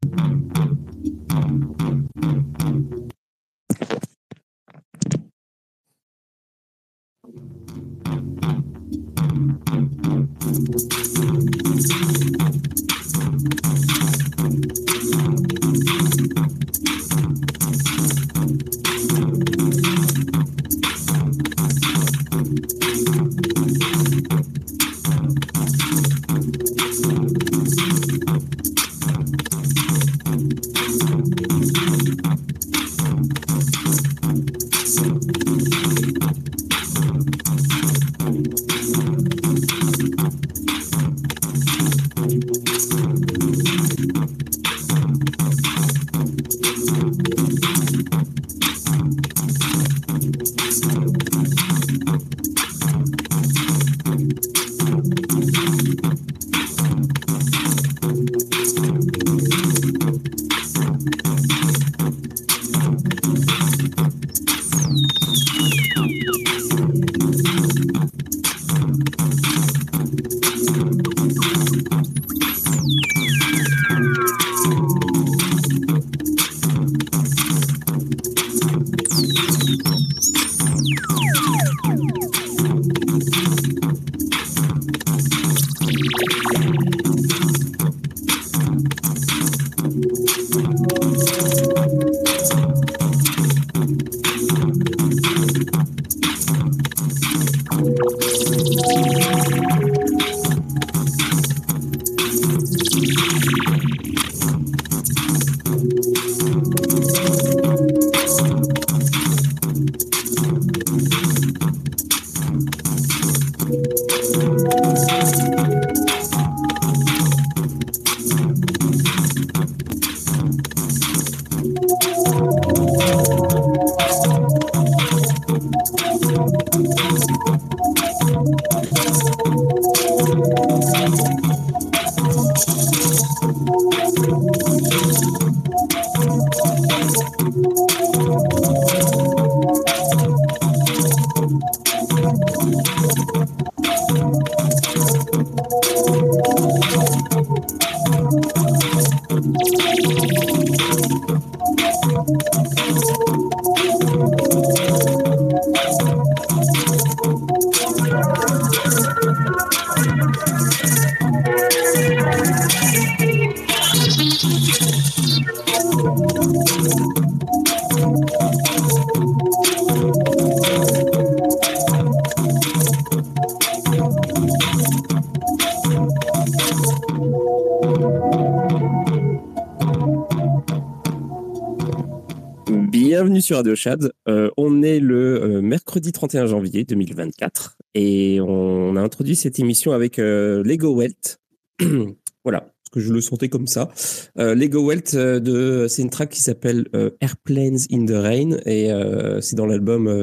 Bienvenue sur Radio Chad. On est le mercredi 31 janvier 2024 et on a introduit cette émission avec Lego Welt. Voilà, parce que je le sentais comme ça. Lego Welt, c'est une track qui s'appelle Airplanes in the Rain et c'est dans l'album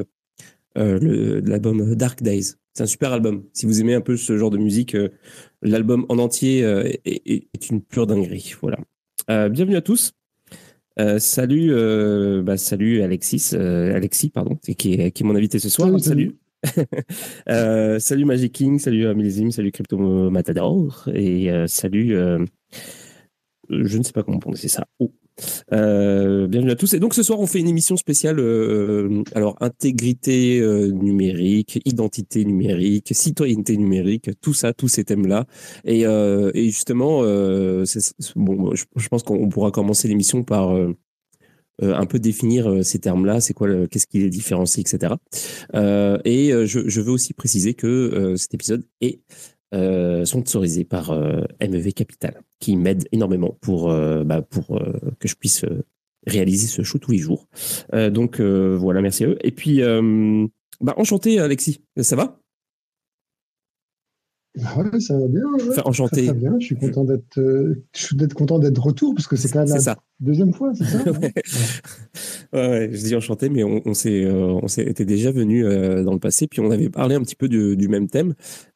Dark Days. C'est un super album. Si vous aimez un peu ce genre de musique, l'album en entier est une pure dinguerie. Voilà. Bienvenue à tous. Salut Alexis, pardon, qui est mon invité ce soir. Salut. Salut Magic King, salut Millésime, salut Crypto Matador et salut. Je ne sais pas comment prononcer ça. Bienvenue à tous. Et donc ce soir, on fait une émission spéciale. Alors intégrité numérique, identité numérique, citoyenneté numérique, tout ça, tous ces thèmes-là. Et justement, je pense qu'on pourra commencer l'émission par un peu définir ces termes-là. C'est quoi, qu'est-ce qui les différencie, etc. Je veux aussi préciser que cet épisode est sponsorisé par MEV Capital, qui m'aide énormément pour que je puisse réaliser ce show tous les jours. Donc voilà, merci à eux. Et puis, enchanté Alexis, ça va? Ouais, ça va bien. Ouais. Enfin, enchanté. Très, très bien. Je suis content d'être content d'être de retour parce que c'est quand même la deuxième fois, c'est ça? Ouais, je dis enchanté, mais on était déjà venu dans le passé, puis on avait parlé un petit peu du même thème,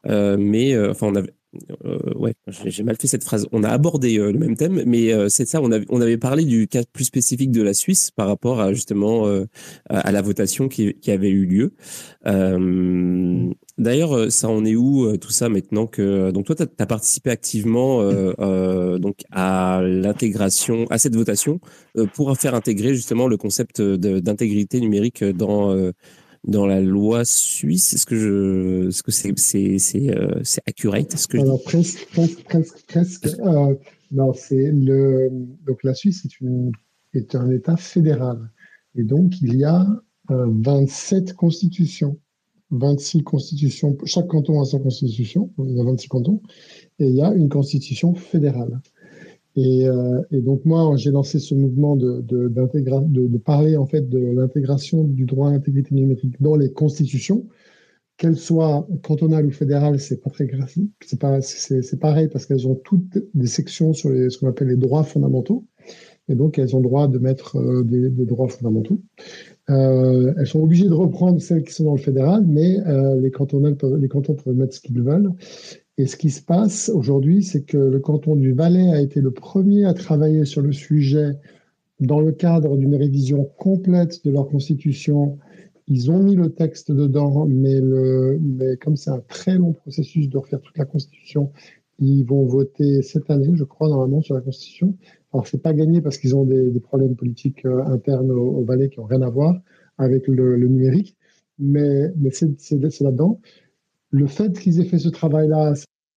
j'ai mal fait cette phrase. On a abordé le même thème, mais c'est ça. On avait parlé du cas plus spécifique de la Suisse par rapport à justement à la votation qui avait eu lieu. D'ailleurs, ça en est où tout ça maintenant que donc toi tu as participé activement donc à l'intégration à cette votation pour faire intégrer justement le concept d'intégrité numérique dans la loi suisse. Est-ce que c'est accurate ce que je dis? Alors, presque. Non, donc la Suisse est un État fédéral. Et donc, il y a 27 constitutions, 26 constitutions. Chaque canton a sa constitution. Il y a 26 cantons. Et il y a une constitution fédérale. Et donc, moi, j'ai lancé ce mouvement de parler, en fait, de l'intégration du droit à l'intégrité numérique dans les constitutions, qu'elles soient cantonales ou fédérales. C'est pas très graphique. C'est pareil parce qu'elles ont toutes des sections sur ce qu'on appelle les droits fondamentaux. Et donc, elles ont le droit de mettre des droits fondamentaux. Elles sont obligées de reprendre celles qui sont dans le fédéral, mais les cantons peuvent mettre ce qu'ils veulent. Et ce qui se passe aujourd'hui, c'est que le canton du Valais a été le premier à travailler sur le sujet dans le cadre d'une révision complète de leur constitution. Ils ont mis le texte dedans, mais comme c'est un très long processus de refaire toute la constitution, ils vont voter cette année, je crois, normalement, sur la constitution. Alors, c'est pas gagné parce qu'ils ont des problèmes politiques internes au Valais qui n'ont rien à voir avec le numérique, mais c'est là-dedans. Le fait qu'ils aient fait ce travail-là,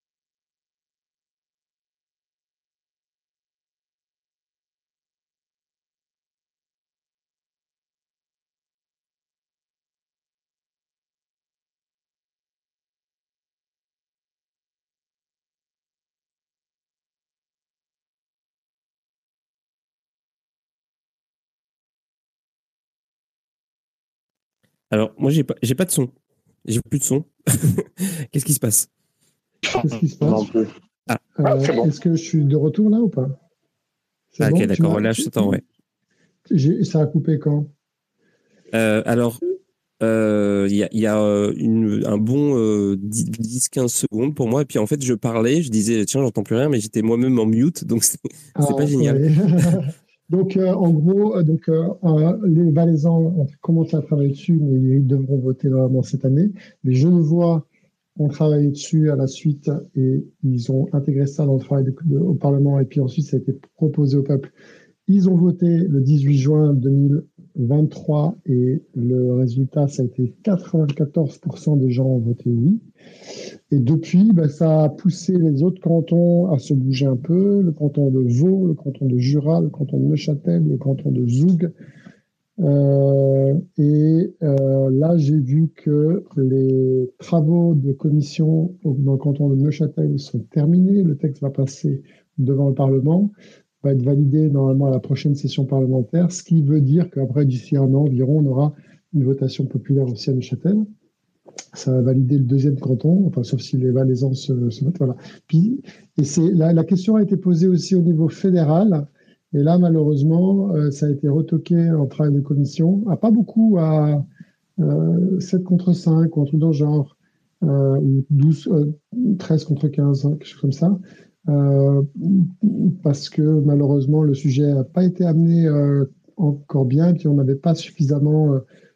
Alors moi j'ai pas de son, j'ai plus de son. Qu'est-ce qui se passe? qu'est-ce qui se passe? Non plus. Ah, c'est bon. Est-ce que je suis de retour là ou pas? C'est ok, bon, d'accord, là je t'entends, ouais. Ça a coupé quand? Alors, il y a un bon 10-15 secondes pour moi. Et puis en fait, je parlais, je disais, tiens, j'entends plus rien, mais j'étais moi-même en mute, donc c'est pas génial. Ouais. Donc, en gros, les Valaisans ont commencé à travailler dessus, mais ils devront voter normalement cette année. Les Genevois ont travaillé dessus à la suite et ils ont intégré ça dans le travail au Parlement. Et puis ensuite, ça a été proposé au peuple. Ils ont voté le 18 juin 2023 et le résultat, ça a été 94% des gens ont voté oui. Et depuis, ça a poussé les autres cantons à se bouger un peu. Le canton de Vaud, le canton de Jura, le canton de Neuchâtel, le canton de Zoug. Là, j'ai vu que les travaux de commission dans le canton de Neuchâtel sont terminés. Le texte va passer devant le Parlement, va être validé normalement à la prochaine session parlementaire, ce qui veut dire qu'après, d'ici un an environ, on aura une votation populaire aussi à Neuchâtel. Ça va valider le deuxième canton, enfin, sauf si les Valaisans se mettent. Voilà. Puis, la question a été posée aussi au niveau fédéral. Et là, malheureusement, ça a été retoqué en travail de commission. Pas beaucoup, à 7 contre 5 ou un truc dans le genre, ou 13 contre 15, quelque chose comme ça. Parce que malheureusement, le sujet n'a pas été amené encore bien, et puis on n'avait pas suffisamment.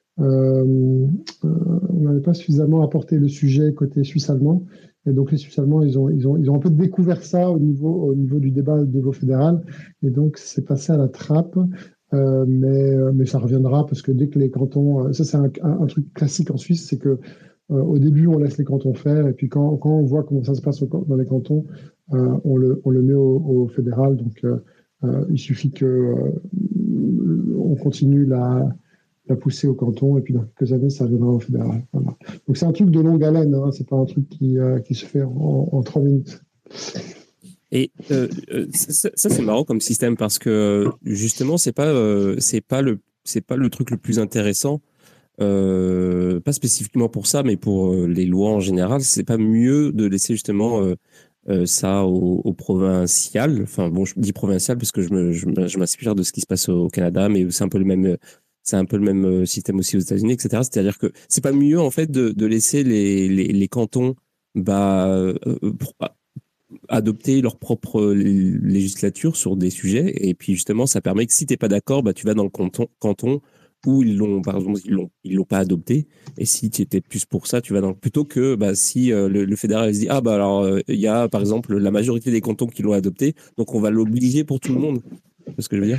On n'avait pas suffisamment apporté le sujet côté suisse-allemand. Et donc, les Suisses-allemands, ils ont un peu découvert ça au niveau du débat au niveau fédéral. Et donc, c'est passé à la trappe. Mais ça reviendra parce que dès que les cantons. Ça, c'est un truc classique en Suisse, c'est que au début, on laisse les cantons faire. Et puis, quand on voit comment ça se passe dans les cantons, on le met au fédéral. Donc, il suffit qu'on continue la pousser au canton, et puis dans quelques années, ça reviendra au fédéral. Voilà. Donc c'est un truc de longue haleine, hein, c'est pas un truc qui se fait en 3 minutes. Et ça c'est marrant comme système parce que justement, c'est pas le truc le plus intéressant. Pas spécifiquement pour ça, mais pour les lois en général, c'est pas mieux de laisser justement ça au provincial. Enfin bon, je dis provincial parce que je m'inspire de ce qui se passe au Canada, mais c'est un peu le même système aussi aux États-Unis, etc. C'est-à-dire que c'est pas mieux en fait de laisser les cantons adopter leur propre législature sur des sujets, et puis justement ça permet que si t'es pas d'accord, tu vas dans le canton coup, par exemple, ils l'ont pas adopté. Et si tu étais plus pour ça, tu vas plutôt que si le fédéral se dit ah bah alors il y a par exemple la majorité des cantons qui l'ont adopté, donc on va l'obliger pour tout le monde. C'est ce que je veux dire.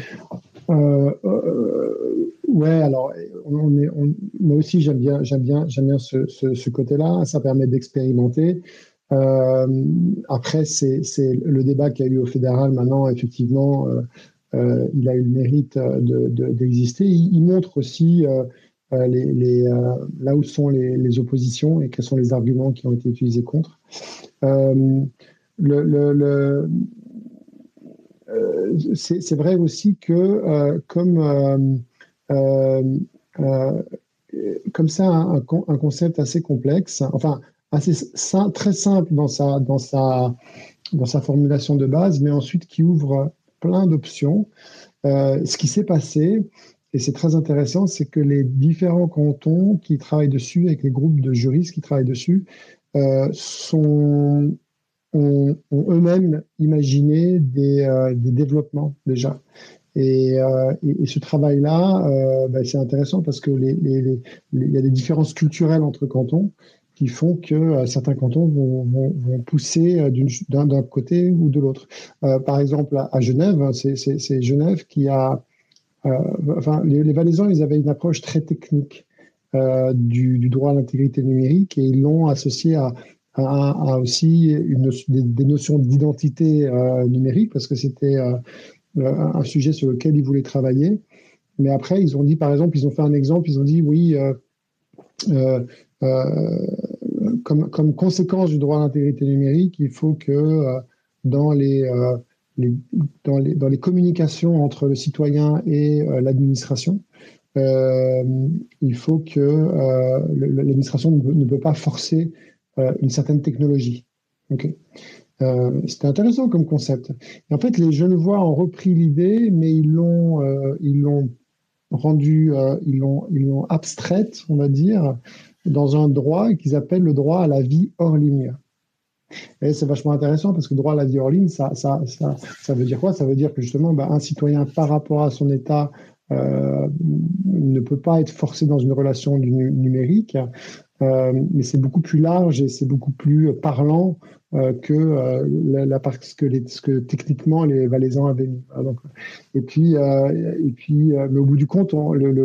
Ouais, alors moi aussi j'aime bien ce côté-là. Ça permet d'expérimenter. Euh, Après, c'est le débat qu'il y a eu au fédéral maintenant. Effectivement, il a eu le mérite d'exister. Il montre aussi là où sont les oppositions et quels sont les arguments qui ont été utilisés contre. Euh, le, le, le, c'est vrai aussi que euh, euh, comme ça, un concept assez complexe, enfin très simple dans sa formulation de base, mais ensuite qui ouvre plein d'options. Ce qui s'est passé, et c'est très intéressant, c'est que les différents cantons qui travaillent dessus, avec les groupes de juristes qui travaillent dessus, ont eux-mêmes imaginé des développements déjà. Et ce travail-là, c'est intéressant parce que il y a des différences culturelles entre cantons qui font que certains cantons vont pousser d'un côté ou de l'autre. Par exemple, à Genève, c'est Genève qui a... enfin, les Valaisans, ils avaient une approche très technique du droit à l'intégrité numérique et ils l'ont associé à aussi des notions d'identité numérique parce que c'était un sujet sur lequel ils voulaient travailler. Mais après, ils ont dit, par exemple, ils ont fait un exemple, ils ont dit, oui, euh, euh, comme conséquence du droit à l'intégrité numérique, il faut que dans les, dans les communications entre le citoyen et l'administration, euh, il faut que l'administration ne peut pas forcer une certaine technologie. Okay. C'était intéressant comme concept. Et en fait, les Genevois ont repris l'idée, mais ils l'ont rendu, ils l'ont abstraite, on va dire, dans un droit qu'ils appellent le droit à la vie hors ligne. Et c'est vachement intéressant parce que le droit à la vie hors ligne, ça veut dire quoi? Ça veut dire que justement, un citoyen, par rapport à son état, ne peut pas être forcé dans une relation numérique. Mais c'est beaucoup plus large et c'est beaucoup plus parlant que ce que techniquement les Valaisans avaient mis. Voilà, donc, mais au bout du compte,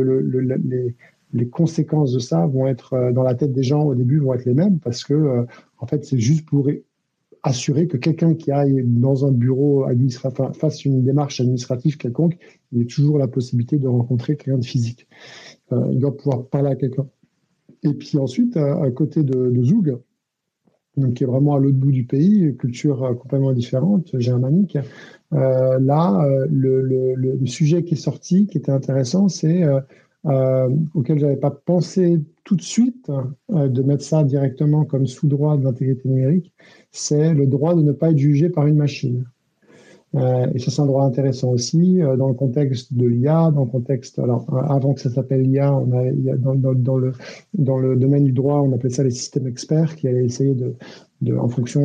les conséquences de ça vont être dans la tête des gens au début vont être les mêmes parce que en fait c'est juste pour assurer que quelqu'un qui aille dans un bureau administratif, enfin, fasse une démarche administrative quelconque, il ait toujours la possibilité de rencontrer quelqu'un de physique. Il doit pouvoir parler à quelqu'un. Et puis ensuite, à côté de Zoug, donc qui est vraiment à l'autre bout du pays, culture complètement différente, germanique, là, le sujet qui est sorti, qui était intéressant, c'est auquel je n'avais pas pensé tout de suite de mettre ça directement comme sous-droit de l'intégrité numérique, c'est le droit de ne pas être jugé par une machine. Et ça, c'est un droit intéressant aussi dans le contexte de l'IA, dans le contexte, alors avant que ça s'appelle l'IA, dans le domaine du droit, on appelait ça les systèmes experts qui allaient essayer en fonction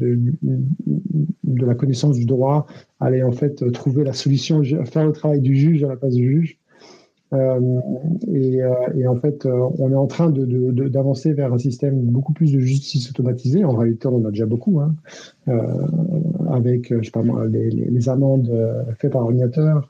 de la connaissance du droit, aller en fait trouver la solution, faire le travail du juge à la place du juge. Et en fait, on est en train d'avancer vers un système beaucoup plus de justice automatisée. En réalité, on en a déjà beaucoup, hein, avec, je sais pas moi, les amendes faites par ordinateur.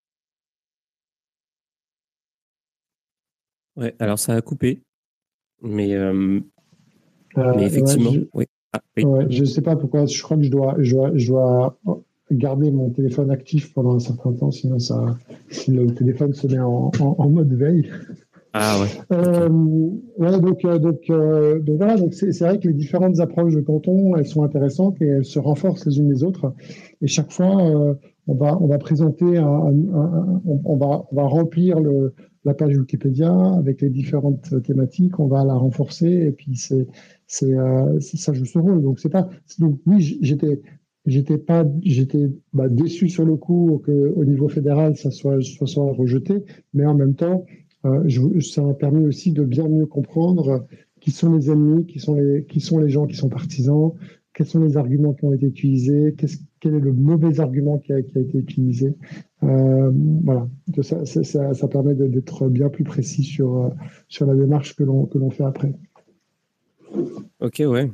Ouais, alors ça a coupé, mais Ouais, effectivement, oui. Ah, oui. ouais, je sais pas pourquoi. Je crois que je dois garder mon téléphone actif pendant un certain temps, sinon si le téléphone se met en mode veille. Ah ouais. Euh, Ok. ouais, donc voilà, donc c'est vrai que les différentes approches de canton, elles sont intéressantes et elles se renforcent les unes les autres. Et chaque fois, on va présenter, on va remplir la page Wikipédia avec les différentes thématiques, on va la renforcer et puis ça joue ce rôle. Donc c'est pas, donc oui, j'étais déçu sur le coup qu'au niveau fédéral ça soit rejeté, mais en même temps ça m'a permis aussi de bien mieux comprendre qui sont les ennemis, qui sont les gens qui sont partisans, quels sont les arguments qui ont été utilisés, quel est le mauvais argument qui a été utilisé. Voilà, ça permet d'être bien plus précis sur la démarche que l'on fait après. Ok, ouais.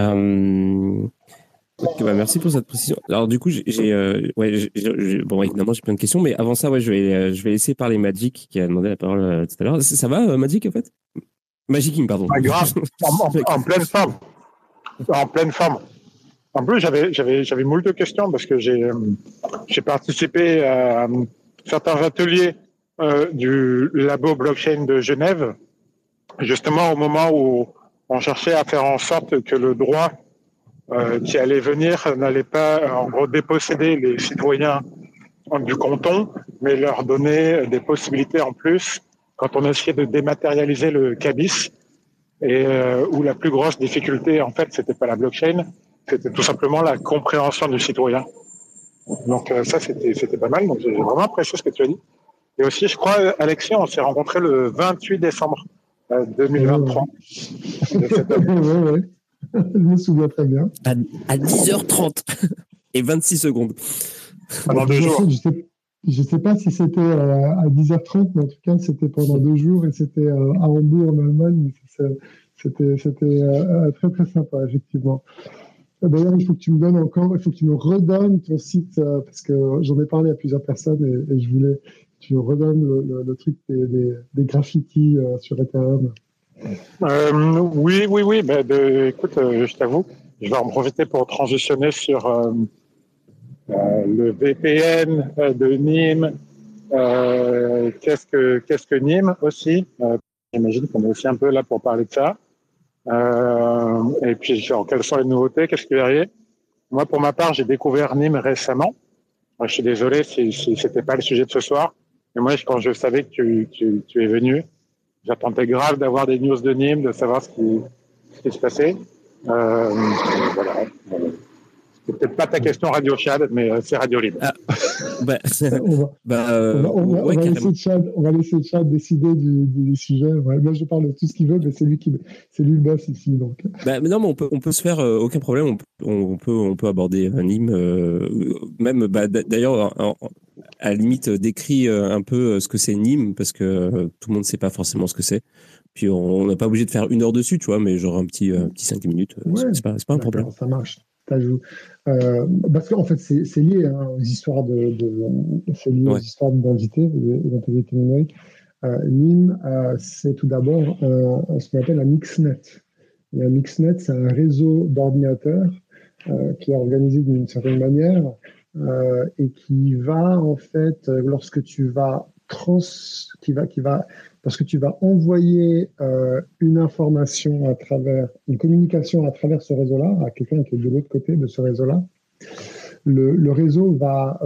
Ok, bah merci pour cette précision. Alors du coup, bon, évidemment, j'ai plein de questions, mais avant ça, ouais, je vais laisser parler Magic qui a demandé la parole tout à l'heure. Ça va, Magic, en fait? Magic King, pardon. Pas grave, en pleine forme. En pleine forme. En plus, j'avais moult de questions parce que j'ai participé à certains ateliers du labo blockchain de Genève, justement au moment où on cherchait à faire en sorte que le droit qui allait venir n'allait pas, en gros, déposséder les citoyens du canton, mais leur donner des possibilités en plus quand on essayait de dématérialiser le CABIS, et où la plus grosse difficulté, en fait, c'était pas la blockchain, c'était tout simplement la compréhension du citoyen. Donc ça, c'était pas mal. Donc j'ai vraiment apprécié ce que tu as dit. Et aussi, je crois, Alexis, on s'est rencontrés le 28 décembre 2023. Oui. Je me souviens très bien. À 10h30 et 26 secondes. Pendant 2 jours. Je ne sais pas si c'était à 10h30, mais en tout cas, c'était pendant 2 jours et c'était à Hambourg, en Allemagne. C'était très, très sympa, effectivement. D'ailleurs, il faut que tu me redonnes ton site, parce que j'en ai parlé à plusieurs personnes et je voulais que tu me redonnes le truc des graffitis sur Ethereum. Oui. Écoute, je t'avoue, je vais en profiter pour transitionner sur le VPN de Nîmes. Qu'est-ce que Nîmes aussi? J'imagine qu'on est aussi un peu là pour parler de ça. Et puis, genre, quelles sont les nouveautés? Qu'est-ce qu'il y a? Moi, pour ma part, j'ai découvert Nîmes récemment. Moi, je suis désolé si c'était pas le sujet de ce soir. Mais moi, quand je savais que tu es venu, j'attendais grave d'avoir des news de Nîmes, de savoir ce qui se passait. Voilà. C'est peut-être pas ta question Radio Chad, mais c'est Radio Libre. On va laisser Chad décider du sujet. Ouais, moi, je parle de tout ce qu'il veut, mais c'est lui le boss ici. Donc. Mais non, mais on peut se faire aucun problème. On peut aborder Nîmes. Même, d'ailleurs, à la limite, décrit un peu ce que c'est Nîmes, parce que tout le monde ne sait pas forcément ce que c'est. Puis on n'est pas obligé de faire 1 heure dessus, tu vois, mais genre un petit 5 minutes, ouais, c'est pas un problème. Ça marche. Parce qu'en fait, c'est lié aux histoires aux histoires d'identité et d'intégrité numérique. Nîmes, c'est tout d'abord ce qu'on appelle un mixnet. Et un mixnet, c'est un réseau d'ordinateurs qui est organisé d'une certaine manière et qui va, en fait, lorsque tu vas envoyer une information une communication à travers ce réseau-là, à quelqu'un qui est de l'autre côté de ce réseau-là, le réseau va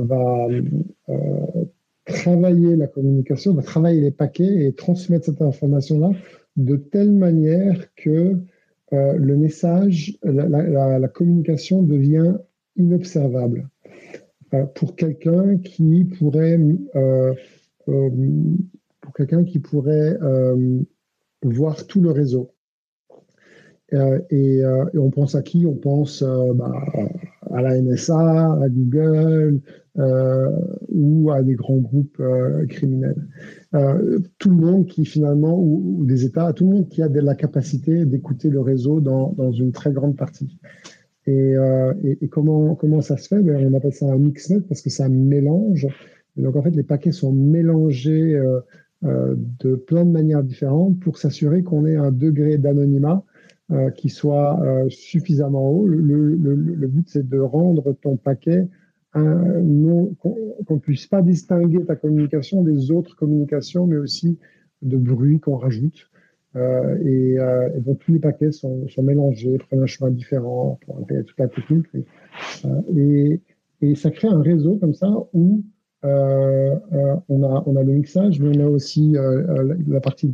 travailler la communication, va travailler les paquets et transmettre cette information-là de telle manière que le message, la communication devient inobservable pour quelqu'un qui pourrait voir tout le réseau. Et on pense à qui? On pense à la NSA, à Google ou à des grands groupes criminels. Tout le monde qui finalement, ou des États, tout le monde qui a la capacité d'écouter le réseau dans une très grande partie. Et comment ça se fait? On appelle ça un mixnet parce que ça mélange. Et donc en fait, les paquets sont mélangés de plein de manières différentes pour s'assurer qu'on ait un degré d'anonymat qui soit suffisamment haut. Le but, c'est de rendre ton paquet qu'on ne puisse pas distinguer ta communication des autres communications, mais aussi de bruit qu'on rajoute. Et donc, tous les paquets sont mélangés, prennent un chemin différent pour intégrer toute la technique. Et ça crée un réseau comme ça où on a le mixage, mais on a aussi la partie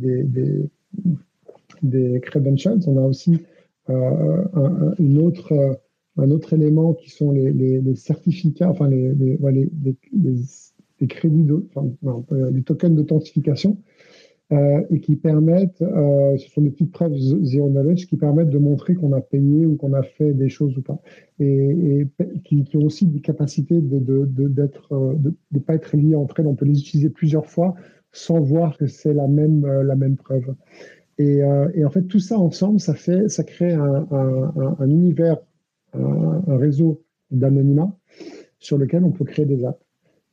des credentials. On a aussi un autre élément qui sont les certificats, enfin les crédits, les tokens d'authentification et qui permettent, ce sont des petites preuves zero knowledge qui permettent de montrer qu'on a payé ou qu'on a fait des choses ou pas, et qui ont aussi des capacités de pas être liées entre elles. On peut les utiliser plusieurs fois sans voir que c'est la même preuve. Et en fait, tout ça ensemble, ça crée un univers, un réseau d'anonymat sur lequel on peut créer des apps.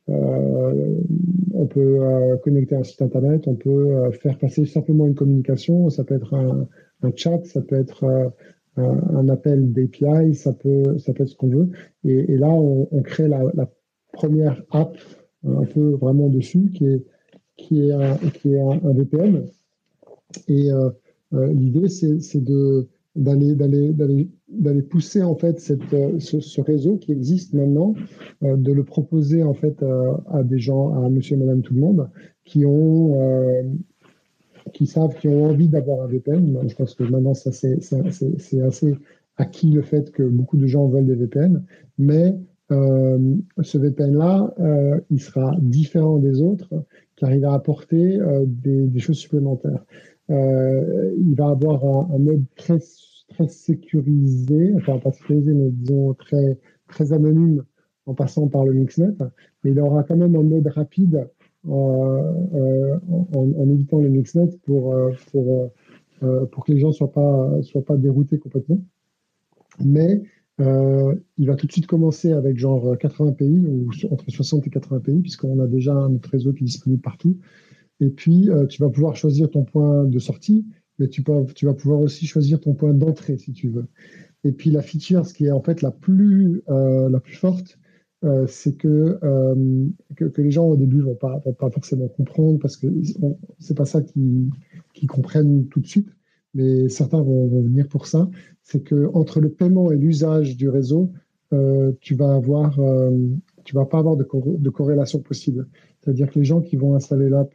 On peut connecter un site internet, on peut faire passer simplement une communication, ça peut être un chat, ça peut être un appel d'API, ça peut être ce qu'on veut. Et là, on crée la première app un peu vraiment dessus, qui est un VPN. Et l'idée, c'est d'aller pousser en fait ce réseau qui existe maintenant, de le proposer en fait à des gens, à monsieur et madame tout le monde, qui ont envie d'avoir un VPN. Je pense que maintenant ça c'est assez acquis, le fait que beaucoup de gens veulent des VPN, mais ce VPN-là, il sera différent des autres car il va apporter des choses supplémentaires. Il va avoir un mode très sécurisé, enfin pas sécurisé, mais disons très anonyme en passant par le Mixnet, mais il aura quand même un mode rapide en évitant le Mixnet pour que les gens soient pas déroutés complètement. Mais il va tout de suite commencer avec genre 80 pays, ou entre 60 et 80 pays, puisqu'on a déjà notre réseau qui est disponible partout. Et puis, tu vas pouvoir choisir ton point de sortie, mais tu vas pouvoir aussi choisir ton point d'entrée, si tu veux. Et puis, la feature, ce qui est en fait la plus forte, c'est que les gens, au début, vont pas forcément comprendre, parce que c'est pas ça qu'ils comprennent tout de suite, mais certains vont venir pour ça. C'est que entre le paiement et l'usage du réseau, tu vas pas avoir de corrélation possible. C'est-à-dire que les gens qui vont installer l'app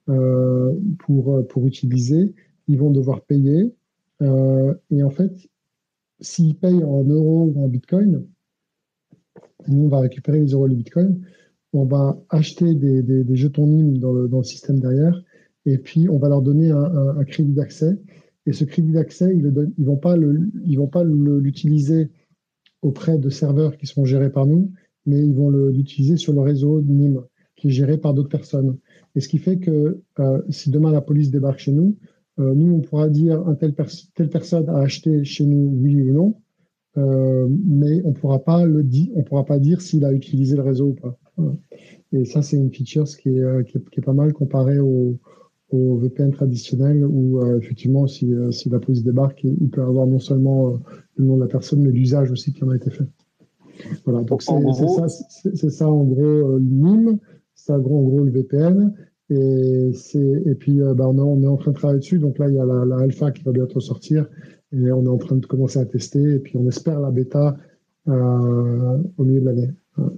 pour utiliser, ils vont devoir payer. Et en fait, s'ils payent en euros ou en bitcoin, nous, on va récupérer les euros et les bitcoins, on va acheter des jetons NIM dans le système derrière, et puis on va leur donner un crédit d'accès. Et ce crédit d'accès, ils vont pas l'utiliser auprès de serveurs qui sont gérés par nous, mais ils vont l'utiliser sur le réseau NIM, qui est géré par d'autres personnes. Et ce qui fait que si demain la police débarque chez nous, nous, on pourra dire telle personne a acheté chez nous, oui ou non, mais on pourra pas dire s'il a utilisé le réseau ou pas. Voilà. Et ça, c'est une feature qui est pas mal comparée au VPN traditionnel, où effectivement, si la police débarque, il peut avoir non seulement le nom de la personne, mais l'usage aussi qui en a été fait. Voilà, donc c'est ça en gros l'IM, c'est en gros le VPN, et puis on est en train de travailler dessus, donc là il y a la alpha qui va bientôt sortir, et on est en train de commencer à tester, et puis on espère la bêta au milieu de l'année.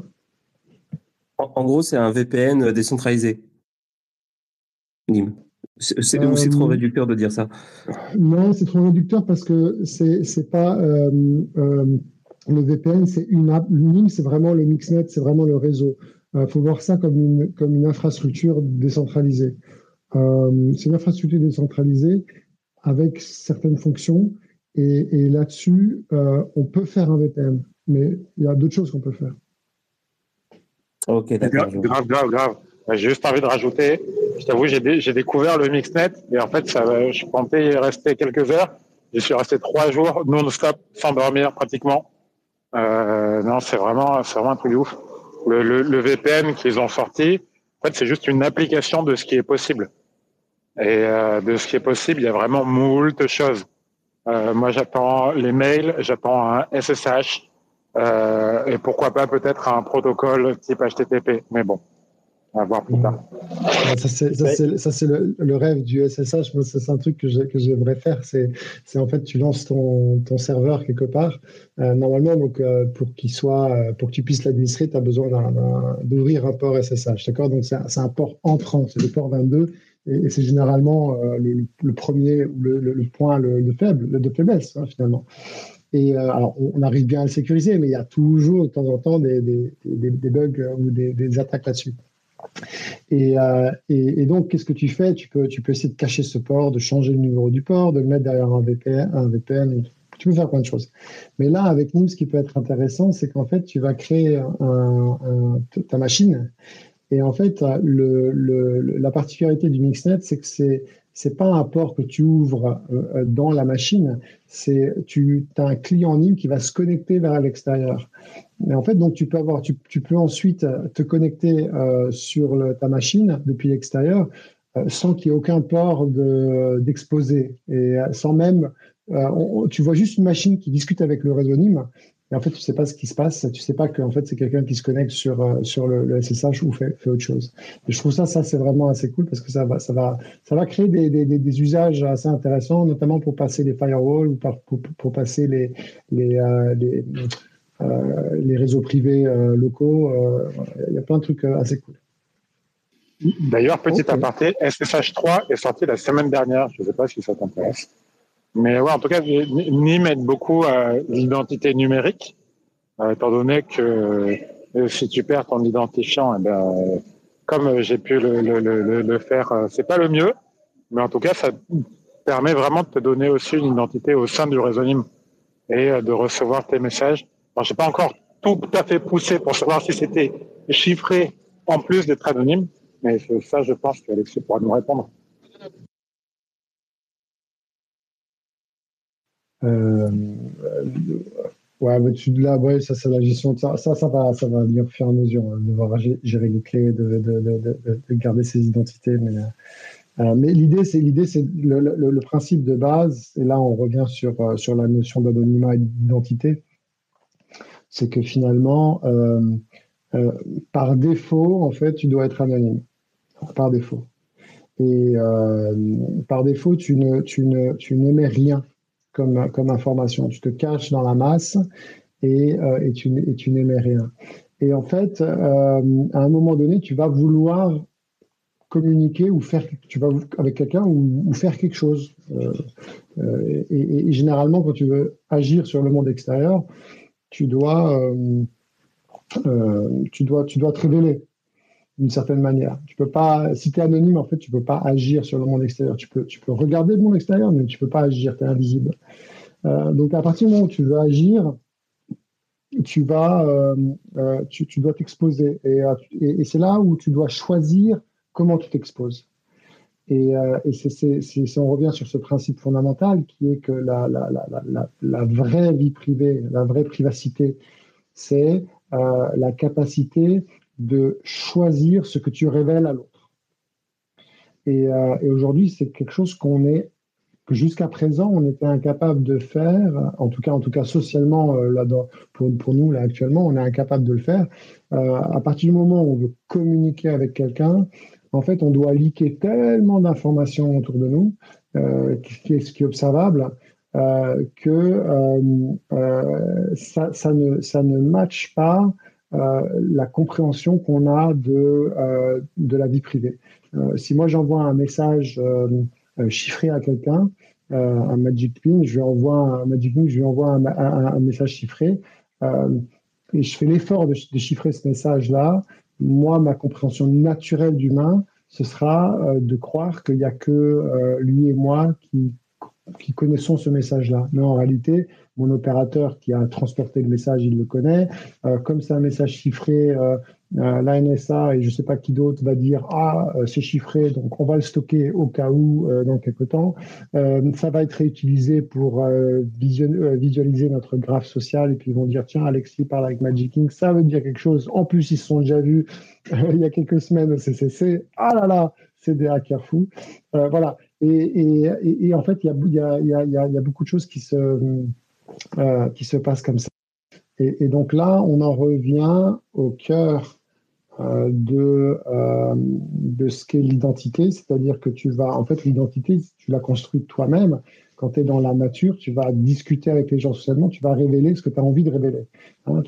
En gros, c'est un VPN décentralisé. NIM. C'est trop réducteur de dire ça? Non, c'est trop réducteur parce que c'est pas le VPN, c'est une app. NIM, c'est vraiment le Mixnet, c'est vraiment le réseau. Faut voir ça comme une infrastructure décentralisée. C'est une infrastructure décentralisée avec certaines fonctions, et là-dessus, on peut faire un VPN, mais il y a d'autres choses qu'on peut faire. Ok, d'accord. Grave. J'ai juste envie de rajouter, je t'avoue, j'ai découvert le Mixnet, et en fait, je comptais y rester quelques heures. Je suis resté 3 jours non-stop, sans dormir pratiquement. Non, c'est vraiment un truc de ouf. Le VPN qu'ils ont sorti, en fait, c'est juste une application de ce qui est possible. Et de ce qui est possible, il y a vraiment moult choses. Moi, j'attends les mails, j'attends un SSH, et pourquoi pas peut-être un protocole type HTTP. Mais bon, à voir plus tard. Ça, c'est le rêve du SSH. Moi, c'est un truc que j'aimerais faire. C'est en fait, tu lances ton serveur quelque part. Normalement, donc, pour que tu puisses l'administrer, tu as besoin d'ouvrir un port SSH. D'accord? Donc, c'est un port entrant. C'est le port 22. Et c'est généralement le premier, ou le point le faible, le de faiblesse, hein, finalement. Et alors, on arrive bien à le sécuriser, mais il y a toujours de temps en temps des bugs ou des attaques là-dessus. Et donc, qu'est-ce que tu fais? Tu peux essayer de cacher ce port, de changer le numéro du port, de le mettre derrière un VPN. Tu peux faire plein de choses. Mais là, avec NIM, ce qui peut être intéressant, c'est qu'en fait, tu vas créer ta machine. Et en fait, la particularité du Mixnet, c'est que c'est pas un port que tu ouvres dans la machine. Tu as un client NIM qui va se connecter vers l'extérieur. Et en fait, donc tu peux ensuite te connecter sur ta machine depuis l'extérieur sans qu'il y ait aucun port d'exposé et sans même tu vois juste une machine qui discute avec le réseau NIM. Et en fait, tu sais pas ce qui se passe. Tu sais pas que en fait c'est quelqu'un qui se connecte sur le SSH ou fait autre chose. Et je trouve ça c'est vraiment assez cool parce que ça va créer des usages assez intéressants, notamment pour passer les firewalls ou pour passer les réseaux privés locaux. Il y a plein de trucs assez cool. D'ailleurs, petit aparté, SSH3 est sorti la semaine dernière. Je ne sais pas si ça t'intéresse. Mais ouais, en tout cas, NIM aide beaucoup l'identité numérique, étant donné que si tu perds ton identifiant, comme j'ai pu le faire, c'est pas le mieux, mais en tout cas, ça permet vraiment de te donner aussi une identité au sein du réseau NIM et de recevoir tes messages. Alors, j'ai pas encore tout à fait poussé pour savoir si c'était chiffré en plus d'être anonyme, mais ça, je pense qu'Alexis pourra nous répondre. Ouais, mais ça c'est la gestion de ça. Ça va venir au fur et à mesure. De devoir gérer les clés, de garder ses identités. Mais l'idée, c'est le principe de base. Et là, on revient sur la notion d'anonymat et d'identité. C'est que finalement, par défaut, en fait, tu dois être anonyme. Par défaut. Et par défaut, tu n'émets rien comme information. Tu te caches dans la masse et tu n'émets rien. Et en fait, à un moment donné, tu vas vouloir communiquer ou avec quelqu'un ou faire quelque chose. Et généralement, quand tu veux agir sur le monde extérieur, tu dois te révéler d'une certaine manière. Tu peux pas, si tu es anonyme, en fait, tu peux pas agir sur le monde extérieur. Tu peux regarder le monde extérieur, mais tu peux pas agir, tu es invisible. Donc, à partir du moment où tu veux agir, tu dois t'exposer. Et c'est là où tu dois choisir comment tu t'exposes. Et on revient sur ce principe fondamental qui est que la vraie vie privée, la vraie privacité, c'est la capacité de choisir ce que tu révèles à l'autre. Et aujourd'hui, c'est quelque chose que jusqu'à présent, on était incapable de faire, en tout cas socialement, pour nous, là, actuellement, on est incapable de le faire. À partir du moment où on veut communiquer avec quelqu'un, en fait, on doit liquer tellement d'informations autour de nous, ce qui est observable, que ça ne matche pas la compréhension qu'on a de la vie privée. Si moi j'envoie un message chiffré à quelqu'un, un Magic Pin, je lui envoie un message chiffré et je fais l'effort de chiffrer ce message-là. Moi, ma compréhension naturelle d'humain, ce sera de croire qu'il n'y a que lui et moi qui connaissons ce message-là. Mais en réalité, mon opérateur qui a transporté le message, il le connaît. Comme c'est un message chiffré, la NSA et je ne sais pas qui d'autre va dire c'est chiffré, donc on va le stocker au cas où dans quelque temps. Ça va être réutilisé pour visualiser notre graphe social et puis ils vont dire tiens, Alexis parle avec Magic King, ça veut dire quelque chose. En plus, ils se sont déjà vus il y a quelques semaines au CCC. Ah là là, c'est des hackers fous. Voilà. Et en fait, il y a beaucoup de choses qui se passent comme ça. Et donc là, on en revient au cœur de ce qu'est l'identité, c'est-à-dire que l'identité, tu la construis toi-même. Quand tu es dans la nature, tu vas discuter avec les gens socialement, tu vas révéler ce que tu as envie de révéler. Hein,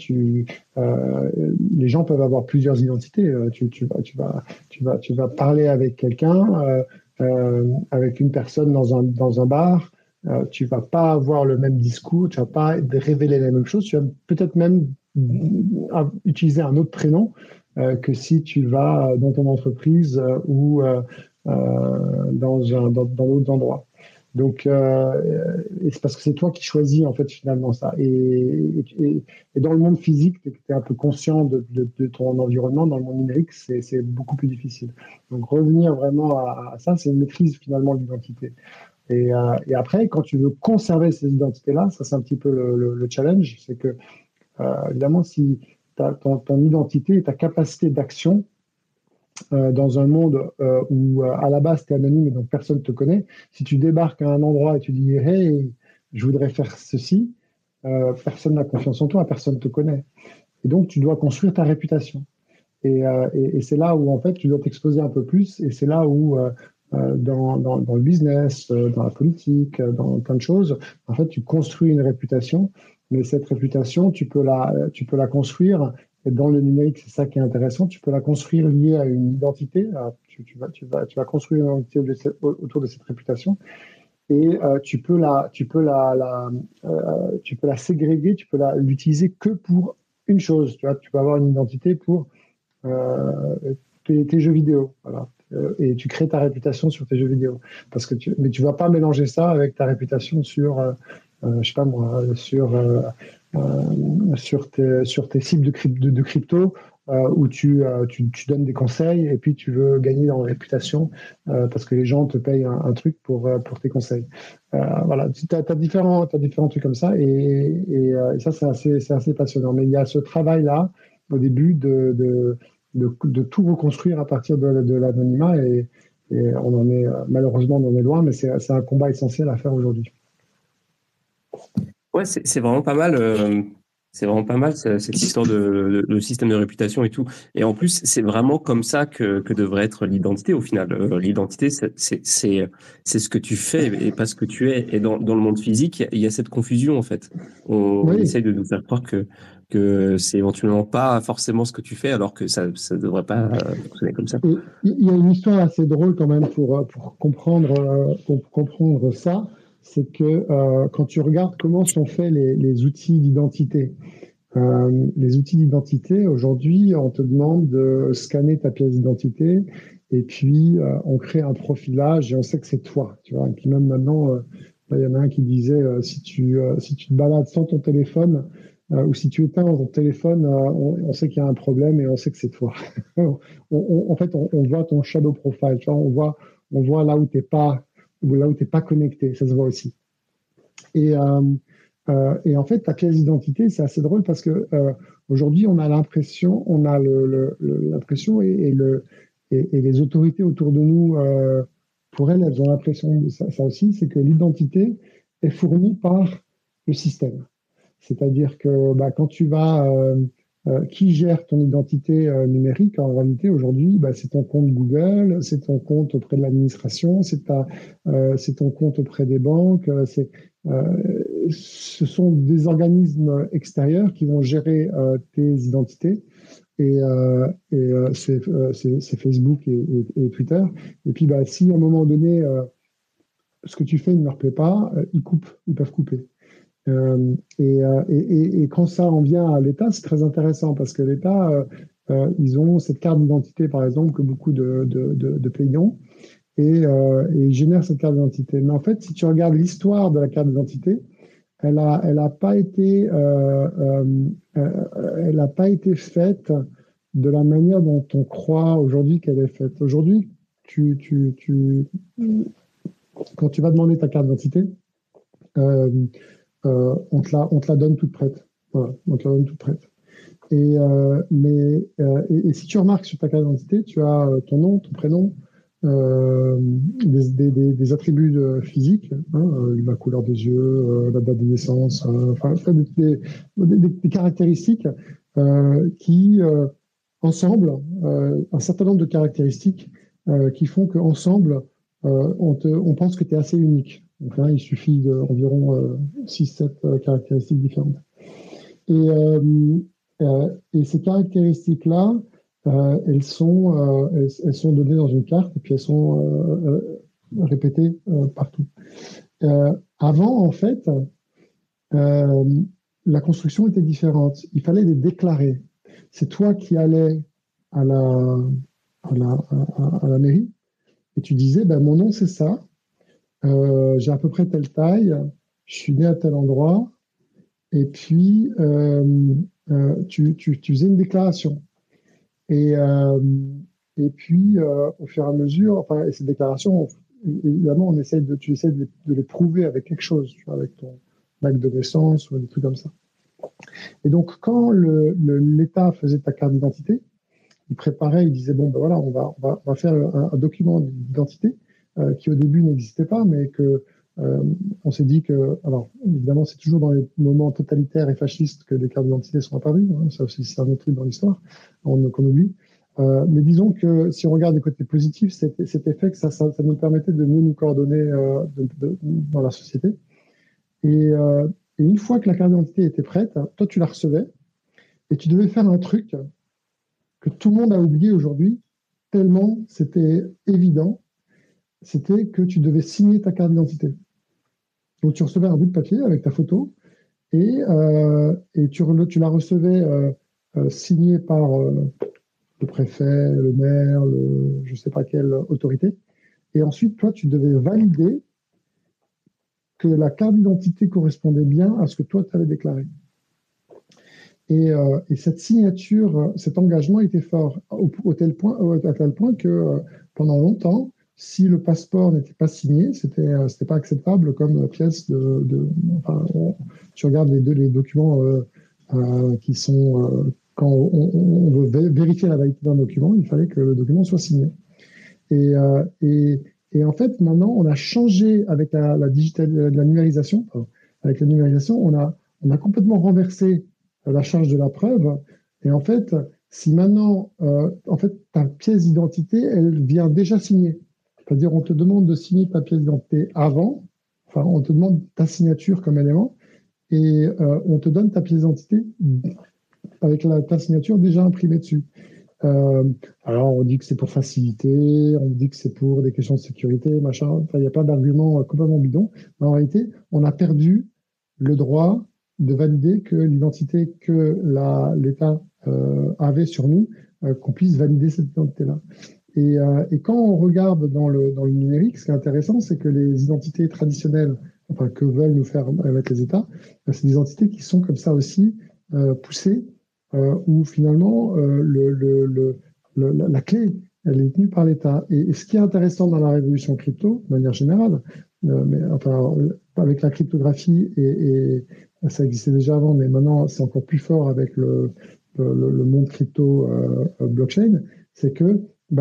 les gens peuvent avoir plusieurs identités. Tu vas parler avec quelqu'un, avec une personne dans un bar. Tu vas pas avoir le même discours, tu vas pas révéler la même chose, tu vas peut-être même utiliser un autre prénom, que si tu vas dans ton entreprise ou dans d'autres endroits. Donc, et c'est parce que c'est toi qui choisis en fait finalement ça. Et dans le monde physique, tu es un peu conscient de ton environnement. Dans le monde numérique, c'est beaucoup plus difficile. Donc, revenir vraiment à ça, c'est une maîtrise finalement de l'identité. Et après, quand tu veux conserver ces identités-là, ça c'est un petit peu le challenge, c'est que évidemment, si ton identité et ta capacité d'action dans un monde où à la base tu es anonyme et donc personne ne te connaît, si tu débarques à un endroit et tu dis hey, je voudrais faire ceci, personne n'a confiance en toi, personne ne te connaît. Et donc tu dois construire ta réputation. Et c'est là où en fait tu dois t'exposer un peu plus, et c'est là où dans le business, dans la politique, dans plein de choses, en fait tu construis une réputation, mais cette réputation tu peux la construire. Et dans le numérique, c'est ça qui est intéressant. Tu peux la construire liée à une identité. Tu vas construire une identité autour de cette réputation, et tu peux la ségréguer. Tu peux l'utiliser que pour une chose. Tu peux avoir une identité pour tes jeux vidéo. Voilà. Et tu crées ta réputation sur tes jeux vidéo. Mais tu vas pas mélanger ça avec ta réputation sur, je sais pas moi, sur tes sites de crypto, où tu donnes des conseils et puis tu veux gagner en réputation parce que les gens te payent un truc pour tes conseils. Voilà, tu as différents trucs comme ça, et ça c'est assez passionnant. Mais il y a ce travail-là au début de tout reconstruire à partir de l'anonymat, et on en est malheureusement on en est loin, mais c'est un combat essentiel à faire aujourd'hui. Ouais, c'est vraiment pas mal. C'est vraiment pas mal cette histoire de système de réputation et tout. Et en plus, c'est vraiment comme ça que devrait être l'identité au final. L'identité, c'est ce que tu fais et pas ce que tu es. Et dans le monde physique, il y a cette confusion en fait. On essaye de nous faire croire que c'est éventuellement pas forcément ce que tu fais, alors que ça devrait pas fonctionner comme ça. Il y a une histoire assez drôle quand même pour comprendre ça. C'est que quand tu regardes comment sont faits les outils d'identité, aujourd'hui, on te demande de scanner ta pièce d'identité, et puis on crée un profilage et on sait que c'est toi. Tu vois. Et puis même maintenant, il y en a un qui disait si tu te balades sans ton téléphone, ou si tu éteins ton téléphone, on sait qu'il y a un problème et on sait que c'est toi. En fait, on voit ton shadow profile. Tu vois, on voit là où t'es pas connecté. Ça se voit aussi. Et en fait, ta pièce d'identité, c'est assez drôle parce que aujourd'hui, on a l'impression, et les autorités autour de nous, pour elles ont l'impression de ça aussi, c'est que l'identité est fournie par le système. C'est-à-dire que quand tu vas, qui gère ton identité numérique en réalité aujourd'hui, c'est ton compte Google, c'est ton compte auprès de l'administration, c'est ton compte auprès des banques, ce sont des organismes extérieurs qui vont gérer tes identités, et c'est Facebook et Twitter. Et puis si à un moment donné ce que tu fais ne leur plaît pas, ils peuvent couper. Et quand ça en vient à l'État, c'est très intéressant parce que l'État, ils ont cette carte d'identité, par exemple, que beaucoup de pays ont, et ils génèrent cette carte d'identité. Mais en fait, si tu regardes l'histoire de la carte d'identité, elle a pas été faite de la manière dont on croit aujourd'hui qu'elle est faite. Aujourd'hui, quand tu vas demander ta carte d'identité, on te la donne toute prête. Voilà, on te la donne toute prête. Et si tu remarques sur ta carte d'identité, tu as ton nom, ton prénom, des attributs physiques, la couleur des yeux, la date de naissance, des caractéristiques qui, ensemble, un certain nombre de caractéristiques qui font qu'ensemble, on pense que tu es assez unique. Donc là, il suffit d'environ 6-7 caractéristiques différentes. Et ces caractéristiques-là, elles sont données dans une carte et puis elles sont répétées partout. Avant, en fait, la construction était différente. Il fallait les déclarer. C'est toi qui allais à la mairie et tu disais, ben, mon nom c'est ça, j'ai à peu près telle taille, je suis né à tel endroit, et puis tu faisais une déclaration. Et, puis, au fur et à mesure, enfin, et ces déclarations, évidemment, tu essaies de les prouver avec quelque chose, tu vois, avec ton acte de naissance ou des trucs comme ça. Et donc, quand l'État faisait ta carte d'identité, il préparait, il disait, bon, ben voilà, on va faire un document d'identité qui au début n'existait pas, mais que on s'est dit que, alors évidemment, c'est toujours dans les moments totalitaires et fascistes que les cartes d'identité sont apparues, hein, ça aussi c'est un autre truc dans l'histoire qu'on oublie. Mais disons que si on regarde les côtés positifs, c'était fait que ça nous permettait de mieux nous coordonner dans la société. Et une fois que la carte d'identité était prête, toi tu la recevais et tu devais faire un truc que tout le monde a oublié aujourd'hui, tellement c'était évident, c'était que tu devais signer ta carte d'identité. Donc tu recevais un bout de papier avec ta photo et tu la recevais signée par le préfet, le maire, je ne sais pas quelle autorité. Et ensuite, toi, tu devais valider que la carte d'identité correspondait bien à ce que toi, tu avais déclaré. Et cette signature, cet engagement était fort, à tel point que pendant longtemps, si le passeport n'était pas signé, c'était pas acceptable comme pièce enfin, tu regardes les documents qui sont quand on veut vérifier la validité d'un document, il fallait que le document soit signé. Et en fait, maintenant, on a changé avec la numérisation. Avec la numérisation, on a complètement renversé la charge de la preuve. Et en fait, si maintenant, ta pièce d'identité, elle vient déjà signée. C'est-à-dire, on te demande de signer ta pièce d'identité avant. Enfin, on te demande ta signature comme élément. Et on te donne ta pièce d'identité avec ta signature déjà imprimée dessus. Alors, on dit que c'est pour faciliter, on dit que c'est pour des questions de sécurité, machin. Enfin, il n'y a pas d'argument complètement bidon. Mais en réalité, on a perdu le droit de valider que l'identité que l'État avait sur nous, qu'on puisse valider cette identité-là. Et quand on regarde dans le numérique, ce qui est intéressant, c'est que les identités traditionnelles, enfin, que veulent nous faire avec les États, c'est des identités qui sont comme ça aussi poussées, où finalement la clé, elle est tenue par l'État. Et ce qui est intéressant dans la révolution crypto, de manière générale, mais enfin avec la cryptographie et ça existait déjà avant, mais maintenant c'est encore plus fort avec le monde crypto blockchain, c'est que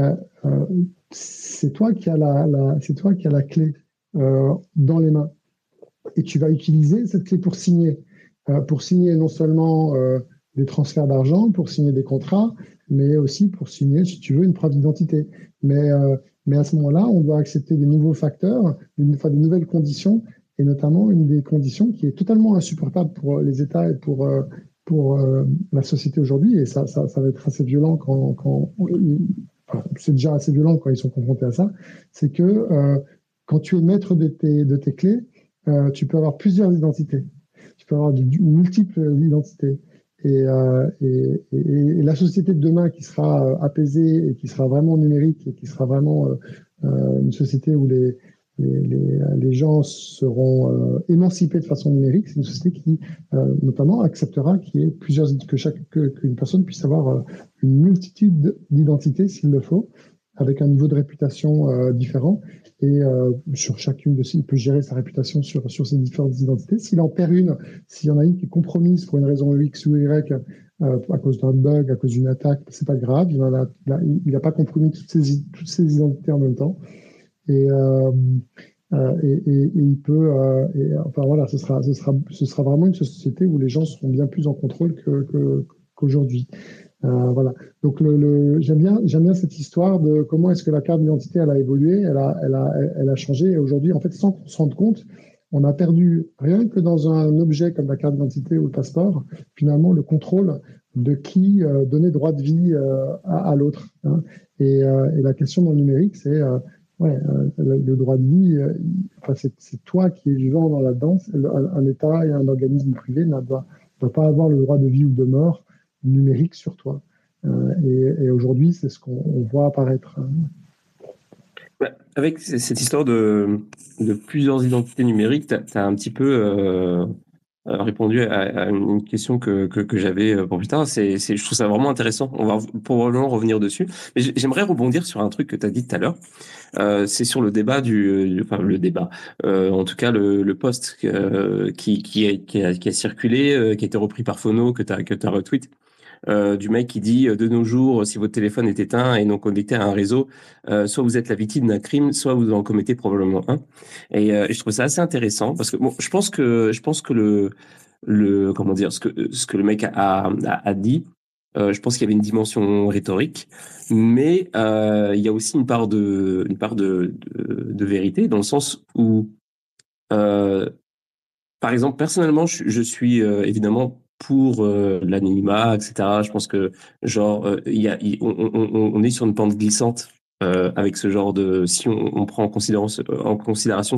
c'est toi qui as la clé dans les mains et tu vas utiliser cette clé pour signer non seulement des transferts d'argent, pour signer des contrats, mais aussi pour signer, si tu veux, une preuve d'identité. Mais à ce moment-là, on doit accepter des nouveaux facteurs, des nouvelles conditions, et notamment une des conditions qui est totalement insupportable pour les États et pour la société aujourd'hui, et ça va être assez violent c'est déjà assez violent quand ils sont confrontés à ça, c'est que quand tu es maître de tes clés, tu peux avoir plusieurs identités. Tu peux avoir multiples identités. Et la société de demain qui sera apaisée et qui sera vraiment numérique et qui sera vraiment une société où les gens seront émancipés de façon numérique, c'est une société qui notamment acceptera qu'une personne puisse avoir une multitude d'identités s'il le faut, avec un niveau de réputation différent. Et sur chacune de ces, il peut gérer sa réputation sur ces différentes identités. S'il en perd une, s'il y en a une qui est compromise pour une raison X ou Y, à cause d'un bug, à cause d'une attaque, c'est pas grave. Il n'a pas compromis toutes ces identités en même temps. Et il peut, enfin voilà, ce sera vraiment une société où les gens seront bien plus en contrôle qu'aujourd'hui. Voilà. Donc j'aime bien cette histoire de comment est-ce que la carte d'identité elle a évolué, elle a changé. Et aujourd'hui, en fait, sans qu'on se rende compte, on a perdu rien que dans un objet comme la carte d'identité ou le passeport, finalement le contrôle de qui donnait droit de vie à l'autre. Hein. Et la question dans le numérique, c'est le droit de vie. C'est toi qui es vivant dans la danse. Un État et un organisme privé ne doit pas avoir le droit de vie ou de mort numérique sur toi. Et aujourd'hui, c'est ce qu'on voit apparaître. Avec cette histoire de plusieurs identités numériques, tu as un petit peu répondu à une question que j'avais pour plus tard. Je trouve ça vraiment intéressant. On va probablement revenir dessus. Mais j'aimerais rebondir sur un truc que tu as dit tout à l'heure. C'est sur le débat enfin le débat. En tout cas, le post qui a circulé, qui a été repris par Phono, que t'as retweet. Du mec qui dit de nos jours, si votre téléphone est éteint et non connecté à un réseau, soit vous êtes la victime d'un crime, soit vous en commettez probablement un. Et je trouve ça assez intéressant parce que bon, je pense que le comment dire, ce que le mec a dit, je pense qu'il y avait une dimension rhétorique, mais il y a aussi une part de vérité dans le sens où par exemple, personnellement, je suis évidemment pour l'anonymat, etc. Je pense que genre on est sur une pente glissante avec ce genre de si on prend en considération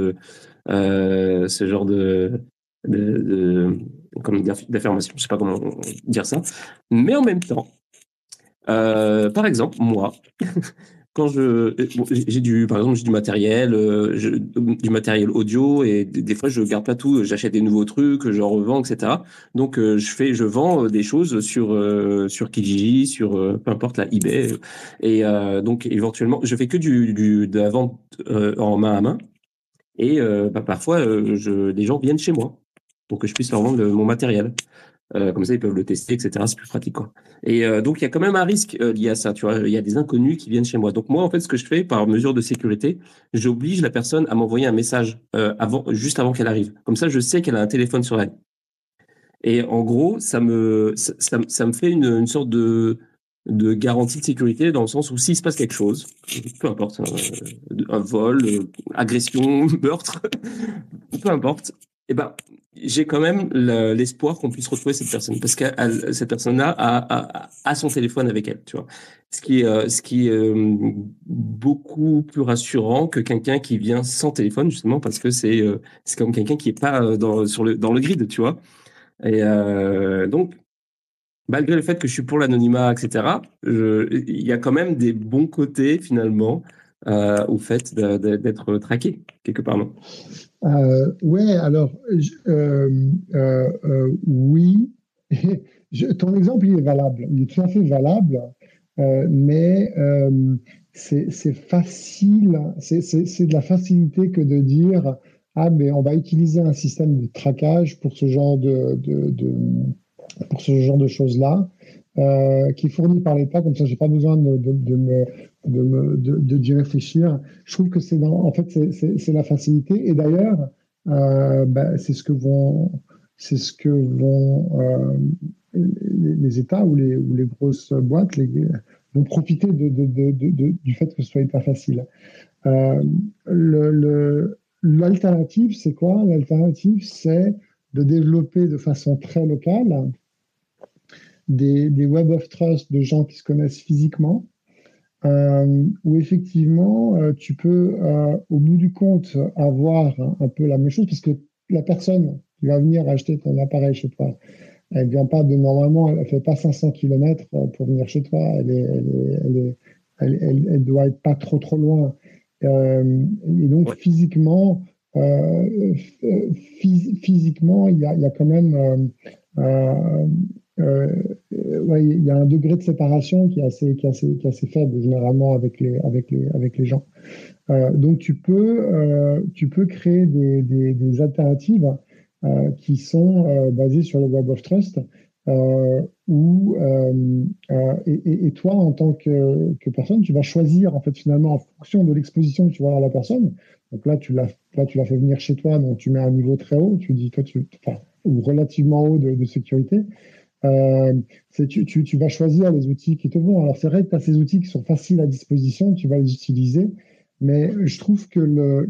ce genre de comment dire d'affirmation. Je sais pas comment dire ça, mais en même temps, par exemple, moi, quand par exemple, j'ai du matériel audio et des fois je garde pas tout, j'achète des nouveaux trucs, je revends, etc. Donc je vends des choses sur Kijiji, sur peu importe la eBay et donc éventuellement je fais que de la vente en main à main et parfois les gens viennent chez moi pour que je puisse leur vendre mon matériel. Comme ça, ils peuvent le tester, etc. C'est plus pratique, quoi. Et donc, il y a quand même un risque lié à ça, tu vois. Il y a des inconnus qui viennent chez moi. Donc, moi, en fait, ce que je fais, par mesure de sécurité, j'oblige la personne à m'envoyer un message juste avant qu'elle arrive. Comme ça, je sais qu'elle a un téléphone sur elle. Et en gros, ça me fait une sorte de garantie de sécurité dans le sens où s'il se passe quelque chose, peu importe, un vol, agression, meurtre, peu importe, eh ben, j'ai quand même l'espoir qu'on puisse retrouver cette personne parce que cette personne-là a son téléphone avec elle, tu vois. Ce qui est beaucoup plus rassurant que quelqu'un qui vient sans téléphone justement parce que c'est comme quelqu'un qui est pas dans le grid, tu vois. Et donc, malgré le fait que je suis pour l'anonymat, etc., il y a quand même des bons côtés finalement au fait d'être traqué quelque part, non? Ouais, alors, oui. Ton exemple, il est valable. Il est tout à fait valable, mais c'est facile, c'est de la facilité que de dire, ah, mais on va utiliser un système de traquage pour ce genre pour ce genre de choses-là, qui est fourni par l'État, comme ça, j'ai pas besoin d'y réfléchir. Je trouve que en fait, c'est la facilité. Et d'ailleurs, c'est ce que vont les États ou les grosses boîtes vont profiter du fait que ce soit hyper facile. Euh, L'alternative, c'est quoi? L'alternative, c'est de développer de façon très locale des web of trust de gens qui se connaissent physiquement, où effectivement, tu peux, au bout du compte, avoir un peu la même chose, parce que la personne qui va venir acheter ton appareil chez toi, elle vient pas normalement, elle fait pas 500 km pour venir chez toi, elle doit être pas trop loin. Et donc, Ouais. physiquement, il y a quand même, euh, ouais, il y a un degré de séparation qui est qui est assez faible généralement avec les gens. Donc tu peux créer des alternatives qui sont basées sur le Web of Trust, et toi, en tant que personne, tu vas choisir en fait finalement en fonction de l'exposition que tu vas avoir à la personne. Donc là, tu l'as fait venir chez toi, donc tu mets un niveau très haut, tu dis toi, enfin, ou relativement haut de sécurité. Euh, tu vas choisir les outils qui te vont. Alors, c'est vrai que tu as ces outils qui sont faciles à disposition, tu vas les utiliser, mais je trouve que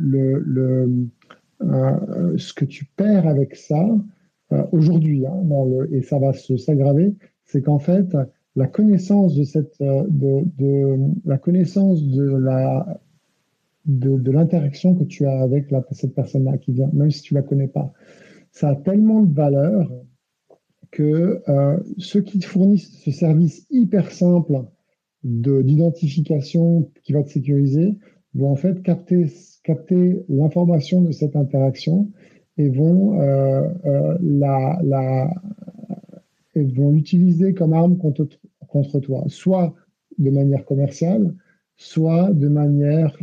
ce que tu perds avec ça, aujourd'hui, hein, et ça va s'aggraver, c'est qu'en fait, la connaissance la connaissance de l'interaction que tu as avec cette personne-là qui vient, même si tu la connais pas, ça a tellement de valeur que ceux qui te fournissent ce service hyper simple d'identification qui va te sécuriser vont en fait capter l'information de cette interaction et vont l'utiliser comme arme contre toi, soit de manière commerciale, soit de manière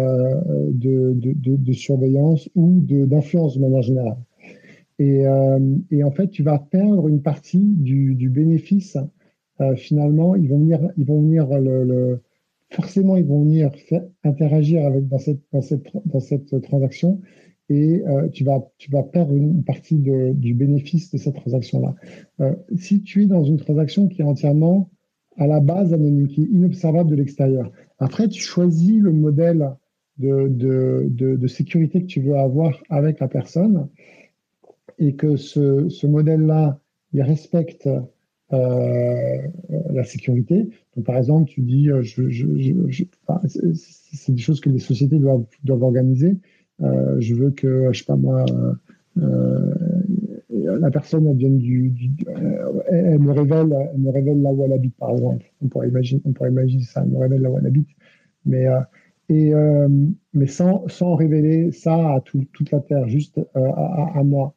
de surveillance ou d'influence de manière générale. Et en fait, tu vas perdre une partie du bénéfice. Finalement, ils vont venir forcément, ils vont venir interagir dans cette transaction et tu vas perdre une partie du bénéfice de cette transaction-là. Si tu es dans une transaction qui est entièrement à la base anonyme, qui est inobservable de l'extérieur, après, tu choisis le modèle de sécurité que tu veux avoir avec la personne et que ce modèle-là, il respecte la sécurité. Donc, par exemple, tu dis, c'est des choses que les sociétés doivent organiser. Je veux que, je sais pas moi, la personne elle vienne elle me révèle là où elle habite, par exemple. On pourrait imaginer ça, elle me révèle là où elle habite. Mais sans révéler ça à toute la Terre, juste à moi.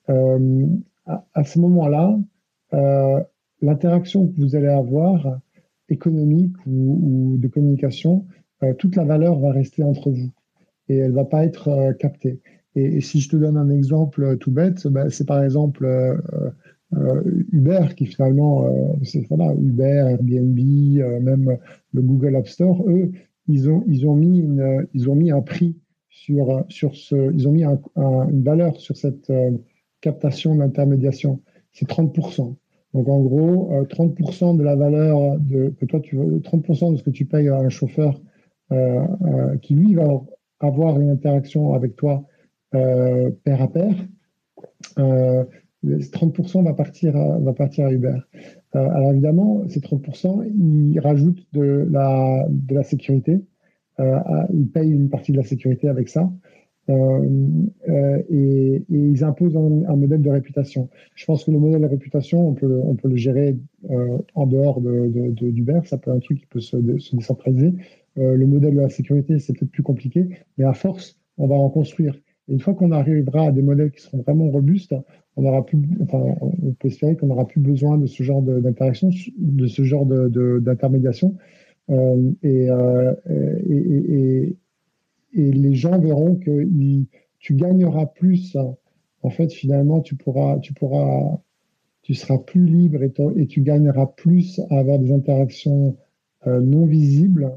À ce moment-là, l'interaction que vous allez avoir, économique ou de communication, toute la valeur va rester entre vous et elle ne va pas être captée. Et si je te donne un exemple tout bête, c'est par exemple Uber qui finalement, Uber, Airbnb, même le Google App Store, eux, ils ont mis un prix ils ont mis une valeur sur cette captation d'intermédiation. C'est 30%. Donc en gros, 30% de la valeur que toi 30% de ce que tu payes à un chauffeur qui lui va avoir une interaction avec toi pair à pair, 30% va partir à Uber. Alors évidemment, ces 30%, ils rajoutent de la sécurité. Ils payent une partie de la sécurité avec ça. Et ils imposent un modèle de réputation. Je pense que le modèle de réputation, on peut le gérer en dehors d'Uber. Ça peut être un truc qui peut se décentraliser. Le modèle de la sécurité, c'est peut-être plus compliqué, mais à force, on va en construire. Et une fois qu'on arrivera à des modèles qui seront vraiment robustes, on peut espérer qu'on n'aura plus besoin de ce genre d'interaction, de ce genre d'intermédiation. Et les gens verront que tu gagneras plus. En fait, finalement, tu seras plus libre et tu gagneras plus à avoir des interactions non visibles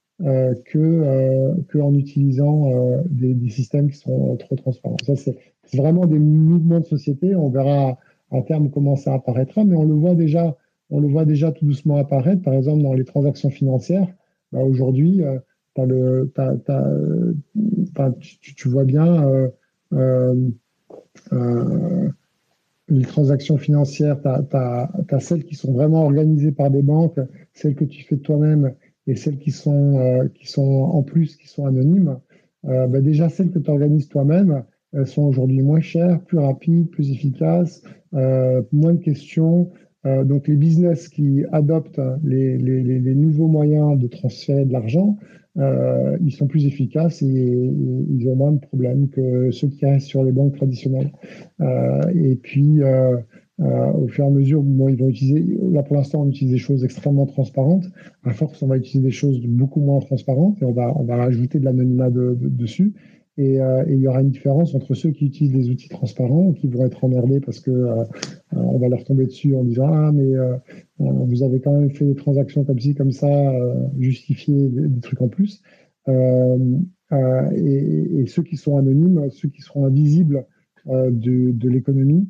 que en utilisant des systèmes qui sont trop transparents. Ça, c'est vraiment des mouvements de société. On verra à terme comment ça apparaîtra, mais on le voit déjà tout doucement apparaître. Par exemple, dans les transactions financières, aujourd'hui, tu vois bien les transactions financières, tu as celles qui sont vraiment organisées par des banques, celles que tu fais toi-même et celles qui sont en plus, qui sont anonymes. Déjà, celles que tu organises toi-même, elles sont aujourd'hui moins chères, plus rapides, plus efficaces, moins de questions. Donc, les business qui adoptent les nouveaux moyens de transférer de l'argent, ils sont plus efficaces et ils ont moins de problèmes que ceux qui restent sur les banques traditionnelles. Et puis, au fur et à mesure, ils vont utiliser, là pour l'instant, on utilise des choses extrêmement transparentes. À force, on va utiliser des choses beaucoup moins transparentes et on va rajouter de l'anonymat dessus. Et il y aura une différence entre ceux qui utilisent des outils transparents, qui vont être emmerdés parce que on va leur tomber dessus en disant ah mais vous avez quand même fait des transactions comme ci comme ça, justifier des trucs en plus. Et ceux qui sont anonymes, ceux qui seront invisibles de l'économie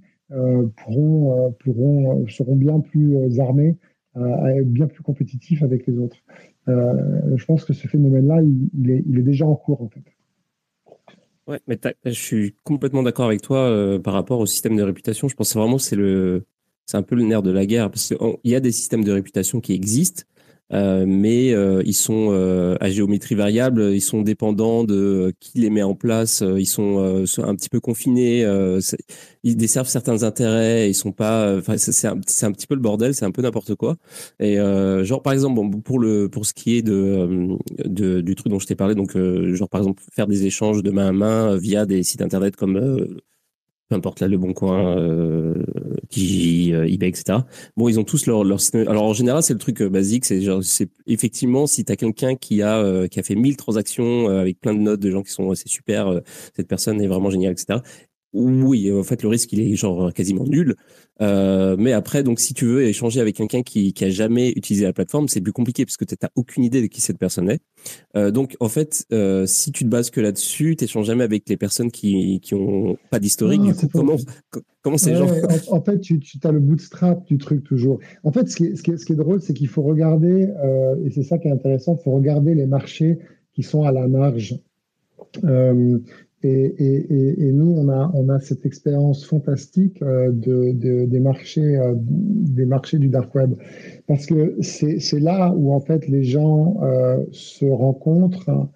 seront bien plus armés, bien plus compétitifs avec les autres. Je pense que ce phénomène-là, il est déjà en cours en fait. Ouais, mais je suis complètement d'accord avec toi par rapport au système de réputation. Je pense vraiment que c'est un peu le nerf de la guerre parce qu'il y a des systèmes de réputation qui existent, mais ils sont à géométrie variable, ils sont dépendants de qui les met en place, ils sont un petit peu confinés, ils desservent certains intérêts, ils sont pas, enfin c'est un petit peu le bordel, c'est un peu n'importe quoi. Et genre par exemple, bon, pour ce qui est du truc dont je t'ai parlé, donc genre par exemple faire des échanges de main à main via des sites internet comme peu importe là, Le Bon Coin, Kijiji, eBay, etc. Bon, ils ont tous leur site. Alors en général, c'est le truc basique, c'est effectivement si tu as quelqu'un qui a fait 1000 transactions avec plein de notes de gens qui sont c'est super, cette personne est vraiment géniale, etc. Oui, en fait, le risque, il est genre quasiment nul. Mais après, donc, si tu veux échanger avec quelqu'un qui a jamais utilisé la plateforme, c'est plus compliqué parce que tu n'as aucune idée de qui cette personne est. Donc, en fait, si tu te bases que là-dessus, tu n'échanges jamais avec les personnes qui ont pas d'historique. Non, Du coup, comment ces gens... ouais, en fait, tu as le bootstrap du truc toujours. En fait, ce qui est drôle, c'est qu'il faut regarder, et c'est ça qui est intéressant, il faut regarder les marchés qui sont à la marge. Euh, et nous, on a cette expérience fantastique des marchés du dark web, parce que c'est là où en fait les gens se rencontrent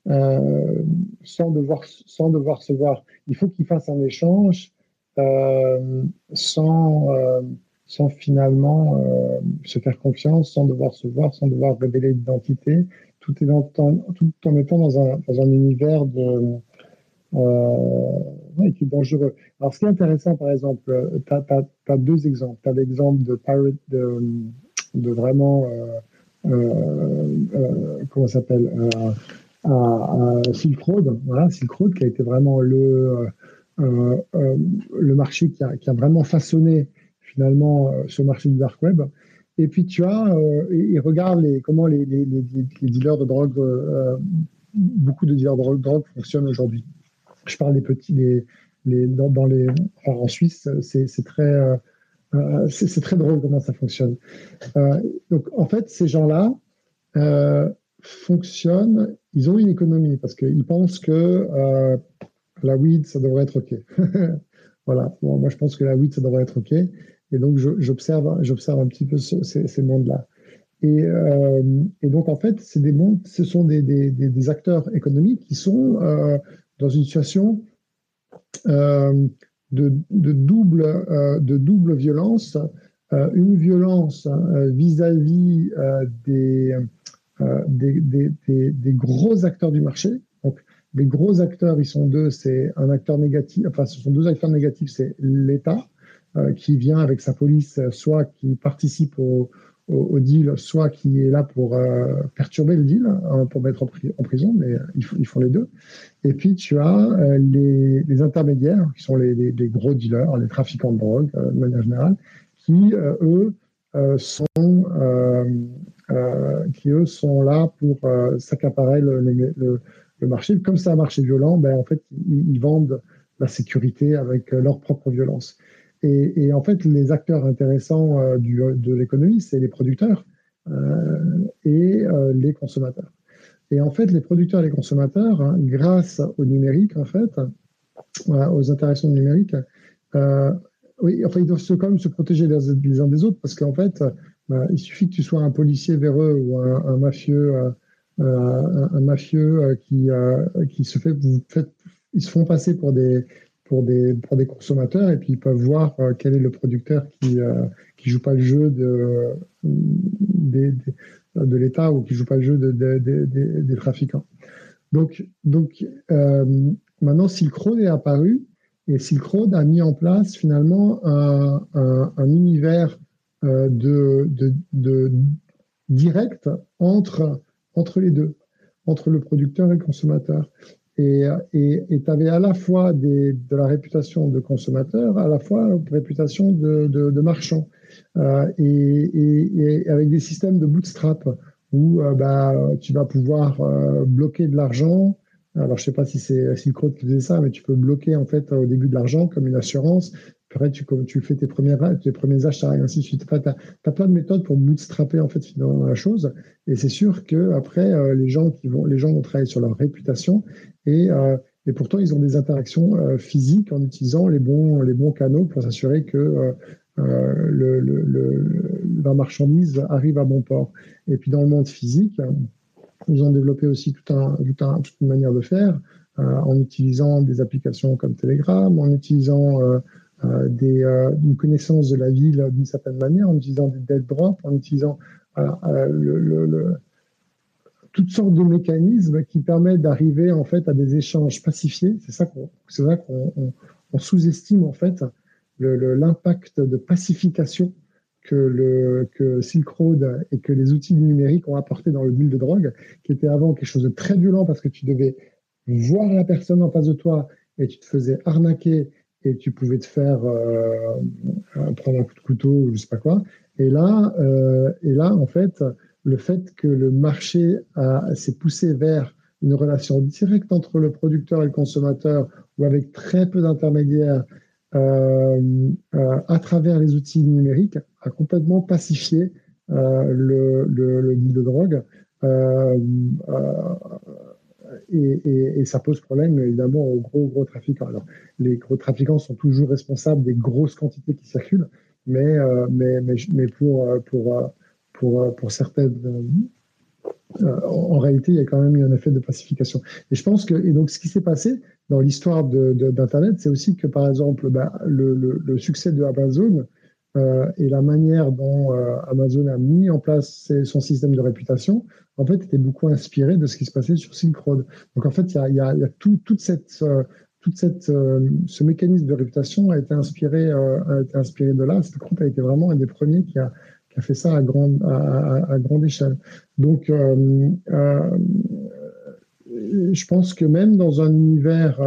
sans devoir se voir. Il faut qu'ils fassent un échange euh, sans, euh, sans finalement se faire confiance, sans devoir se voir, sans devoir révéler l'identité, tout en étant dans un univers ouais, qui est dangereux. Alors, ce qui est intéressant, par exemple, tu as deux exemples. Tu as l'exemple de Pirate, de vraiment, comment ça s'appelle, Silk Road. Voilà, Silk Road qui a été vraiment le marché qui a vraiment façonné finalement ce marché du dark web. Et puis tu as, et regarde comment les dealers de drogue, beaucoup de dealers de drogue fonctionnent aujourd'hui. Je parle des petits, en Suisse, c'est très drôle comment ça fonctionne. Donc en fait, ces gens-là fonctionnent, ils ont une économie parce qu'ils pensent que la weed, ça devrait être OK. Voilà. Bon, moi, je pense que la weed, ça devrait être OK. Et donc, j'observe un petit peu ces mondes-là. Et donc, en fait, c'est des mondes, ce sont des acteurs économiques qui sont dans une situation de double violence. Une violence vis-à-vis des gros acteurs du marché. Donc, les gros acteurs, ils sont deux, c'est un acteur négatif, enfin, ce sont deux acteurs négatifs, c'est l'État qui vient avec sa police, soit qui participe au deal, soit qui est là pour perturber le deal, hein, pour mettre en prison, mais ils font les deux. Et puis, tu as les intermédiaires, qui sont les gros dealers, les trafiquants de drogue, de manière générale, qui, eux, sont là pour s'accaparer le marché. Comme c'est un marché violent, ben, en fait, ils vendent la sécurité avec leur propre violence. Et en fait, les acteurs intéressants de l'économie, c'est les producteurs et les consommateurs. Et en fait, les producteurs et les consommateurs, hein, grâce au numérique, en fait, aux interactions numériques, oui, enfin, ils doivent quand même se protéger les uns des autres parce qu'en fait, il suffit que tu sois un policier véreux ou un mafieux, qui ils se font passer pour des consommateurs et puis ils peuvent voir quel est le producteur qui joue pas le jeu de l'État ou qui joue pas le jeu des trafiquants. Donc maintenant, Silk Road est apparu et Silk Road a mis en place finalement un univers de direct entre les deux, entre le producteur et le consommateur. Et tu avais à la fois de la réputation de consommateur, à la fois une réputation de marchand, et avec des systèmes de bootstrap où tu vas pouvoir bloquer de l'argent. Alors, je ne sais pas si c'est Silk Road qui faisait ça, mais tu peux bloquer en fait au début de l'argent comme une assurance. Après, tu fais tes premiers achats et ainsi de suite. Tu as plein de méthodes pour bootstrapper en fait finalement la chose. Et c'est sûr que après, les gens vont travailler sur leur réputation et pourtant ils ont des interactions physiques en utilisant les bons canaux pour s'assurer que la marchandise arrive à bon port. Et puis dans le monde physique, ils ont développé aussi toute une manière de faire en utilisant des applications comme Telegram, en utilisant une connaissance de la ville d'une certaine manière, en utilisant des dead drops, en utilisant toutes sortes de mécanismes qui permettent d'arriver en fait à des échanges pacifiés. C'est ça qu'on sous-estime en fait l'impact de pacification que Silk Road et que les outils du numérique ont apporté dans le deal de drogue, qui était avant quelque chose de très violent parce que tu devais voir la personne en face de toi et tu te faisais arnaquer et tu pouvais te faire prendre un coup de couteau ou je sais pas quoi. Et là, en fait, le fait que le marché s'est poussé vers une relation directe entre le producteur et le consommateur, ou avec très peu d'intermédiaires, à travers les outils numériques, a complètement pacifié le deal de drogue. Et ça pose problème évidemment aux gros trafiquants. Alors, les gros trafiquants sont toujours responsables des grosses quantités qui circulent, mais pour certaines, en réalité, il y a quand même eu un effet de pacification. Et je pense que, et donc, ce qui s'est passé dans l'histoire d'Internet, c'est aussi que, par exemple, le succès de Amazon et la manière dont Amazon a mis en place son système de réputation, en fait, était beaucoup inspiré de ce qui se passait sur Silk Road. Donc, en fait, il y a ce mécanisme de réputation a été inspiré de là. Silk Road a été vraiment un des premiers qui a fait ça à grande échelle. Donc, je pense que même dans un univers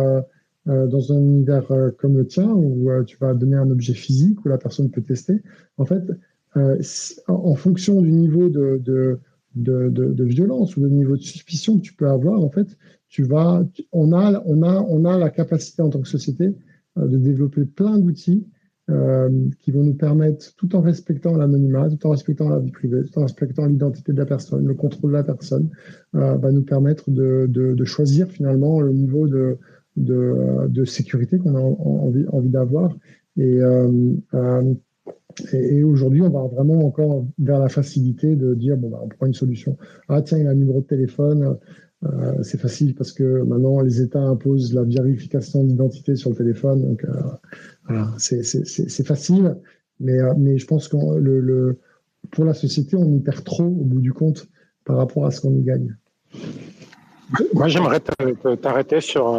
comme le tien, où tu vas donner un objet physique, où la personne peut tester, en fait, en fonction du niveau de violence ou de niveau de suspicion que tu peux avoir, en fait, on a la capacité en tant que société de développer plein d'outils qui vont nous permettre, tout en respectant l'anonymat, tout en respectant la vie privée, tout en respectant l'identité de la personne, le contrôle de la personne, va nous permettre de choisir finalement le niveau de sécurité qu'on a envie d'avoir. Et aujourd'hui, on va vraiment encore vers la facilité de dire, bon, on prend une solution. Ah tiens, il a un numéro de téléphone. C'est facile parce que maintenant, les États imposent la vérification d'identité sur le téléphone. Donc, voilà, c'est facile. Mais je pense que pour la société, on y perd trop au bout du compte par rapport à ce qu'on y gagne. Moi, j'aimerais t'arrêter sur...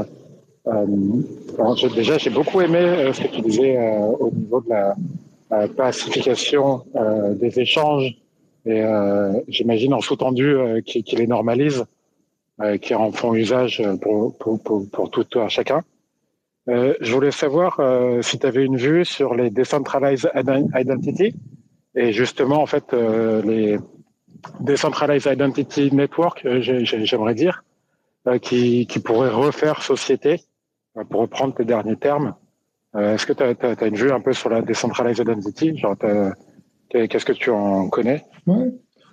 déjà, j'ai beaucoup aimé ce que tu disais au niveau de la pacification des échanges et j'imagine en sous-tendu qui les normalise, qui en font usage pour tout à chacun. Je voulais savoir si tu avais une vue sur les Decentralized Identity et justement, en fait, les Decentralized Identity Network, j'aimerais dire, qui pourraient refaire société, pour reprendre tes derniers termes. Est-ce que tu as une vue un peu sur la Decentralized Identity? Genre, qu'est-ce que tu en connais? Ouais.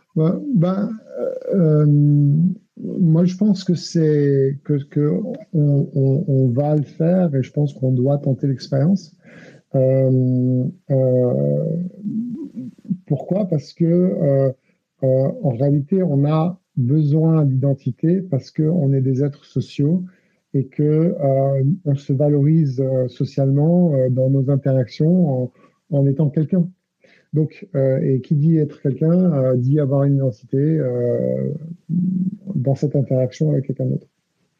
Moi, je pense que on va le faire et je pense qu'on doit tenter l'expérience. Pourquoi? Parce que en réalité, on a besoin d'identité parce qu'on est des êtres sociaux et que on se valorise socialement dans nos interactions en étant quelqu'un. Donc, et qui dit être quelqu'un dit avoir une identité dans cette interaction avec quelqu'un d'autre.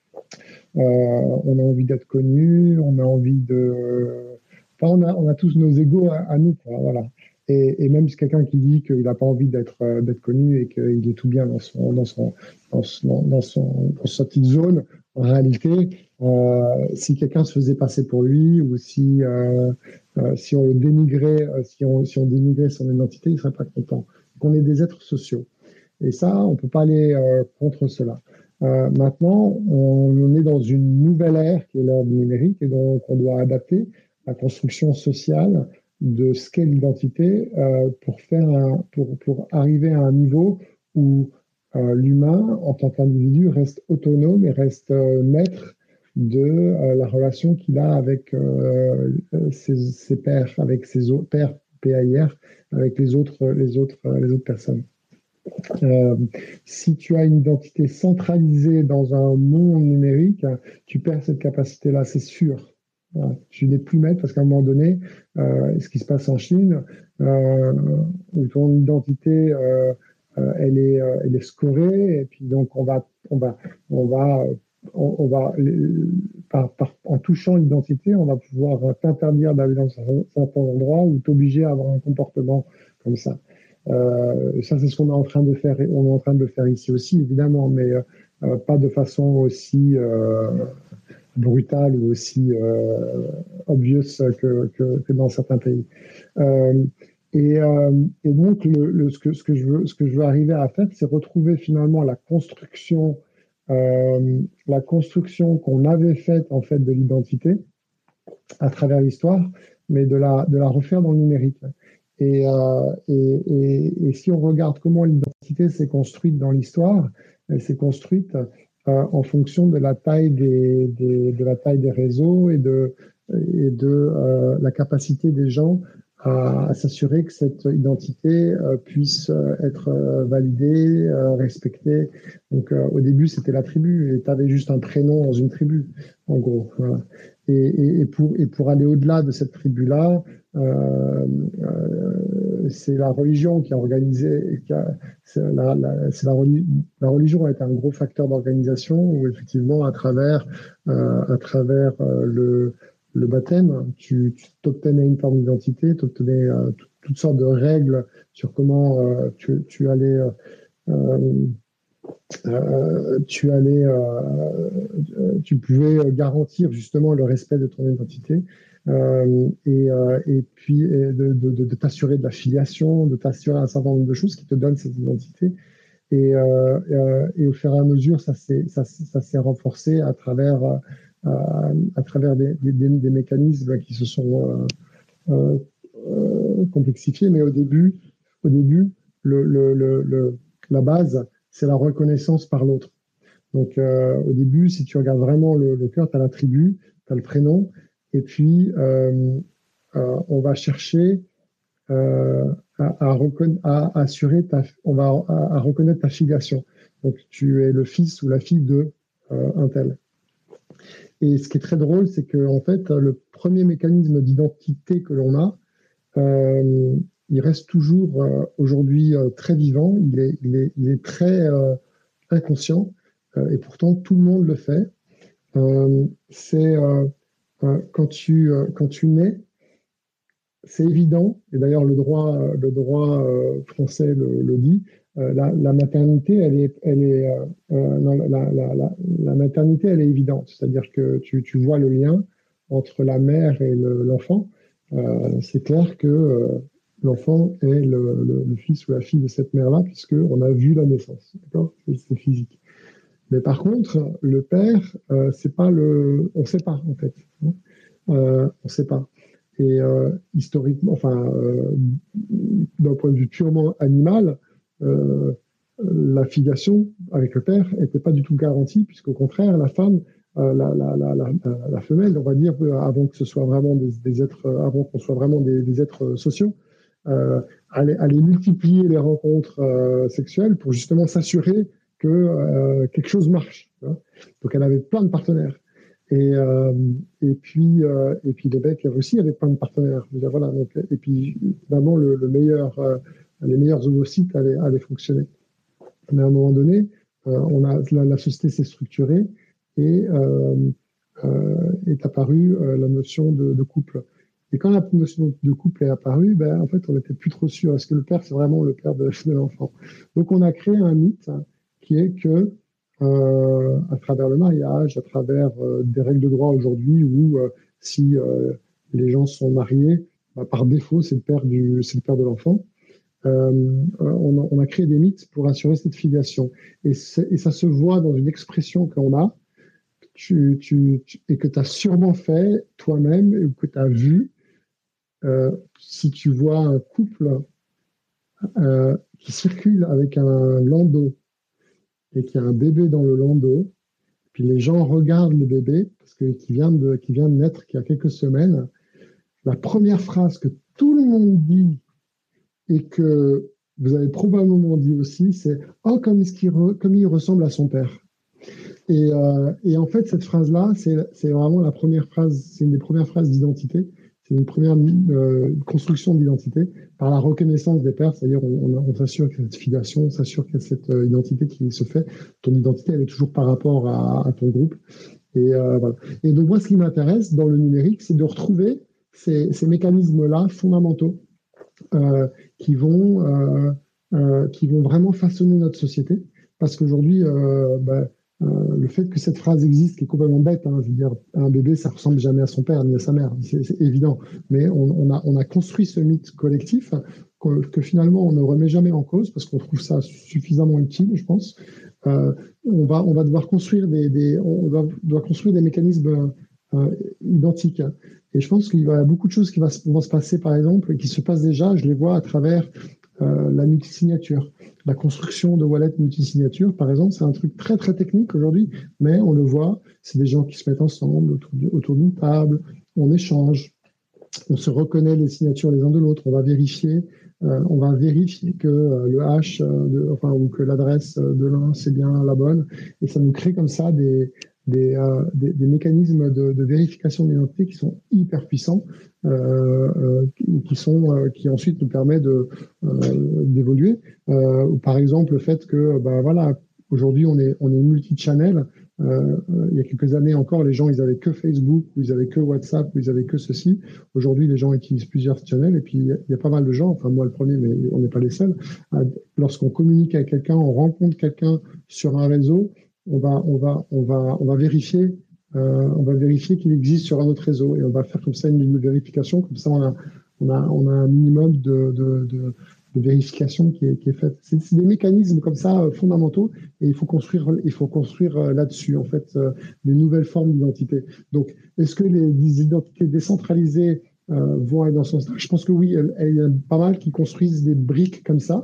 On a envie d'être connu, on a envie on a tous nos égos à nous, quoi, voilà. Et même si quelqu'un qui dit qu'il n'a pas envie d'être connu et qu'il est tout bien dans sa petite zone, en réalité, si quelqu'un se faisait passer pour lui ou si on le dénigrait, si on dénigrait son identité, il ne serait pas content. Donc on est des êtres sociaux. Et ça, on ne peut pas aller contre cela. Maintenant, on est dans une nouvelle ère qui est l'ère du numérique et donc on doit adapter la construction sociale de ce qu'est l'identité pour arriver à un niveau où l'humain, en tant qu'individu, reste autonome et reste maître de la relation qu'il a avec ses pairs, avec ses autres pairs, PAIR, avec les autres personnes. Si tu as une identité centralisée dans un monde numérique, tu perds cette capacité-là, c'est sûr. Voilà. Tu n'es plus maître parce qu'à un moment donné, ce qui se passe en Chine, où ton identité, elle est scorée, et puis donc on va en touchant l'identité, on va pouvoir t'interdire d'aller dans certains endroits ou t'obliger à avoir un comportement comme ça. Ça, c'est ce qu'on est en train de faire. On est en train de le faire ici aussi, évidemment, mais pas de façon aussi brutale ou aussi obvious que dans certains pays. Et donc, ce que je veux arriver à faire, c'est retrouver finalement la construction qu'on avait faite en fait de l'identité à travers l'histoire, mais de la refaire dans le numérique. Et si on regarde comment l'identité s'est construite dans l'histoire, elle s'est construite en fonction de la taille de la taille des réseaux et de la capacité des gens à s'assurer que cette identité puisse être validée, respectée. Donc au début, c'était la tribu et tu avais juste un prénom dans une tribu, en gros. Voilà. Et pour aller au-delà de cette tribu-là, c'est la religion qui a organisé, la religion a été un gros facteur d'organisation où effectivement à travers le baptême, tu obtenais une forme d'identité, tu obtenais toutes sortes de règles sur comment tu allais tu pouvais garantir justement le respect de ton identité et puis de t'assurer de la filiation, de t'assurer un certain nombre de choses qui te donnent cette identité. Et au fur et à mesure, ça s'est renforcé à travers des mécanismes qui se sont complexifiés. Mais au début, la base, c'est la reconnaissance par l'autre. Donc, au début, si tu regardes vraiment le cœur, tu as la tribu, tu as le prénom, et puis on va chercher à reconnaître ta filiation. Donc, tu es le fils ou la fille de un tel. Et ce qui est très drôle, c'est que en fait, le premier mécanisme d'identité que l'on a, il reste toujours aujourd'hui très vivant, il est très inconscient, et pourtant tout le monde le fait. C'est quand tu nais, c'est évident, et d'ailleurs le droit français le dit, la maternité, la maternité, elle est évidente, c'est-à-dire que tu vois le lien entre la mère et l'enfant. C'est clair que l'enfant est le fils ou la fille de cette mère-là, puisqu'on a vu la naissance, d'accord ? C'est physique. Mais par contre, le père, c'est pas on ne sait pas en fait. On ne sait pas. Et historiquement, d'un point de vue purement animal, la filiation avec le père n'était pas du tout garantie, puisqu'au contraire, la femme, la femelle, on va dire, avant que ce soit vraiment des êtres, avant qu'on soit vraiment des êtres sociaux, allait multiplier les rencontres sexuelles pour justement s'assurer que quelque chose marche. Donc elle avait plein de partenaires. Et puis les mecs aussi avaient plein de partenaires. Voilà, donc, et puis vraiment les meilleurs oocytes allaient fonctionner. Mais à un moment donné, la société s'est structurée et est apparue la notion de couple. Et quand la notion de couple est apparue, en fait, on n'était plus trop sûr. Est-ce que le père, c'est vraiment le père de l'enfant ? Donc, on a créé un mythe qui est que à travers le mariage, à travers des règles de droit aujourd'hui où si les gens sont mariés, par défaut, c'est le père de l'enfant. On a créé des mythes pour assurer cette filiation. Et ça se voit dans une expression qu'on a et que tu as sûrement fait toi-même ou que tu as vu. Si tu vois un couple qui circule avec un landau et qu'il y a un bébé dans le landau, puis les gens regardent le bébé, parce que, qui vient de naître, qui a quelques semaines, la première phrase que tout le monde dit et que vous avez probablement dit aussi, c'est « Oh, comme il ressemble à son père ». Et en fait, cette phrase-là, c'est vraiment la première phrase, c'est une des premières phrases d'identité. C'est une première construction d'identité par la reconnaissance des pères, c'est-à-dire on s'assure qu'il y a cette filiation, on s'assure qu'il y a cette identité qui se fait. Ton identité, elle est toujours par rapport à ton groupe. Et, voilà. Et donc moi, ce qui m'intéresse dans le numérique, c'est de retrouver ces mécanismes-là fondamentaux qui vont vraiment façonner notre société. Parce qu'aujourd'hui, le fait que cette phrase existe, qui est complètement bête, je veux dire, un bébé, ça ressemble jamais à son père ni à sa mère, c'est évident. Mais on a construit ce mythe collectif que finalement on ne remet jamais en cause parce qu'on trouve ça suffisamment utile, je pense. On va devoir construire on doit construire des mécanismes identiques. Et je pense qu'il y a beaucoup de choses qui vont se passer, par exemple, et qui se passent déjà. Je les vois à travers la multisignature. La construction de wallets multisignature, par exemple, c'est un truc très, très technique aujourd'hui, mais on le voit, c'est des gens qui se mettent ensemble autour d'une table, on échange, on se reconnaît les signatures les uns de l'autre, on va vérifier que le hash, ou que l'adresse de l'un, c'est bien la bonne, et ça nous crée comme ça des mécanismes de vérification d'identité qui sont hyper puissants, qui ensuite nous permettent d'évoluer. Par exemple, le fait que, aujourd'hui, on est multi-channel. Il y a quelques années encore, les gens, ils avaient que Facebook, ou ils avaient que WhatsApp, ou ils avaient que ceci. Aujourd'hui, les gens utilisent plusieurs channels, et puis il y a pas mal de gens, enfin moi le premier, mais on n'est pas les seuls. Lorsqu'on communique avec quelqu'un, on rencontre quelqu'un sur un réseau, on va vérifier qu'il existe sur un autre réseau, et on va faire comme ça une double vérification. Comme ça, on a un minimum de vérification qui est faite. C'est des mécanismes comme ça fondamentaux, et il faut construire là-dessus en fait des nouvelles formes d'identité. Donc, est-ce que les identités décentralisées vont aller dans ce sens-là? Je pense que oui, il y a pas mal qui construisent des briques comme ça.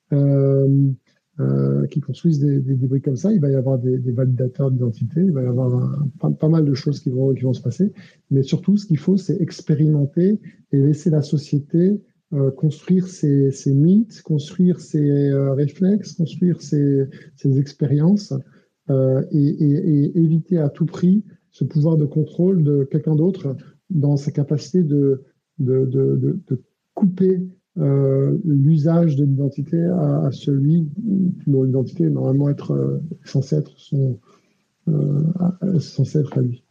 Qui construisent des briques comme ça, il va y avoir des validateurs d'identité, il va y avoir pas mal de choses qui vont se passer, mais surtout ce qu'il faut, c'est expérimenter et laisser la société construire ses mythes, construire ses réflexes, construire ses expériences et éviter à tout prix ce pouvoir de contrôle de quelqu'un d'autre dans sa capacité de couper l'usage de l'identité à celui dont l'identité est normalement censée être à lui.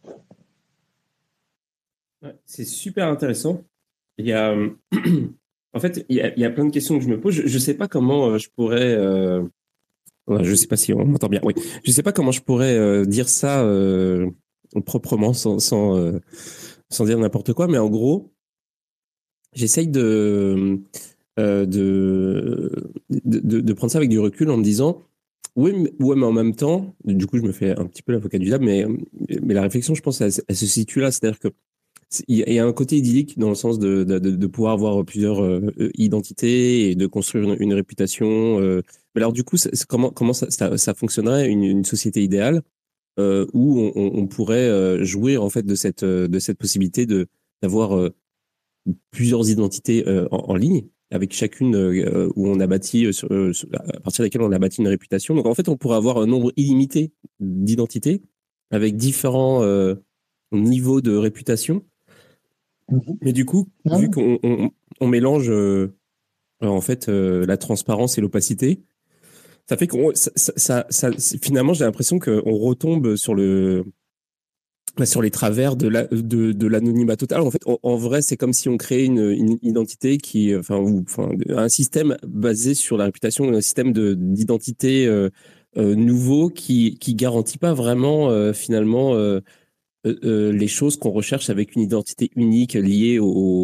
Ouais, c'est super intéressant. Il y a, en fait, il y a plein de questions que je me pose. Je ne sais pas comment je pourrais. Je ne sais pas si on m'entend bien. Oui, je ne sais pas comment je pourrais dire ça proprement sans dire n'importe quoi, mais en gros, j'essaye de prendre ça avec du recul en me disant oui, mais en même temps, du coup, je me fais un petit peu l'avocat du diable, mais la réflexion, je pense, elle se situe là, c'est-à-dire que il y a un côté idyllique dans le sens de pouvoir avoir plusieurs identités et de construire une réputation. Mais alors du coup, comment ça fonctionnerait une société idéale où on pourrait jouir en fait de cette possibilité d'avoir plusieurs identités en ligne, avec chacune où on a bâti à partir desquelles on a bâti une réputation. Donc en fait, on pourrait avoir un nombre illimité d'identités avec différents niveaux de réputation. Mais du coup, vu qu'on mélange en fait la transparence et l'opacité, ça fait qu'on finalement j'ai l'impression qu'on retombe sur les travers de l'anonymat total. En fait, en vrai, c'est comme si on créait une identité un système basé sur la réputation, un système d'identité nouveau qui garantit pas vraiment finalement les choses qu'on recherche avec une identité unique liée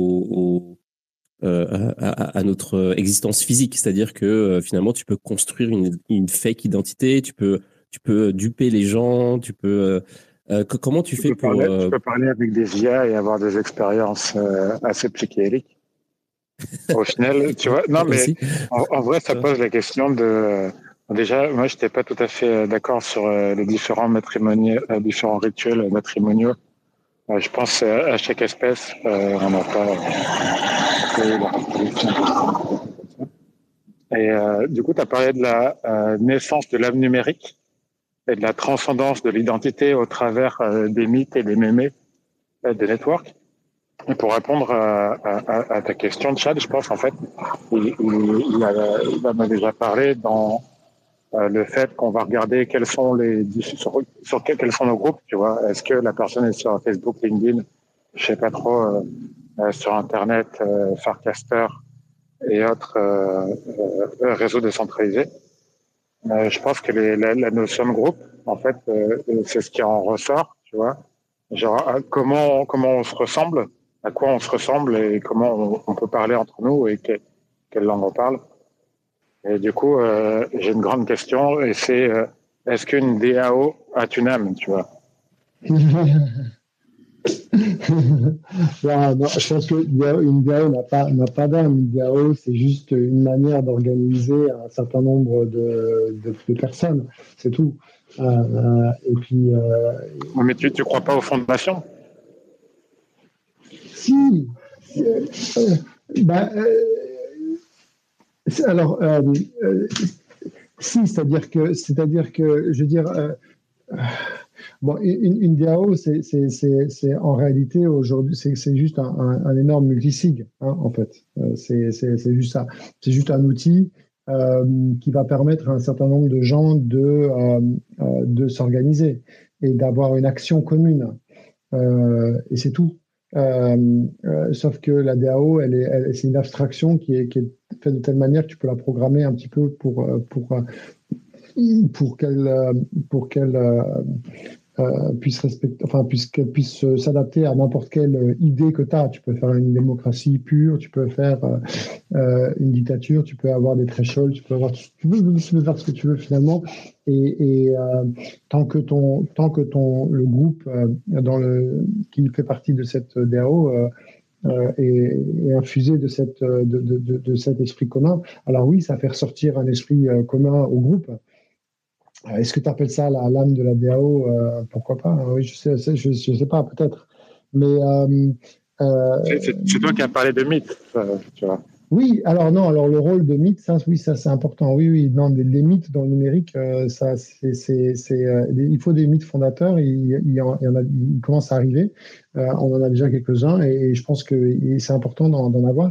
à notre existence physique. C'est-à-dire que finalement, tu peux construire une fake identité, tu peux duper les gens, tu peux... comment tu fais pour... Tu peux parler avec des IA et avoir des expériences assez psychédéliques. Au final, tu vois, non, mais en vrai, ça pose la question de Déjà, moi, je n'étais pas tout à fait d'accord sur les différents matrimoniaux, différents rituels matrimoniaux. Je pense à chaque espèce, on n'a pas et du coup, tu as parlé de la naissance de l'âme numérique et de la transcendance de l'identité au travers des mythes et des mémés de network. Et pour répondre à ta question, Chad, je pense en fait, il en a déjà parlé dans le fait qu'on va regarder quels sont quels sont nos groupes, tu vois. Est-ce que la personne est sur Facebook, LinkedIn, je sais pas trop, sur Internet, Farcaster et autres réseaux décentralisés. Je pense que la notion de groupe, en fait, c'est ce qui en ressort, tu vois. Genre, comment on se ressemble, à quoi on se ressemble et comment on peut parler entre nous et quelle langue on parle. Et du coup, j'ai une grande question et c'est est-ce qu'une DAO a une âme, tu vois? Non, je pense qu'une DAO n'a pas d'âme. Une DAO, c'est juste une manière d'organiser un certain nombre de personnes. C'est tout. Et puis. Mais tu ne crois pas aux fondations? Si. Bah, alors, si, c'est-à-dire que, je veux dire. Bon, une DAO, c'est en réalité aujourd'hui, c'est juste un énorme multisig, hein, en fait. C'est juste ça. C'est juste un outil qui va permettre à un certain nombre de gens de s'organiser et d'avoir une action commune. Et c'est tout. Sauf que la DAO, c'est une abstraction qui est faite de telle manière que tu peux la programmer un petit peu pour qu'elle puisse respecter, enfin, qu'elle puisse s'adapter à n'importe quelle idée que tu as. Tu peux faire une démocratie pure, tu peux faire une dictature, tu peux avoir des thresholds, tu peux faire ce que tu veux finalement. Et tant que le groupe qui fait partie de cette DAO est infusé de cet esprit commun, alors oui, ça fait ressortir un esprit commun au groupe. Est-ce que tu appelles ça l'âme de la DAO? Pourquoi pas? Oui, je sais pas, peut-être. Mais c'est toi qui as parlé de mythe, tu vois. oui, alors non, alors le rôle de mythe, ça, oui, ça c'est important. Oui, oui, non, les mythes dans le numérique, ça, il faut des mythes fondateurs. Il y en a, ils commencent à arriver. On en a déjà quelques-uns, et je pense que c'est important d'en avoir.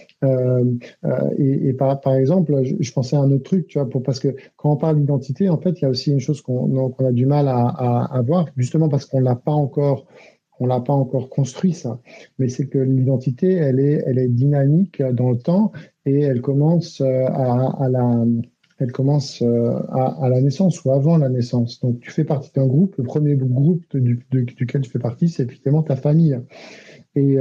Et par exemple, je pensais à un autre truc, tu vois, parce que quand on parle d'identité, en fait, il y a aussi une chose qu'on a du mal à voir, justement parce on l'a pas encore construit ça. Mais c'est que l'identité, elle est dynamique dans le temps et elle commence à la naissance ou avant la naissance. Donc, tu fais partie d'un groupe. Le premier groupe duquel tu fais partie, c'est effectivement ta famille. Et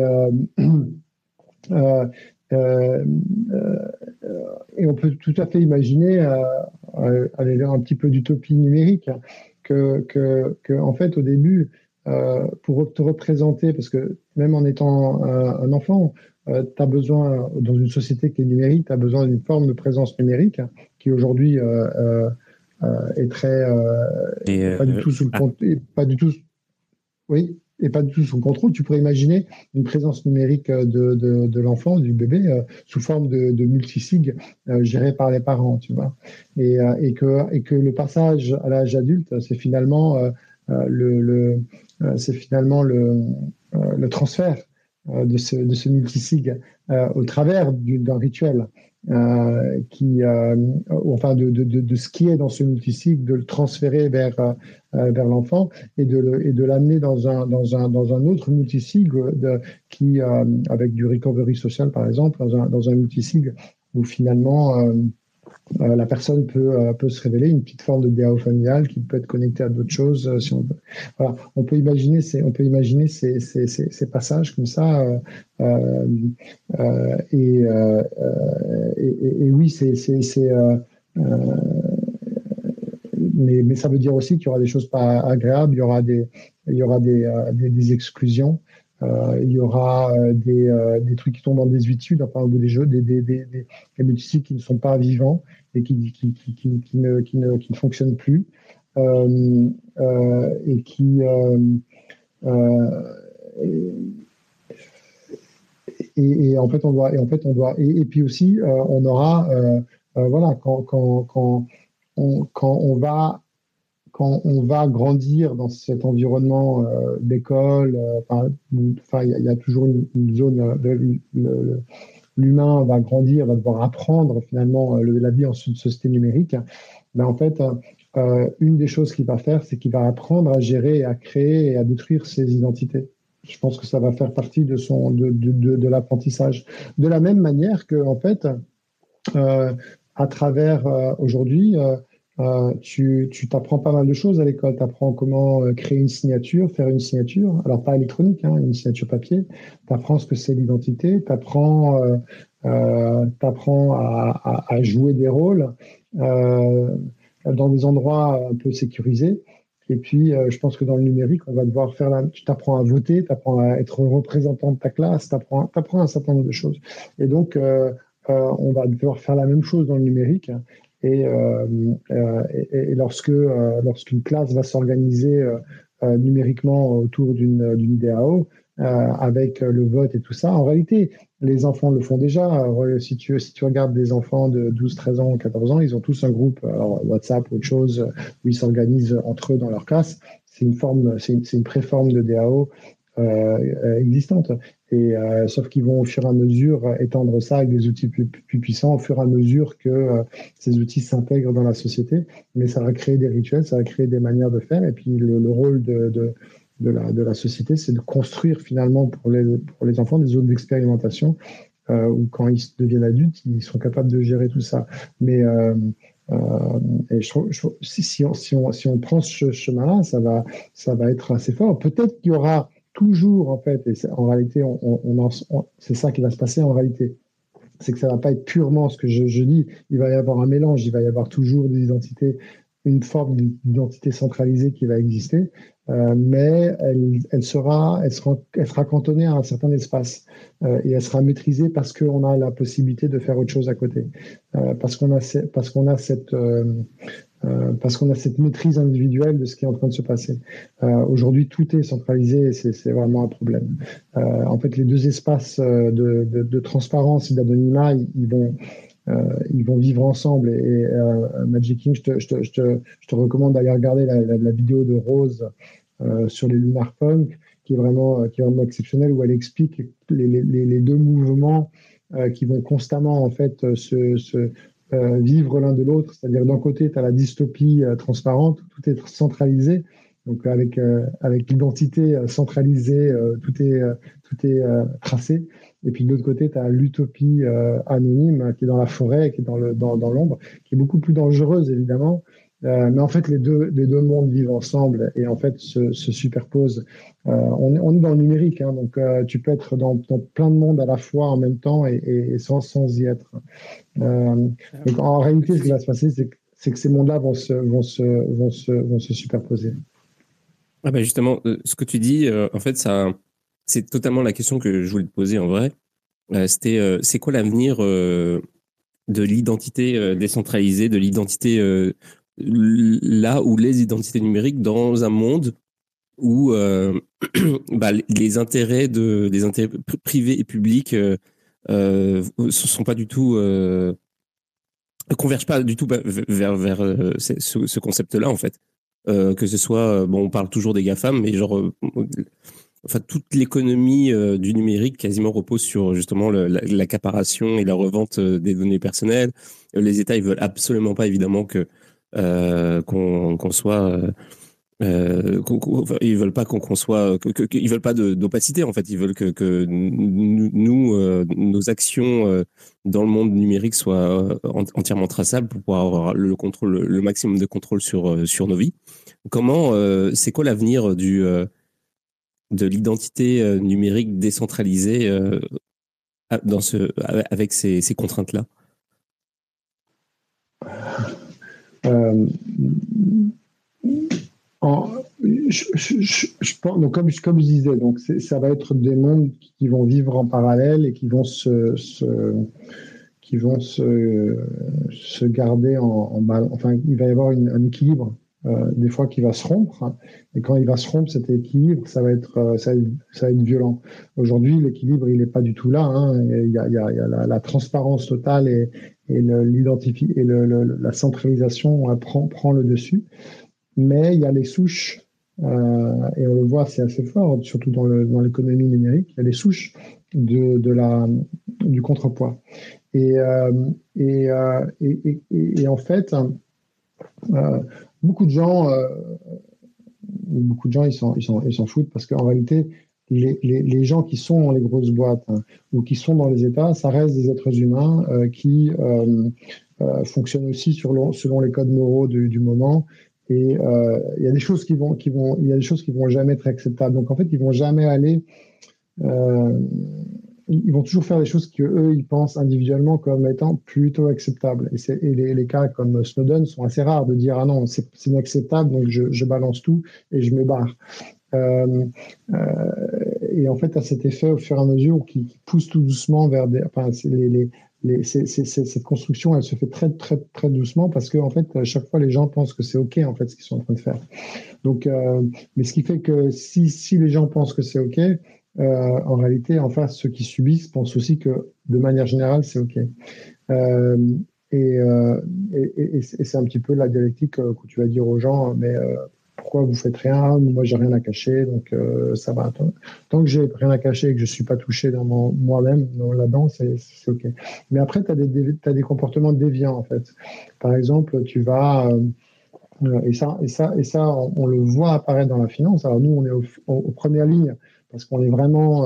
euh, euh, et on peut tout à fait imaginer, aller vers un petit peu d'utopie numérique, en fait, au début, pour te représenter, parce que même en étant un enfant, tu as besoin, dans une société qui est numérique, tu as besoin d'une forme de présence numérique qui aujourd'hui est très. Pas du tout sous le compte, pas du tout. Oui, et pas du tout sous contrôle. Tu pourrais imaginer une présence numérique de l'enfant, du bébé, sous forme de multisig géré par les parents, tu vois. Et que le passage à l'âge adulte, c'est finalement le transfert de ce multisig au travers d'un rituel. Enfin de ce qui est dans ce multisig, de le transférer vers l'enfant et de l'amener dans un autre multisig avec du recovery social par exemple, dans un multisig où finalement la personne peut se révéler une petite forme de DAO familiale qui peut être connectée à d'autres choses. Si on, voilà. On peut imaginer ces passages comme ça. Et oui, mais ça veut dire aussi qu'il y aura des choses pas agréables, il y aura des exclusions. il y aura des trucs qui tombent dans des études, enfin, ou des jeux, des multisites qui ne sont pas vivants et qui ne fonctionnent plus. Et qui et en fait et puis aussi on aura voilà quand on va grandir dans cet environnement d'école, il y a toujours une zone, l'humain va grandir, va devoir apprendre finalement la vie en société numérique. Ben, en fait, une des choses qu'il va faire, c'est qu'il va apprendre à gérer, à créer et à détruire ses identités. Je pense que ça va faire partie de l'apprentissage. De la même manière que, en fait, à travers aujourd'hui, tu t'apprends pas mal de choses à l'école. Tu apprends comment créer une signature, faire une signature. Alors, pas électronique, hein, une signature papier. Tu apprends ce que c'est l'identité. Tu apprends à jouer des rôles dans des endroits un peu sécurisés. Et puis, je pense que dans le numérique, on va devoir tu t'apprends à voter, tu apprends à être représentant de ta classe, tu apprends un certain nombre de choses. Et donc, on va devoir faire la même chose dans le numérique. Et lorsqu'une classe va s'organiser numériquement autour d'une DAO, avec le vote et tout ça, en réalité, les enfants le font déjà. Si tu regardes des enfants de 12, 13 ans, 14 ans, ils ont tous un groupe, alors WhatsApp ou autre chose, où ils s'organisent entre eux dans leur classe. C'est une préforme de DAO existante. Et sauf qu'ils vont au fur et à mesure étendre ça avec des outils plus puissants au fur et à mesure que ces outils s'intègrent dans la société. Mais ça va créer des rituels, ça va créer des manières de faire. Et puis le rôle de la société, c'est de construire finalement pour les enfants des zones d'expérimentation où quand ils deviennent adultes, ils sont capables de gérer tout ça. Mais et si on prend ce chemin-là, ça va être assez fort. Peut-être qu'il y aura toujours, en fait, et en réalité, c'est ça qui va se passer en réalité. C'est que ça va pas être purement ce que je dis. Il va y avoir un mélange, il va y avoir toujours des identités, une forme d'identité centralisée qui va exister, mais elle sera cantonnée à un certain espace et elle sera maîtrisée parce qu'on a la possibilité de faire autre chose à côté, parce qu'on a cette maîtrise individuelle de ce qui est en train de se passer. Aujourd'hui, tout est centralisé et c'est vraiment un problème. En fait, les deux espaces de transparence et d'anonymat, ils vont vivre ensemble. Et Magic King, je te recommande d'aller regarder la vidéo de Rose sur les Lunar Punk, qui est vraiment exceptionnelle, où elle explique les deux mouvements qui vont constamment en fait vivre l'un de l'autre. C'est-à-dire d'un côté, tu as la dystopie transparente, tout est centralisé. Donc avec l'identité centralisée, tout est tracé. Et puis de l'autre côté, tu as l'utopie anonyme qui est dans la forêt, qui est dans l'ombre, qui est beaucoup plus dangereuse évidemment. Mais en fait, les deux mondes vivent ensemble et en fait se superposent. On est dans le numérique, hein, donc tu peux être dans plein de mondes à la fois en même temps et sans y être. Donc en réalité, ce qui va se passer, c'est que ces mondes-là vont se superposer. Ah bah justement, ce que tu dis, en fait, c'est totalement la question que je voulais te poser en vrai. C'est quoi l'avenir de l'identité décentralisée, de l'identité là où les identités numériques dans un monde où les intérêts privés et publics sont pas du tout convergent pas du tout vers ce concept-là en fait. Que ce soit on parle toujours des GAFAM, mais genre enfin toute l'économie du numérique quasiment repose sur justement l'accaparation et la revente des données personnelles. Les États ils veulent absolument pas évidemment que qu'on soit ils veulent pas qu'on soit ils veulent pas d'opacité en fait, ils veulent que nous nos actions dans le monde numérique soient entièrement traçables pour pouvoir avoir le contrôle, le maximum de contrôle sur nos vies. Comment c'est quoi l'avenir de l'identité numérique décentralisée avec ces contraintes-là? Je pense, donc comme je disais, donc ça va être des mondes qui vont vivre en parallèle et qui vont se garder en balance. Enfin, il va y avoir un équilibre, des fois qui va se rompre. Hein, et quand il va se rompre, cet équilibre, ça va être violent. Aujourd'hui, l'équilibre, il n'est pas du tout là. Hein, il y a la transparence totale et la centralisation prend le dessus. Mais il y a les souches, et on le voit, c'est assez fort, surtout dans l'économie numérique, il y a les souches du contrepoids. Et en fait, beaucoup de gens ils s'en foutent parce qu'en réalité, les gens qui sont dans les grosses boîtes, hein, ou qui sont dans les États, ça reste des êtres humains qui fonctionnent aussi selon les codes moraux du moment. Et il y a des choses qui vont jamais être acceptables. Donc en fait, ils vont jamais aller. Ils vont toujours faire des choses qu'eux, ils pensent individuellement comme étant plutôt acceptables. Et les cas comme Snowden sont assez rares de dire « Ah non, c'est inacceptable, donc je balance tout et je me barre ». Et en fait, à cet effet, au fur et à mesure, qui pousse tout doucement vers des... Enfin, cette construction, elle se fait très, très, très doucement parce que, en fait, à chaque fois, les gens pensent que c'est OK, en fait, ce qu'ils sont en train de faire. Donc, mais ce qui fait que si les gens pensent que c'est OK, en réalité, en face, ceux qui subissent pensent aussi que, de manière générale, c'est OK. Et c'est un petit peu la dialectique que tu vas dire aux gens, mais pourquoi vous faites rien? Moi, j'ai rien à cacher, donc ça va. Tant que j'ai rien à cacher et que je suis pas touché dans moi-même là-dedans, c'est OK. Mais après, tu as des comportements déviants, en fait. Par exemple, tu vas... et ça, on le voit apparaître dans la finance. Alors nous, on est aux premières lignes parce qu'on est vraiment,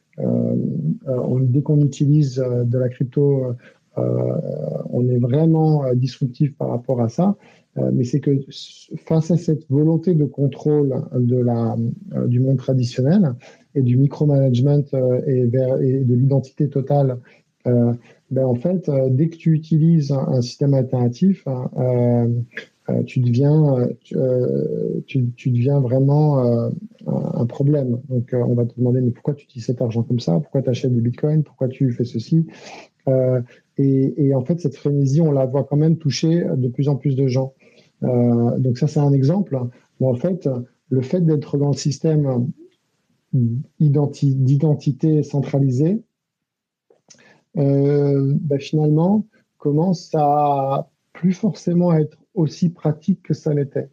dès qu'on utilise de la crypto, on est vraiment disruptif par rapport à ça. Mais c'est que face à cette volonté de contrôle du monde traditionnel et du micromanagement et de l'identité totale, en fait, dès que tu utilises un système alternatif, tu deviens vraiment un problème. Donc, on va te demander, mais pourquoi tu utilises cet argent comme ça? Pourquoi tu achètes du Bitcoin? Pourquoi tu fais ceci? Et en fait, cette frénésie, on la voit quand même toucher de plus en plus de gens. Donc ça, c'est un exemple où, en fait, le fait d'être dans le système d'identité centralisée, finalement, commence à plus forcément être aussi pratique que ça l'était.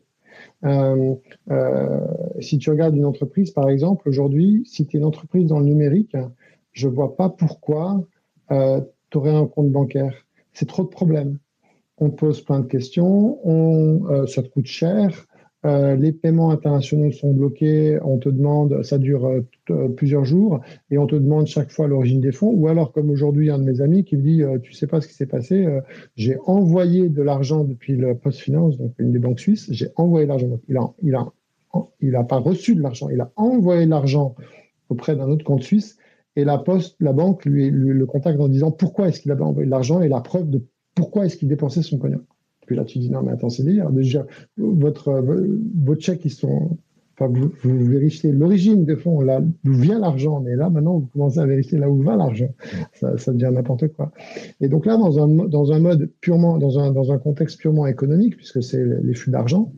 Si tu regardes une entreprise, par exemple, aujourd'hui, si tu es une entreprise dans le numérique, je ne vois pas pourquoi tu aurais un compte bancaire. C'est trop de problèmes. On pose plein de questions, ça te coûte cher, les paiements internationaux sont bloqués, on te demande, ça dure plusieurs jours, et on te demande chaque fois l'origine des fonds, ou alors comme aujourd'hui un de mes amis qui me dit, tu sais pas ce qui s'est passé, j'ai envoyé de l'argent depuis le PostFinance, donc une des banques suisses, j'ai envoyé l'argent, donc il a pas reçu de l'argent, il a envoyé de l'argent auprès d'un autre compte suisse, et la banque lui le contacte en disant pourquoi est-ce qu'il avait envoyé de l'argent et la preuve de pourquoi est-ce qu'il dépensait son cognon. Puis là, tu dis, non, mais attends, c'est délire. Déjà, vos chèques, vous vérifiez l'origine des fonds, là, d'où vient l'argent. Mais là, maintenant, vous commencez à vérifier là où va l'argent. Ça devient n'importe quoi. Et donc là, dans un mode purement, dans un contexte purement économique, puisque c'est les flux d'argent,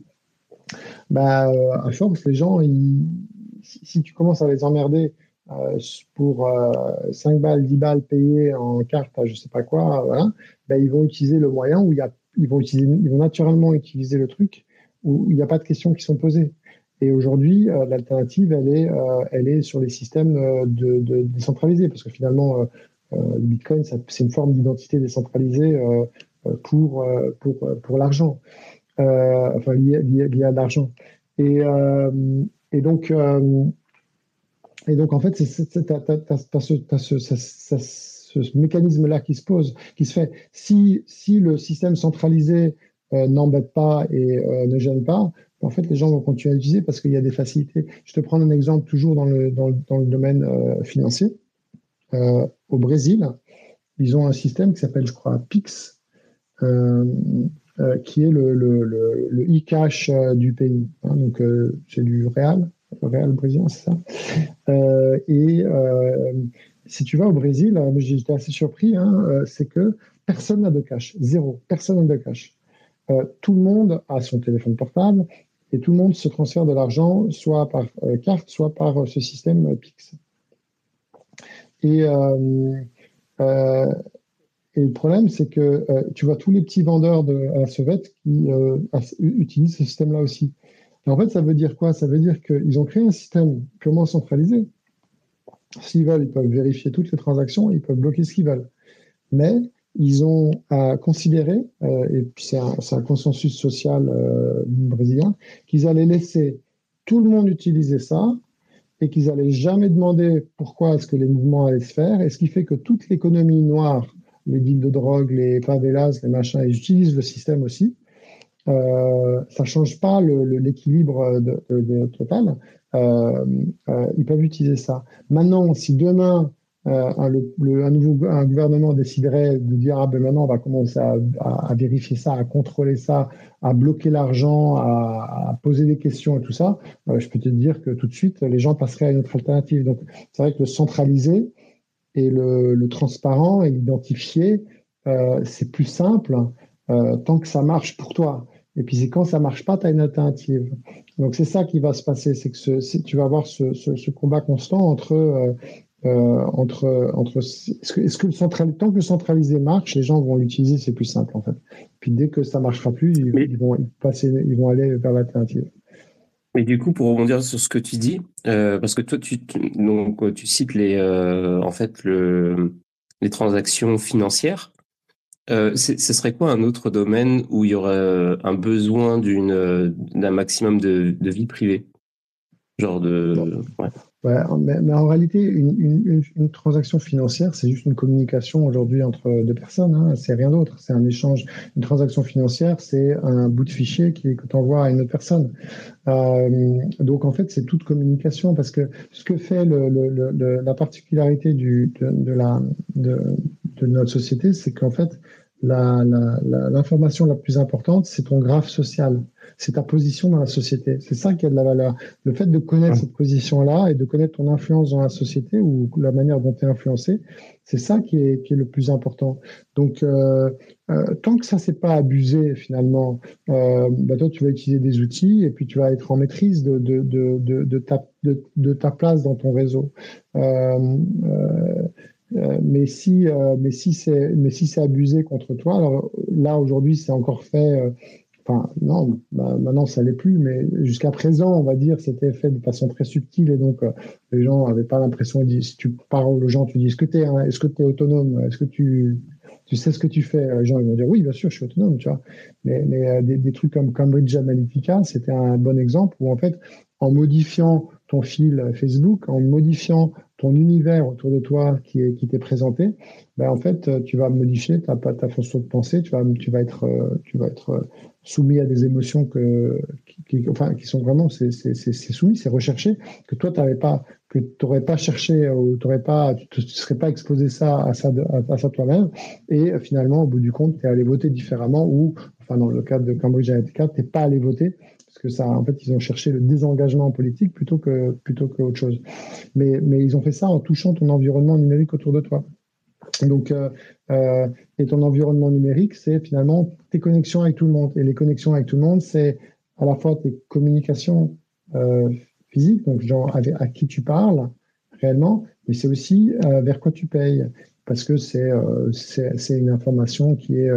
à force, les gens, si tu commences à les emmerder pour 5 balles, 10 balles payées en carte à je sais pas quoi, voilà, ils vont utiliser le moyen où ils vont naturellement utiliser le truc où il n'y a pas de questions qui sont posées. Et aujourd'hui, l'alternative, elle est sur les systèmes décentralisés, parce que finalement, le Bitcoin, c'est une forme d'identité décentralisée pour l'argent, lié à l'argent. Et donc, en fait, tu as ce mécanisme-là qui se fait. Si le système centralisé n'embête pas et ne gêne pas, en fait, les gens vont continuer à l'utiliser parce qu'il y a des facilités. Je te prends un exemple toujours dans le domaine financier. Au Brésil, ils ont un système qui s'appelle, je crois, Pix. qui est le e-cash du pays. Hein, donc, c'est du le réal brésilien, c'est ça. Si tu vas au Brésil, j'étais assez surpris, c'est que personne n'a de cash, zéro, personne n'a de cash. Tout le monde a son téléphone portable et tout le monde se transfère de l'argent soit par carte, soit par ce système Pix. Et le problème, c'est que tu vois tous les petits vendeurs à la sauvette qui utilisent ce système-là aussi. Et en fait, ça veut dire quoi? Ça veut dire qu'ils ont créé un système purement centralisé. S'ils veulent, ils peuvent vérifier toutes les transactions, ils peuvent bloquer ce qu'ils veulent. Mais ils ont considéré, et puis c'est un consensus social brésilien, qu'ils allaient laisser tout le monde utiliser ça et qu'ils n'allaient jamais demander pourquoi est-ce que les mouvements allaient se faire. Et ce qui fait que toute l'économie noire, les deals de drogue, les favelas, les machins, ils utilisent le système aussi. Ça ne change pas l'équilibre total. Ils peuvent utiliser ça. Maintenant, si demain, un gouvernement déciderait de dire maintenant on va commencer à vérifier ça, à contrôler ça, à bloquer l'argent, à poser des questions et tout ça, je peux te dire que tout de suite les gens passeraient à une autre alternative. Donc c'est vrai que le centralisé et le transparent et l'identifié, c'est plus simple tant que ça marche pour toi. Et puis c'est quand ça marche pas, tu as une alternative. Donc c'est ça qui va se passer, c'est que tu vas avoir ce combat constant entre est-ce que tant que le centralisé marche, les gens vont l'utiliser, c'est plus simple en fait. Puis dès que ça marchera plus, ils vont aller vers l'alternative. Mais du coup, pour rebondir sur ce que tu dis, parce que toi, tu cites les transactions financières. Ce serait quoi un autre domaine où il y aurait un besoin d'un maximum de vie privée? Genre de... Ouais. Ouais, mais en réalité, une transaction financière, c'est juste une communication aujourd'hui entre deux personnes. Hein, c'est rien d'autre. C'est un échange. Une transaction financière, c'est un bout de fichier que tu envoies à une autre personne. Donc en fait, c'est toute communication parce que ce que fait la particularité de notre société, c'est qu'en fait, l'information la plus importante, c'est ton graphe social. C'est ta position dans la société. C'est ça qui a de la valeur. Le fait de connaître cette position-là et de connaître ton influence dans la société ou la manière dont tu es influencé, c'est ça qui est le plus important. Donc, tant que ça c'est pas abusé finalement, toi tu vas utiliser des outils et puis tu vas être en maîtrise de ta place dans ton réseau. Mais si c'est abusé contre toi, alors là aujourd'hui c'est encore fait. Non, maintenant ça l'est plus, mais jusqu'à présent, on va dire, c'était fait de façon très subtile et donc les gens n'avaient pas l'impression. Si tu parles aux gens, tu dis est-ce que tu es autonome, est-ce que tu sais ce que tu fais? Les gens ils vont dire oui, bien sûr, je suis autonome, tu vois. Mais des trucs comme Cambridge Analytica, c'était un bon exemple où en fait, en modifiant ton fil Facebook, en modifiant ton univers autour de toi qui t'est présenté, en fait, tu vas modifier ta façon de penser, tu vas être soumis à des émotions qui sont vraiment, c'est soumis, c'est recherché, que toi, tu n'aurais pas cherché, ou tu ne serais pas exposé à ça toi-même, et finalement, au bout du compte, tu es allé voter différemment, ou, dans le cadre de Cambridge Analytica, tu n'es pas allé voter, parce que ça, en fait, ils ont cherché le désengagement politique plutôt qu'autre chose. Mais ils ont fait ça en touchant ton environnement numérique autour de toi. Donc, et ton environnement numérique, c'est finalement tes connexions avec tout le monde. Et les connexions avec tout le monde, c'est à la fois tes communications physiques, donc genre à qui tu parles réellement, mais c'est aussi vers quoi tu payes, parce que c'est une information qui est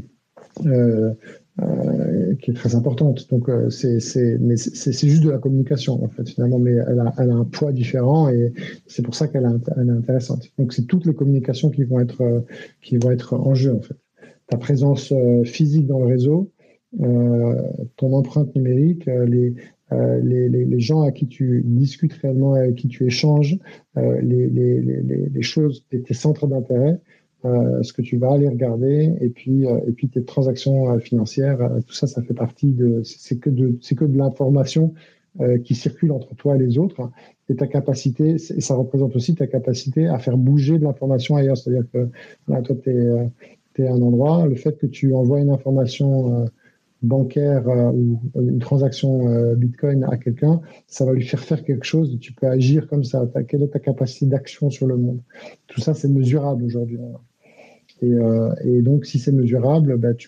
très importante. Donc, c'est juste de la communication, en fait, finalement, mais elle a un poids différent et c'est pour ça qu'elle est intéressante. Donc, c'est toutes les communications qui vont être en jeu, en fait. Ta présence physique dans le réseau, ton empreinte numérique, les gens à qui tu discutes réellement, avec qui tu échanges, les choses, tes centres d'intérêt, ce que tu vas aller regarder, et puis tes transactions financières, tout ça, ça fait partie c'est que de l'information qui circule entre toi et les autres, et ta capacité, et ça représente aussi ta capacité à faire bouger de l'information ailleurs. C'est-à-dire que là, toi, tu es à un endroit, le fait que tu envoies une information bancaire ou une transaction Bitcoin à quelqu'un, ça va lui faire quelque chose. Tu peux agir comme ça. Quelle est ta capacité d'action sur le monde? Tout ça, c'est mesurable aujourd'hui. Et donc, si c'est mesurable, bah,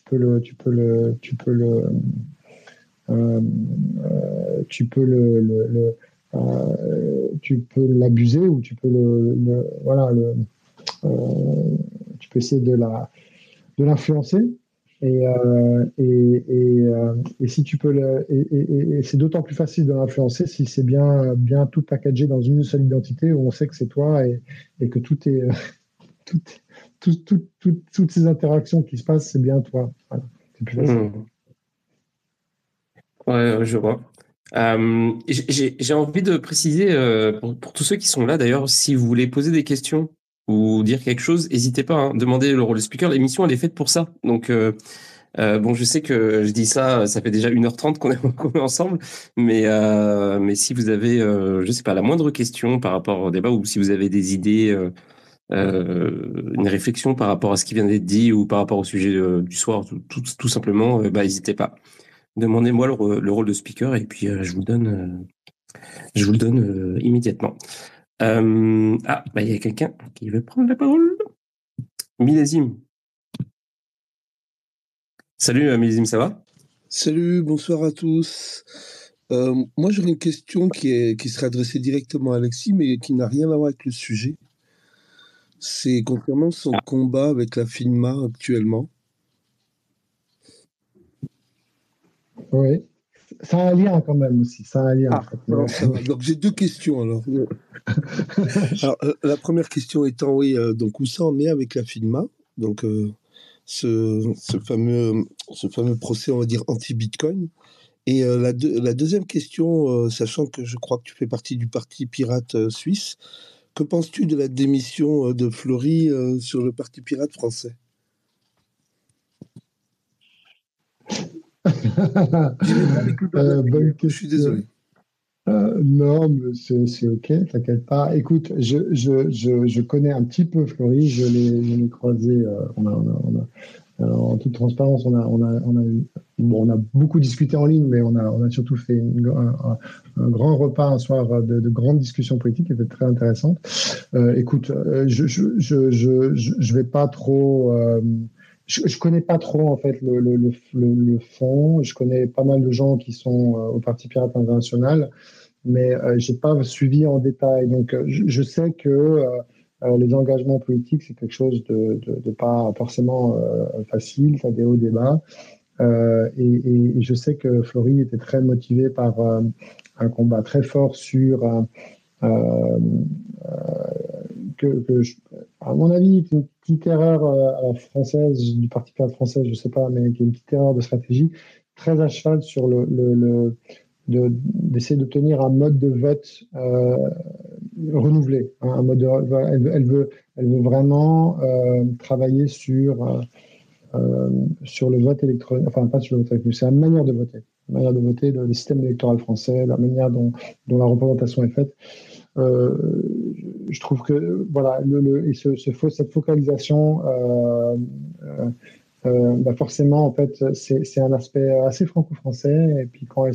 tu peux l'abuser ou tu peux tu peux essayer de l'influencer. Et si tu peux et c'est d'autant plus facile de l'influencer si c'est bien tout packagé dans une seule identité où on sait que c'est toi et que tout est toutes ces interactions qui se passent, c'est bien toi. Voilà, c'est plus facile. Ouais, je vois. J'ai envie de préciser pour tous ceux qui sont là, d'ailleurs, si vous voulez poser des questions ou dire quelque chose, n'hésitez pas, hein, demandez le rôle de speaker. L'émission, elle est faite pour ça. Donc, bon, je sais que je dis ça, ça fait déjà 1h30 qu'on est ensemble, mais si vous avez, je sais pas, la moindre question par rapport au débat ou si vous avez des idées, une réflexion par rapport à ce qui vient d'être dit ou par rapport au sujet du soir, tout simplement, bah, n'hésitez pas. Demandez-moi le rôle de speaker et puis je vous le donne immédiatement. Bah, il y a quelqu'un qui veut prendre la parole. Millésime. Salut Millésime, ça va? Salut, bonsoir à tous. Moi, j'aurais une question qui serait adressée directement à Alexis, mais qui n'a rien à voir avec le sujet. C'est concernant son combat avec la FINMA actuellement. Oui, ça a un lien quand même aussi. Ça a un lien. Alors, ça va. Donc, j'ai deux questions alors. Alors, la première question étant, oui, donc où ça en est avec la FINMA? Donc, ce fameux procès, on va dire, anti-Bitcoin. Et la deuxième question, sachant que je crois que tu fais partie du Parti pirate suisse, que penses-tu de la démission de Flory sur le Parti pirate français? Bonne question. Je suis désolé. Non, mais c'est OK, t'inquiète pas. Écoute, je connais un petit peu Flory, je l'ai croisé. En toute transparence, on a beaucoup discuté en ligne, mais on a surtout fait un grand repas un soir de grandes discussions politiques qui étaient très intéressantes. Écoute, je vais pas trop. Je connais pas trop en fait le fond. Je connais pas mal de gens qui sont au Parti Pirate International, mais j'ai pas suivi en détail. Donc, je sais que les engagements politiques, c'est quelque chose de pas forcément facile, ça a des hauts, des bas. Et je sais que Flory était très motivé par un combat très fort sur, à mon avis, une petite erreur française, du Parti pirate français, je sais pas, mais qui est une petite erreur de stratégie, très à cheval sur d'essayer d'obtenir un mode de vote renouvelé. Hein, un mode elle veut vraiment travailler sur le vote électronique, enfin pas sur le vote électronique, c'est la manière de voter. La manière de voter, le système électoral français, la manière dont la représentation est faite. Je trouve que voilà, cette focalisation, bah forcément, en fait, c'est un aspect assez franco-français. Et puis quand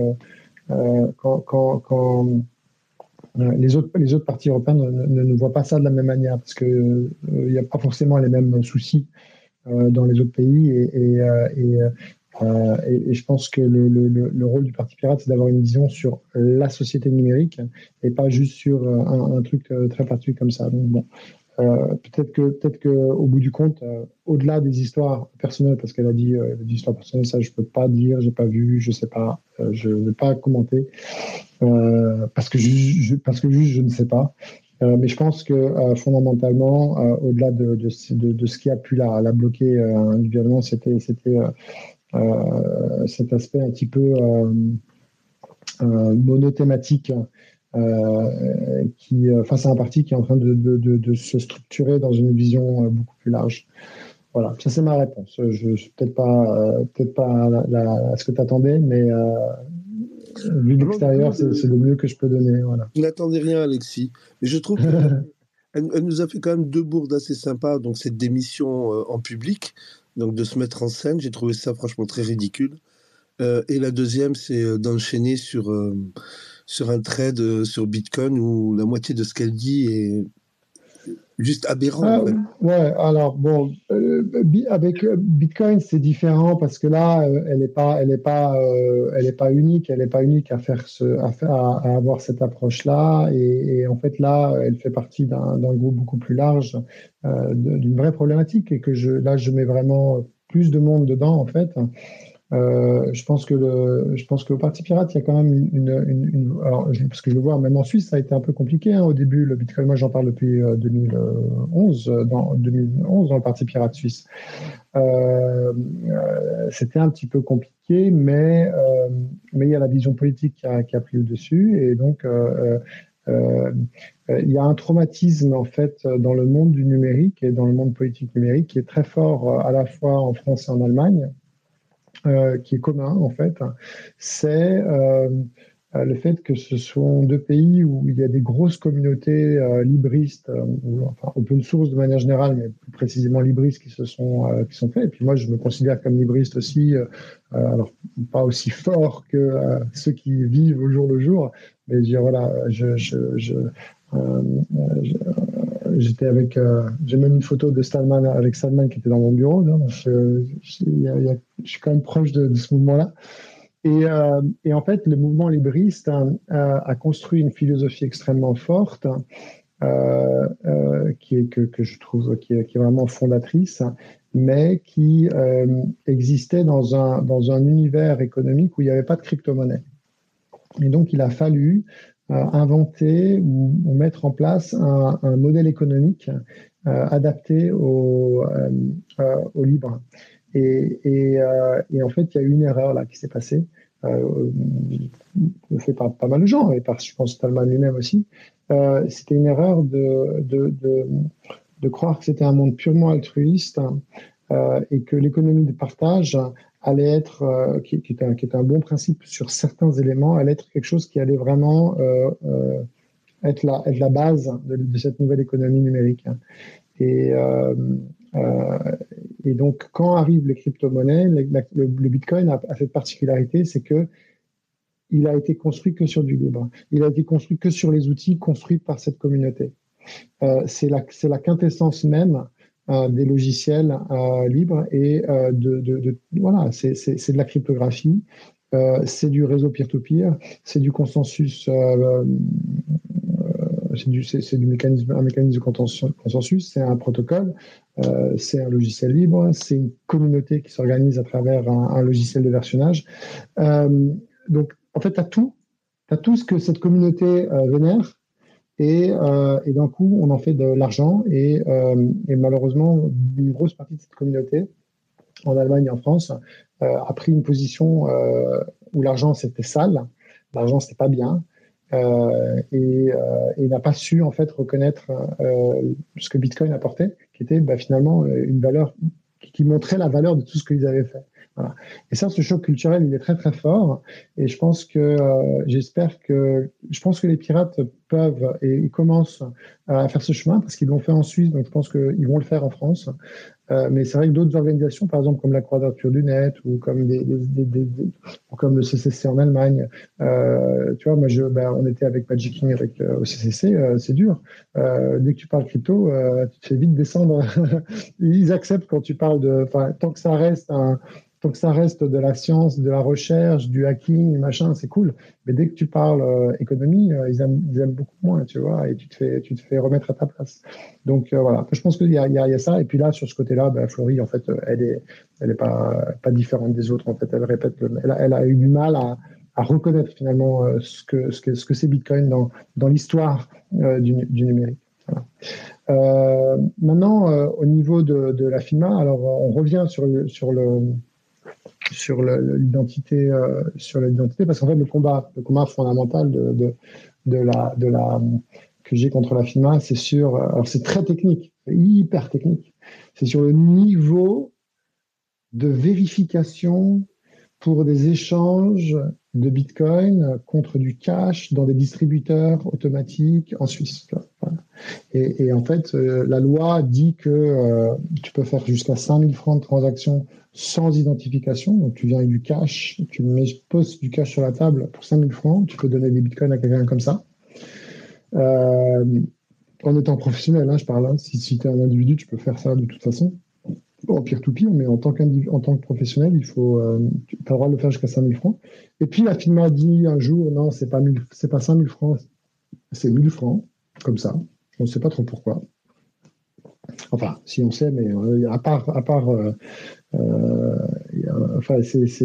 les autres partis européens ne voient pas ça de la même manière parce que il n'y a pas forcément les mêmes soucis dans les autres pays et je pense que le rôle du Parti pirate, c'est d'avoir une vision sur la société numérique et pas juste sur un truc très particulier comme ça. Donc bon, peut-être que au bout du compte, au-delà des histoires personnelles, parce qu'elle a dit des histoires personnelles, ça je peux pas dire, j'ai pas vu, je sais pas, je vais pas commenter parce que juste je ne sais pas. Mais je pense que fondamentalement, au-delà de ce qui a pu la bloquer individuellement, c'était cet aspect un petit peu monothématique face à un parti qui est en train de se structurer dans une vision beaucoup plus large. Voilà, ça c'est ma réponse. Je suis peut-être pas à ce que tu attendais, mais vu d'extérieur, c'est le mieux que je peux donner. Voilà. Je n'attendais rien, Alexis. Mais je trouve qu'elle nous a fait quand même deux bourdes assez sympas. Donc cette démission en public, donc de se mettre en scène, j'ai trouvé ça franchement très ridicule. Et la deuxième, c'est d'enchaîner sur un trade sur Bitcoin où la moitié de ce qu'elle dit est juste aberrant, en fait. Ouais, alors bon, avec Bitcoin, c'est différent parce que là, elle est pas unique, elle est pas unique à faire à avoir cette approche-là. Et en fait, là, elle fait partie d'un groupe beaucoup plus large, d'une vraie problématique et que là, je mets vraiment plus de monde dedans, en fait. Je pense qu'au Parti Pirate, il y a quand même alors, parce que je le vois, même en Suisse, ça a été un peu compliqué hein, au début. Le Bitcoin, moi, j'en parle depuis 2011, dans le Parti Pirate suisse. C'était un petit peu compliqué, mais il y a la vision politique qui a pris le dessus, et donc il y a un traumatisme en fait dans le monde du numérique et dans le monde politique numérique qui est très fort à la fois en France et en Allemagne. Qui est commun en fait, c'est le fait que ce sont deux pays où il y a des grosses communautés libristes, ou enfin open source de manière générale, mais plus précisément libristes qui sont faits. Et puis moi, je me considère comme libriste aussi, alors pas aussi fort que ceux qui vivent au jour le jour, mais voilà, j'étais avec, j'ai même une photo de Stallman avec Stallman qui était dans mon bureau. Donc, je suis quand même proche de ce mouvement-là. Et en fait, le mouvement libriste a construit une philosophie extrêmement forte que je trouve qui est vraiment fondatrice, mais qui existait dans un univers économique où il n'y avait pas de crypto-monnaie. Et donc, il a fallu inventer ou mettre en place un modèle économique adapté au libre. Et en fait, il y a eu une erreur là qui s'est passée, fait par pas mal de gens, et par, je pense, Stallman lui-même aussi. C'était une erreur de croire que c'était un monde purement altruiste et que l'économie de partage allait être, qui est un bon principe sur certains éléments, allait être quelque chose qui allait vraiment être la base de cette nouvelle économie numérique. Et donc, quand arrivent les crypto-monnaies, le Bitcoin a cette particularité, c'est que il a été construit que sur du libre. Il a été construit que sur les outils construits par cette communauté. C'est la quintessence même des logiciels libres et voilà, c'est de la cryptographie, c'est du réseau peer-to-peer, c'est du consensus, c'est un mécanisme de consensus, c'est un protocole, c'est un logiciel libre, c'est une communauté qui s'organise à travers un logiciel de versionnage. Donc, en fait, tu as tout ce que cette communauté vénère. Et d'un coup, on en fait de l'argent et malheureusement, une grosse partie de cette communauté, en Allemagne et en France, a pris une position où l'argent c'était sale, l'argent c'était pas bien, et n'a pas su en fait reconnaître ce que Bitcoin apportait, qui était finalement une valeur qui montrait la valeur de tout ce qu'ils avaient fait. Voilà. Et ça, ce choc culturel, il est très très fort. Et je pense que je pense que les pirates peuvent et ils commencent à faire ce chemin parce qu'ils l'ont fait en Suisse, donc je pense qu'ils vont le faire en France. Mais c'est vrai que d'autres organisations, par exemple comme la Quadrature du Net ou comme ou comme le CCC en Allemagne, tu vois, moi on était avec Magic King au CCC, c'est dur. Dès que tu parles crypto, tu te fais vite descendre. Ils acceptent quand tu parles tant que ça reste de la science, de la recherche, du hacking, machin, c'est cool. Mais dès que tu parles économie, ils aiment beaucoup moins, tu vois, et tu te fais remettre à ta place. Donc voilà, je pense qu'il y a ça. Et puis là, sur ce côté-là, Florie, en fait, elle est pas différente des autres. En fait, elle répète, elle a eu du mal à reconnaître finalement ce que c'est Bitcoin dans l'histoire du numérique. Voilà. Maintenant, au niveau de la FINMA, alors on revient sur l'identité, parce qu'en fait le combat fondamental que j'ai contre la FINMA, c'est alors c'est très technique, hyper technique, c'est sur le niveau de vérification pour des échanges de Bitcoin contre du cash dans des distributeurs automatiques en Suisse. Voilà. Et en fait, la loi dit que tu peux faire jusqu'à 5 000 francs de transaction sans identification. Donc, tu viens avec du cash, poses du cash sur la table pour 5 000 francs, tu peux donner des Bitcoins à quelqu'un comme ça. En étant professionnel, hein, je parle. Hein, si tu es un individu, tu peux faire ça de toute façon. En peer-to-peer, mais en tant que professionnel, tu as le droit de le faire jusqu'à 5 000 francs. Et puis, la firme a dit un jour, non, c'est pas 5 000 francs, c'est 1 000 francs, comme ça. On ne sait pas trop pourquoi. Enfin, si on sait, mais enfin,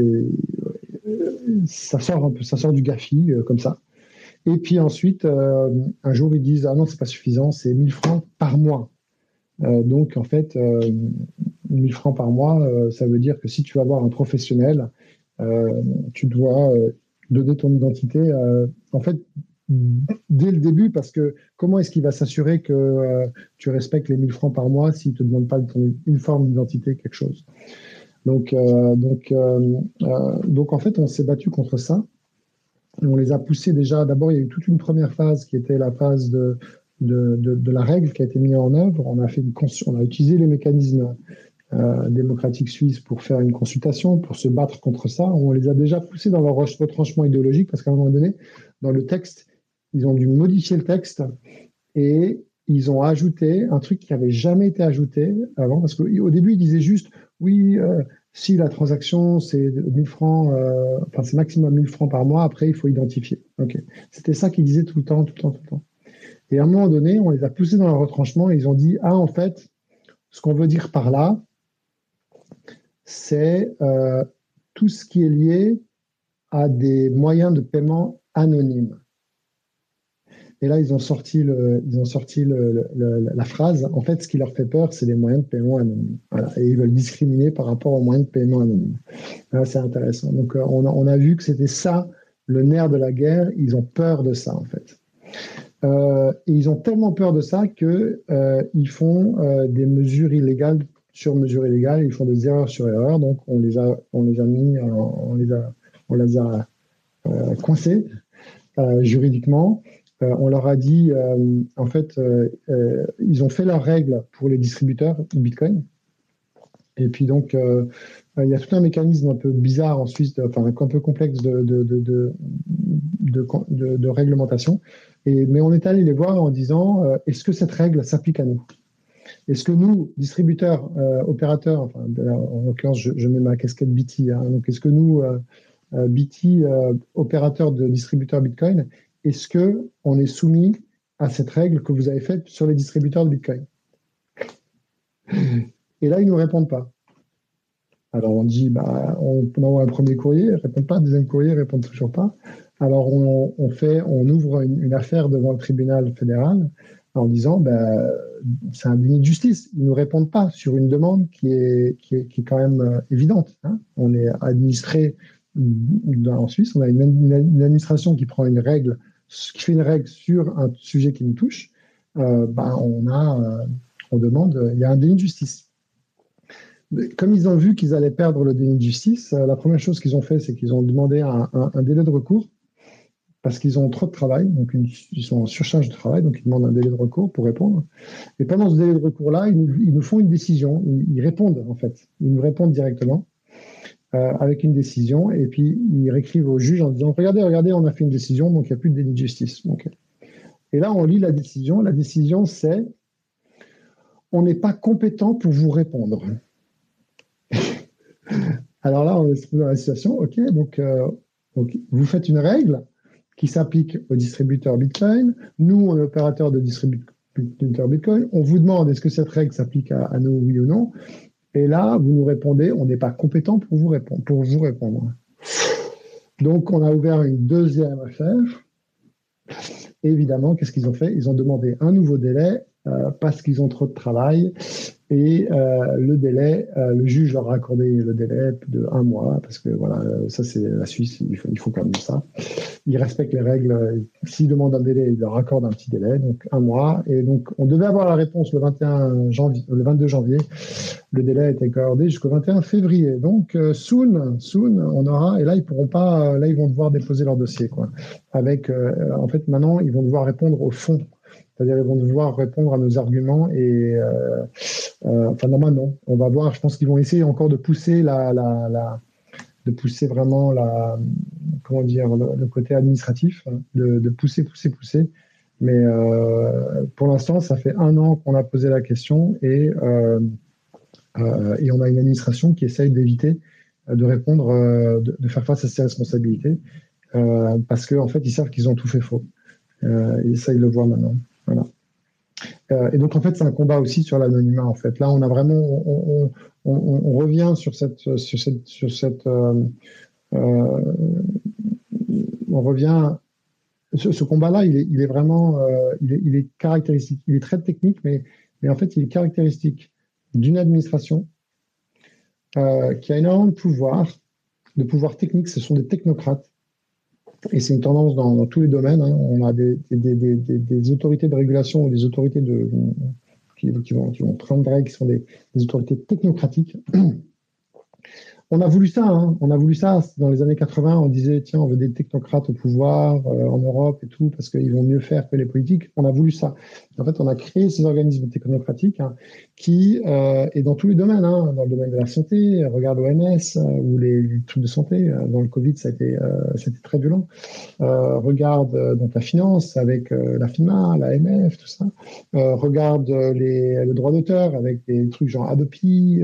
ça sort du GAFI, comme ça. Et puis ensuite, un jour, ils disent, ah non, c'est pas suffisant, c'est 1 000 francs par mois. Donc, en fait, 1 000 francs par mois, ça veut dire que si tu vas voir un professionnel, tu dois donner ton identité, en fait, dès le début, parce que comment est-ce qu'il va s'assurer que tu respectes les 1 000 francs par mois s'il ne te demande pas une forme d'identité, quelque chose. Donc, en fait, on s'est battu contre ça. On les a poussés déjà. D'abord, il y a eu toute une première phase qui était la phase de la règle qui a été mise en œuvre. On a utilisé les mécanismes démocratiques suisses pour faire une consultation, pour se battre contre ça. On les a déjà poussés dans leur retranchement idéologique parce qu'à un moment donné, dans le texte, ils ont dû modifier le texte et ils ont ajouté un truc qui n'avait jamais été ajouté avant parce qu'au début, ils disaient juste oui, si la transaction c'est 1 000 francs, enfin c'est maximum 1 000 francs par mois, après il faut identifier. Okay. C'était ça qu'ils disaient tout le temps. Et à un moment donné, on les a poussés dans leur retranchement et ils ont dit ah, en fait, ce qu'on veut dire par là, c'est tout ce qui est lié à des moyens de paiement anonymes. Et là, ils ont sorti la phrase. En fait, ce qui leur fait peur, c'est les moyens de paiement anonymes. Voilà. Et ils veulent discriminer par rapport aux moyens de paiement anonymes. Là, c'est intéressant. Donc, on a vu que c'était ça, le nerf de la guerre. Ils ont peur de ça, en fait. Et ils ont tellement peur de ça qu'ils font des mesures illégales sur mesures illégales. Ils font des erreurs sur erreurs. Donc, on les a coincés juridiquement. On leur a dit, en fait, ils ont fait leurs règles pour les distributeurs Bitcoin. Et puis donc, il y a tout un mécanisme un peu bizarre en Suisse, enfin un peu complexe de réglementation. Mais on est allé les voir en disant, est-ce que cette règle s'applique à nous? Est-ce que nous, distributeurs, opérateurs, enfin, en l'occurrence, je mets ma casquette BT, hein, donc est-ce que nous, BT, opérateurs de distributeurs Bitcoin, est-ce qu'on est soumis à cette règle que vous avez faite sur les distributeurs de Bitcoin? Et là, ils ne nous répondent pas. Alors, on dit, on envoie un premier courrier, ils ne répondent pas, deuxième courrier, ils ne répondent toujours pas. Alors, on ouvre une affaire devant le tribunal fédéral en disant, c'est un déni de justice. Ils ne nous répondent pas sur une demande qui est quand même évidente. Hein. On est administré en Suisse, on a une administration qui prend une règle, qui fait une règle sur un sujet qui nous touche. On demande, il y a un déni de justice. Comme ils ont vu qu'ils allaient perdre le déni de justice, la première chose qu'ils ont fait, c'est qu'ils ont demandé un délai de recours parce qu'ils ont trop de travail, donc ils sont en surcharge de travail, donc ils demandent un délai de recours pour répondre. Et pendant ce délai de recours-là, ils nous font une décision, ils répondent en fait, ils nous répondent directement avec une décision, et puis ils réécrivent au juge en disant regardez, on a fait une décision, donc il n'y a plus de déni de justice. Okay. Et là, on lit la décision c'est on n'est pas compétent pour vous répondre. Alors là, on se trouve dans la situation, ok, donc vous faites une règle qui s'applique aux distributeurs Bitcoin. Nous, on est opérateur de distributeurs Bitcoin. On vous demande est-ce que cette règle s'applique à nous, oui ou non. Et là, vous nous répondez on n'est pas compétent pour vous répondre. Donc, on a ouvert une deuxième affaire. Et évidemment, qu'est-ce qu'ils ont fait? Ils ont demandé un nouveau délai parce qu'ils ont trop de travail. Et le délai, le juge leur a accordé le délai de 1 mois, parce que voilà, ça c'est la Suisse, il faut quand même ça. Ils respectent les règles. S'ils demandent un délai, ils leur accordent un petit délai, donc 1 mois. Et donc, on devait avoir la réponse le 21 janvier, le 22 janvier. Le délai a été accordé jusqu'au 21 février. Donc, soon, on aura. Et là, ils pourront pas. Là, ils vont devoir déposer leur dossier, quoi. Avec, en fait, maintenant, ils vont devoir répondre au fond. C'est-à-dire, ils vont devoir répondre à nos arguments. Et enfin, normalement, on va voir. Je pense qu'ils vont essayer encore de pousser de pousser vraiment comment dire, le côté administratif, hein, de pousser. Mais pour l'instant, ça fait 1 an qu'on a posé la question et on a une administration qui essaye d'éviter de répondre, de faire face à ses responsabilités, parce qu'en fait, ils savent qu'ils ont tout fait faux. Et ça, ils le voient maintenant. Voilà. Et donc, en fait, c'est un combat aussi sur l'anonymat. En fait, là, on a vraiment, on revient sur on revient. Ce combat-là, il est vraiment, il est caractéristique. Il est très technique, mais en fait, il est caractéristique d'une administration qui a énormément de pouvoir technique. Ce sont des technocrates. Et c'est une tendance dans tous les domaines, hein. On a des autorités de régulation ou des autorités qui vont prendre des règles, qui sont des autorités technocratiques. On a voulu ça, hein. On a voulu ça dans les années 80. On disait, tiens, on veut des technocrates au pouvoir en Europe et tout, parce qu'ils vont mieux faire que les politiques. On a voulu ça. En fait, on a créé ces organismes technocratiques, hein, qui, et dans tous les domaines, hein, dans le domaine de la santé, regarde l'OMS, ou les trucs de santé, dans le Covid, c'était très violent. Regarde donc la finance avec la FINMA, l'AMF, tout ça. Regarde le droit d'auteur avec des trucs genre Adopi,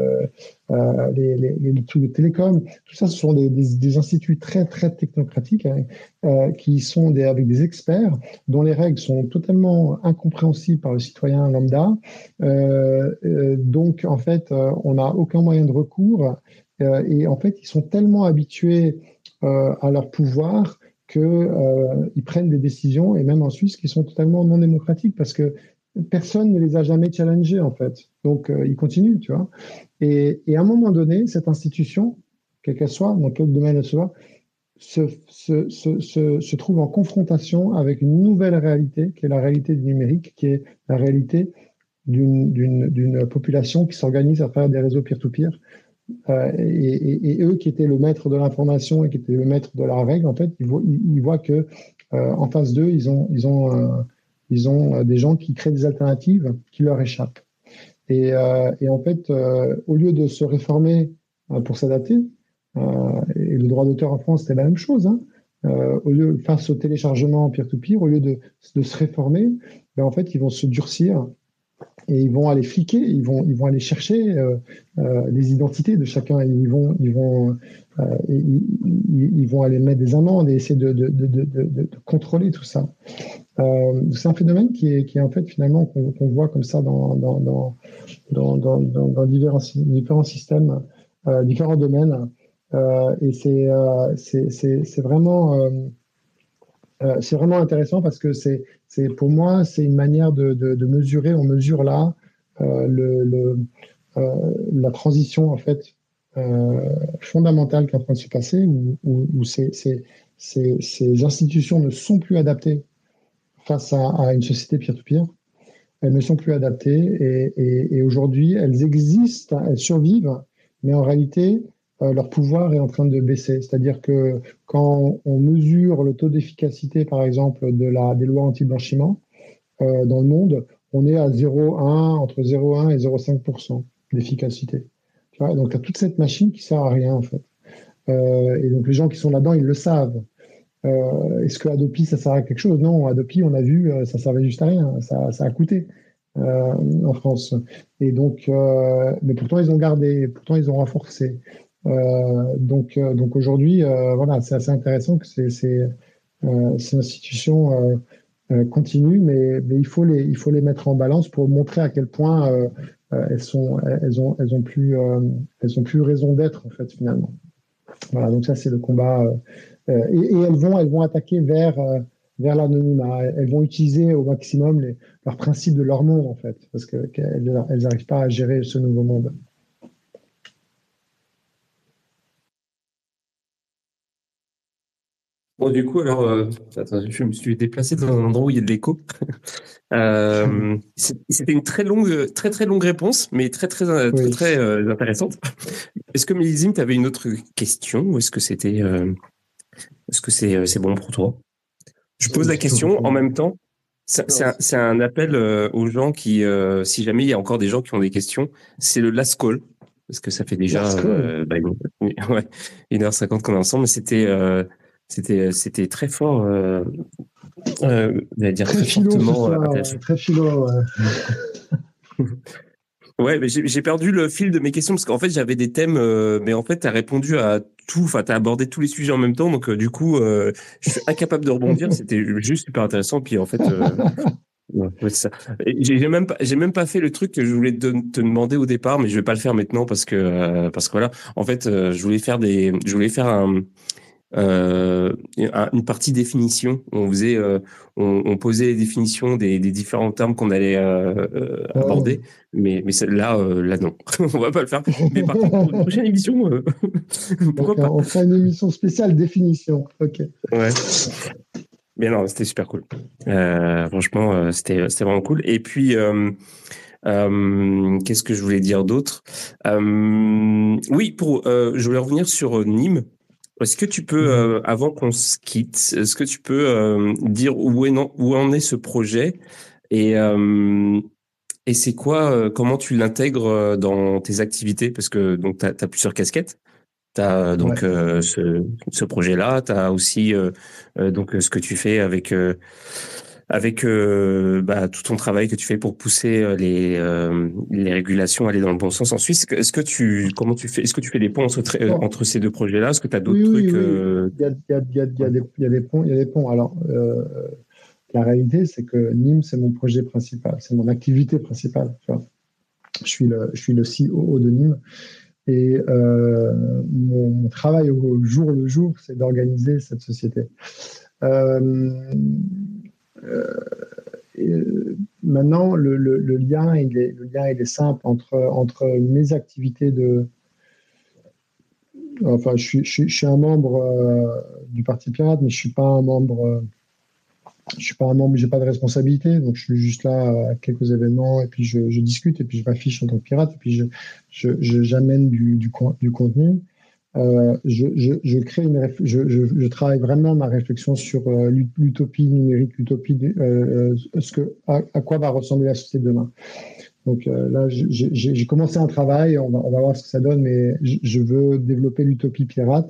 les trucs de télécom. Tout ça, ce sont des instituts très, très technocratiques, hein, qui sont avec des experts dont les règles sont totalement incompréhensibles par le citoyen lambda. Donc, en fait, on n'a aucun moyen de recours. Et en fait, ils sont tellement habitués à leur pouvoir qu'ils prennent des décisions, et même en Suisse, qui sont totalement non démocratiques, parce que personne ne les a jamais challengés, en fait. Donc, ils continuent, tu vois. Et à un moment donné, cette institution, quelle qu'elle soit, dans quel domaine elle soit, se trouve en confrontation avec une nouvelle réalité, qui est la réalité du numérique, qui est la réalité d'une population qui s'organise à travers des réseaux peer-to-peer. Et eux qui étaient le maître de l'information et qui étaient le maître de la règle, en fait, ils voient que en face d'eux, ils ont des gens qui créent des alternatives qui leur échappent. Et en fait, au lieu de se réformer pour s'adapter, et le droit d'auteur en France, c'était la même chose, hein, face au téléchargement peer-to-peer, au lieu de se réformer, ben en fait, ils vont se durcir. Et ils vont aller fliquer, ils vont aller chercher les identités de chacun. Et ils vont aller mettre des amendes et essayer de contrôler tout ça. C'est un phénomène qui est en fait finalement qu'on voit comme ça dans différents systèmes, différents domaines. Et c'est vraiment intéressant parce que pour moi, c'est une manière de mesurer. On mesure là la transition en fait fondamentale qui est en train de se passer, où ces institutions ne sont plus adaptées face à une société peer-to-peer. Elles ne sont plus adaptées et aujourd'hui, elles existent, elles survivent, mais en réalité, leur pouvoir est en train de baisser. C'est-à-dire que quand on mesure le taux d'efficacité, par exemple, des lois anti-blanchiment dans le monde, on est à 0,1, entre 0,1 et 0,5% d'efficacité. Tu vois, donc, tu as toute cette machine qui ne sert à rien, en fait. Et donc, les gens qui sont là-dedans, ils le savent. Est-ce que Adopi, ça sert à quelque chose? Non, Adopi, on a vu, ça servait juste à rien. Ça a coûté en France. Et donc, mais pourtant, ils ont gardé, pourtant, ils ont renforcé. Donc aujourd'hui, voilà, c'est assez intéressant que ces institutions continuent, mais il faut les mettre en balance pour montrer à quel point elles ont plus raison d'être en fait finalement. Voilà, donc ça c'est le combat et elles vont attaquer vers vers l'anonymat. Elles vont utiliser au maximum leurs principes de leur monde, en fait, parce qu'elles n'arrivent pas à gérer ce nouveau monde. Bon, du coup, alors, attends, je me suis déplacé dans un endroit où il y a de l'écho. C'était une très longue réponse, mais Oui. très intéressante. Est-ce que Mélizime, tu avais une autre question ou est-ce que c'est bon pour toi? Je pose la question en même temps. C'est un appel aux gens qui, si jamais il y a encore des gens qui ont des questions, c'est le last call. Parce que ça fait déjà ouais, 1h50 qu'on est ensemble, mais c'était très fort. Dire très très philo ce fortement soir, intéressant. très philo. Ouais, mais j'ai perdu le fil de mes questions parce qu'en fait j'avais des thèmes, mais en fait t'as répondu à tout, enfin t'as abordé tous les sujets en même temps, donc du coup je suis incapable de rebondir. C'était juste super intéressant, puis en fait ouais, c'est ça. Et j'ai même pas fait le truc que je voulais te demander au départ, mais je vais pas le faire maintenant parce que voilà, en fait je voulais faire une partie définition. On faisait, on posait les définitions des différents termes qu'on allait aborder, mais là, là non, on va pas le faire. Mais par contre, pour une prochaine émission, pourquoi pas? On fera une émission spéciale définition. Ok. Ouais. Mais non, c'était super cool. Franchement, c'était vraiment cool. Et puis, qu'est-ce que je voulais dire d'autre? Oui, je voulais revenir sur Nîmes. Est-ce que tu peux, avant qu'on se quitte, est-ce que tu peux dire où en est ce projet et, et c'est quoi, comment tu l'intègres dans tes activités? Parce que donc t'as plusieurs casquettes. T'as donc ce projet-là. T'as aussi donc ce que tu fais avec tout ton travail que tu fais pour pousser les régulations à aller dans le bon sens en Suisse. Comment tu fais? Est-ce que tu fais des ponts entre ces deux projets-là? Est-ce que tu as d'autres Oui. trucs Il y a des ponts. Il y a des ponts. Alors, la réalité, c'est que Nîmes, c'est mon projet principal, c'est mon activité principale. Tu vois. Je suis le CEO de Nîmes. Et mon travail au jour le jour, c'est d'organiser cette société. Maintenant, le lien, il est simple entre mes activités de. Enfin, je suis un membre du Parti Pirate, mais je suis pas un membre. Je suis pas un membre, j'ai pas de responsabilité, donc je suis juste là à quelques événements et puis je discute et puis je m'affiche en tant que pirate et puis j'amène du contenu. Je travaille vraiment ma réflexion sur l'utopie numérique, à quoi va ressembler la société de demain. Donc là, j'ai commencé un travail, on va voir ce que ça donne, mais je veux développer l'utopie pirate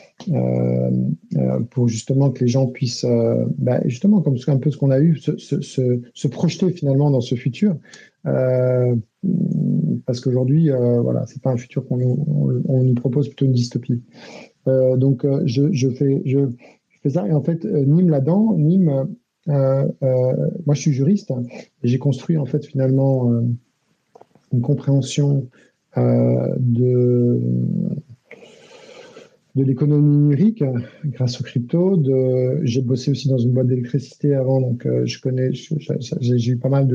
pour justement que les gens puissent, justement, comme un peu ce qu'on a eu, se projeter finalement dans ce futur. Parce qu'aujourd'hui, voilà, c'est pas un futur on nous propose, plutôt une dystopie. Donc, je fais ça. Et en fait, Nîmes là-dedans, moi, je suis juriste et j'ai construit en fait finalement une compréhension de l'économie numérique grâce aux cryptos. J'ai bossé aussi dans une boîte d'électricité avant, donc j'ai eu pas mal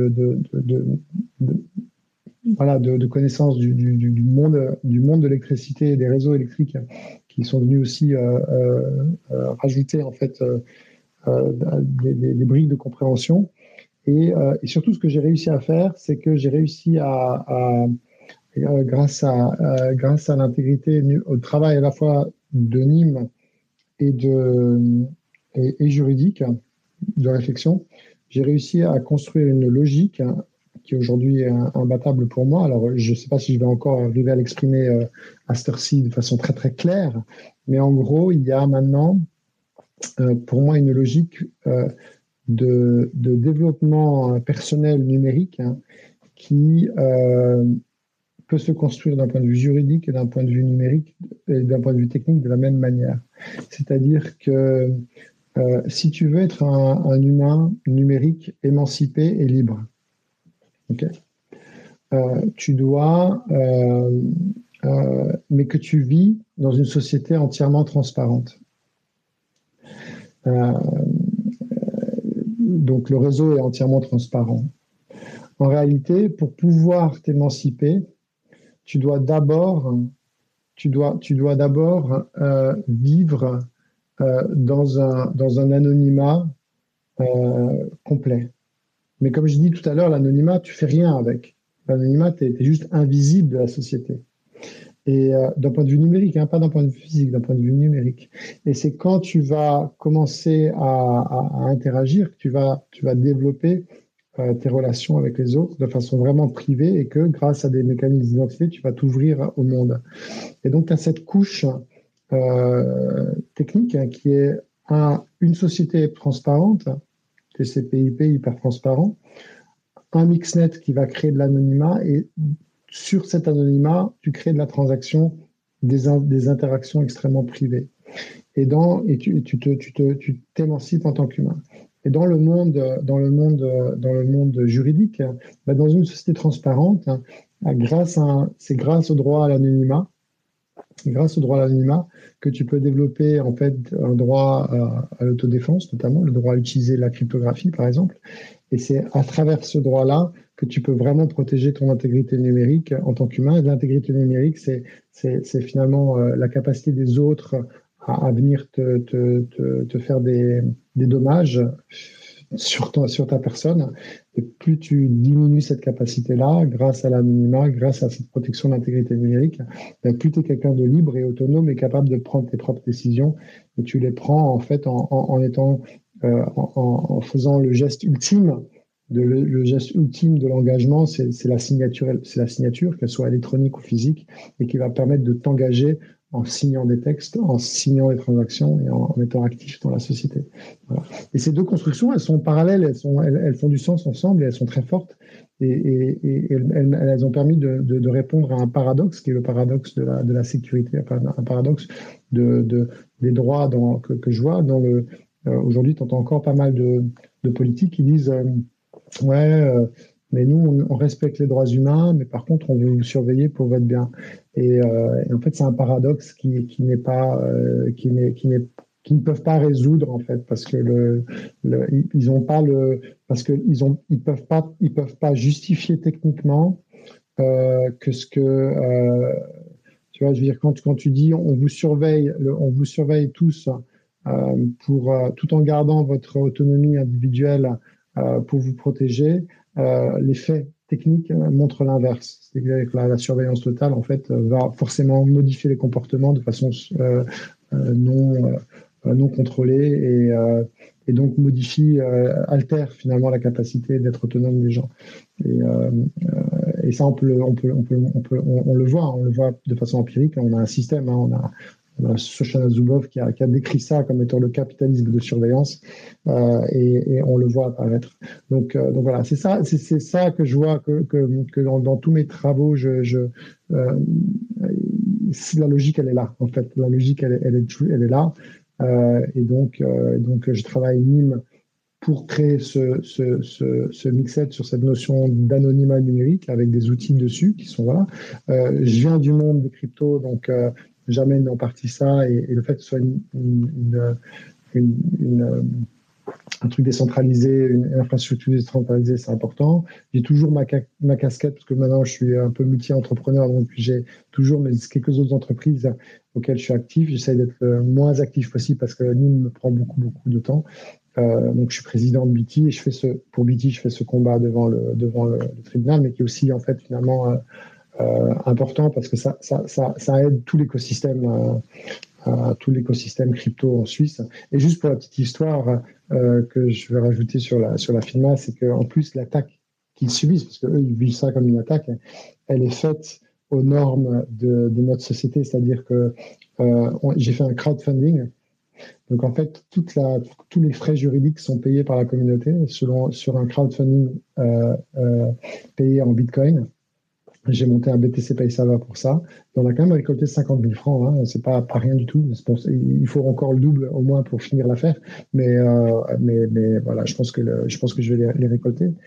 de connaissances du monde de l'électricité et des réseaux électriques qui sont venus aussi rajouter en fait des briques de compréhension. Et surtout, ce que j'ai réussi à faire, c'est que j'ai réussi grâce à l'intégrité, au travail à la fois de Nîmes et juridique, de réflexion, j'ai réussi à construire une logique qui aujourd'hui est imbattable pour moi. Alors, je ne sais pas si je vais encore arriver à l'exprimer à cette heure-ci de façon très très claire, mais en gros, il y a maintenant pour moi une logique de développement personnel numérique qui peut se construire d'un point de vue juridique et d'un point de vue numérique et d'un point de vue technique de la même manière. C'est-à-dire que si tu veux être un humain numérique émancipé et libre, okay, tu dois, mais que tu vis dans une société entièrement transparente. donc le réseau est entièrement transparent. En réalité, pour pouvoir t'émanciper, tu dois d'abord vivre dans un anonymat complet. Mais comme je dis tout à l'heure, l'anonymat, tu fais rien avec. L'anonymat, tu es juste invisible de la société. Et d'un point de vue numérique, hein, pas d'un point de vue physique, d'un point de vue numérique. Et c'est quand tu vas commencer à interagir que tu vas développer tes relations avec les autres de façon vraiment privée et que grâce à des mécanismes d'identité, tu vas t'ouvrir au monde. Et donc, tu as cette couche technique hein, qui est une société transparente, TCP/IP hyper transparent, un mixnet qui va créer de l'anonymat et sur cet anonymat, tu crées de la transaction, des interactions extrêmement privées. Et tu t'émancipes en tant qu'humain. Et dans le monde juridique, dans une société transparente, c'est grâce au droit à l'anonymat, que tu peux développer en fait un droit à l'autodéfense, notamment le droit à utiliser la cryptographie, par exemple. Et c'est à travers ce droit-là que tu peux vraiment protéger ton intégrité numérique en tant qu'humain. Et l'intégrité numérique, c'est finalement la capacité des autres à venir te faire des dommages sur ta personne. Et plus tu diminues cette capacité-là, grâce à l'anonymat, grâce à cette protection de l'intégrité numérique, plus tu es quelqu'un de libre et autonome et capable de prendre tes propres décisions. Et tu les prends en fait en faisant le geste ultime. Le geste ultime de l'engagement, c'est la signature, qu'elle soit électronique ou physique, et qui va permettre de t'engager en signant des textes, en signant des transactions et en étant actif dans la société. Voilà. Et ces deux constructions, elles sont parallèles, elles font du sens ensemble et elles sont très fortes. Et elles ont permis de répondre à un paradoxe, qui est le paradoxe de la sécurité, un paradoxe des droits que je vois. Aujourd'hui, tu entends encore pas mal de politiques qui disent mais nous, on respecte les droits humains, mais par contre, on veut vous surveiller pour votre bien. Et en fait, c'est un paradoxe qui ne peuvent pas résoudre en fait, parce que ils ont pas ils peuvent pas justifier techniquement que tu vois, je veux dire, quand tu dis on vous surveille tous tout en gardant votre autonomie individuelle pour vous protéger, les faits techniques montrent l'inverse. C'est-à-dire que la surveillance totale, en fait, va forcément modifier les comportements de façon non contrôlée et donc altère finalement la capacité d'être autonome des gens. Et ça, on le voit de façon empirique. On a un système, on a Shoshana Zuboff qui a décrit ça comme étant le capitalisme de surveillance et on le voit apparaître. Donc voilà, c'est ça que je vois que dans tous mes travaux, la logique elle est là en fait. La logique elle est là et donc je travaille NIM pour créer ce mixet sur cette notion d'anonymat numérique avec des outils dessus qui sont voilà. Je viens du monde des cryptos donc j'amène en partie ça et le fait que ce soit un truc décentralisé, une infrastructure décentralisée, c'est important. J'ai toujours ma casquette parce que maintenant je suis un peu multi-entrepreneur, donc j'ai toujours quelques autres entreprises auxquelles je suis actif. J'essaie d'être le moins actif possible parce que NIM me prend beaucoup de temps. Donc je suis président de BT et pour BT je fais ce combat devant le tribunal, mais qui est aussi en fait finalement important parce que ça aide tout l'écosystème crypto en Suisse. Et juste pour la petite histoire que je vais rajouter sur la FINMA, c'est qu'en plus l'attaque qu'ils subissent, parce qu'eux ils vivent ça comme une attaque, elle est faite aux normes de notre société, c'est-à-dire que j'ai fait un crowdfunding. Donc en fait, tous les frais juridiques sont payés par la communauté sur un crowdfunding payé en Bitcoin. J'ai monté un BTC Paysava pour ça. Et on a quand même récolté 50 000 francs. Hein. C'est pas rien du tout. Il faut encore le double au moins pour finir l'affaire. Mais voilà, je pense que je vais les récolter.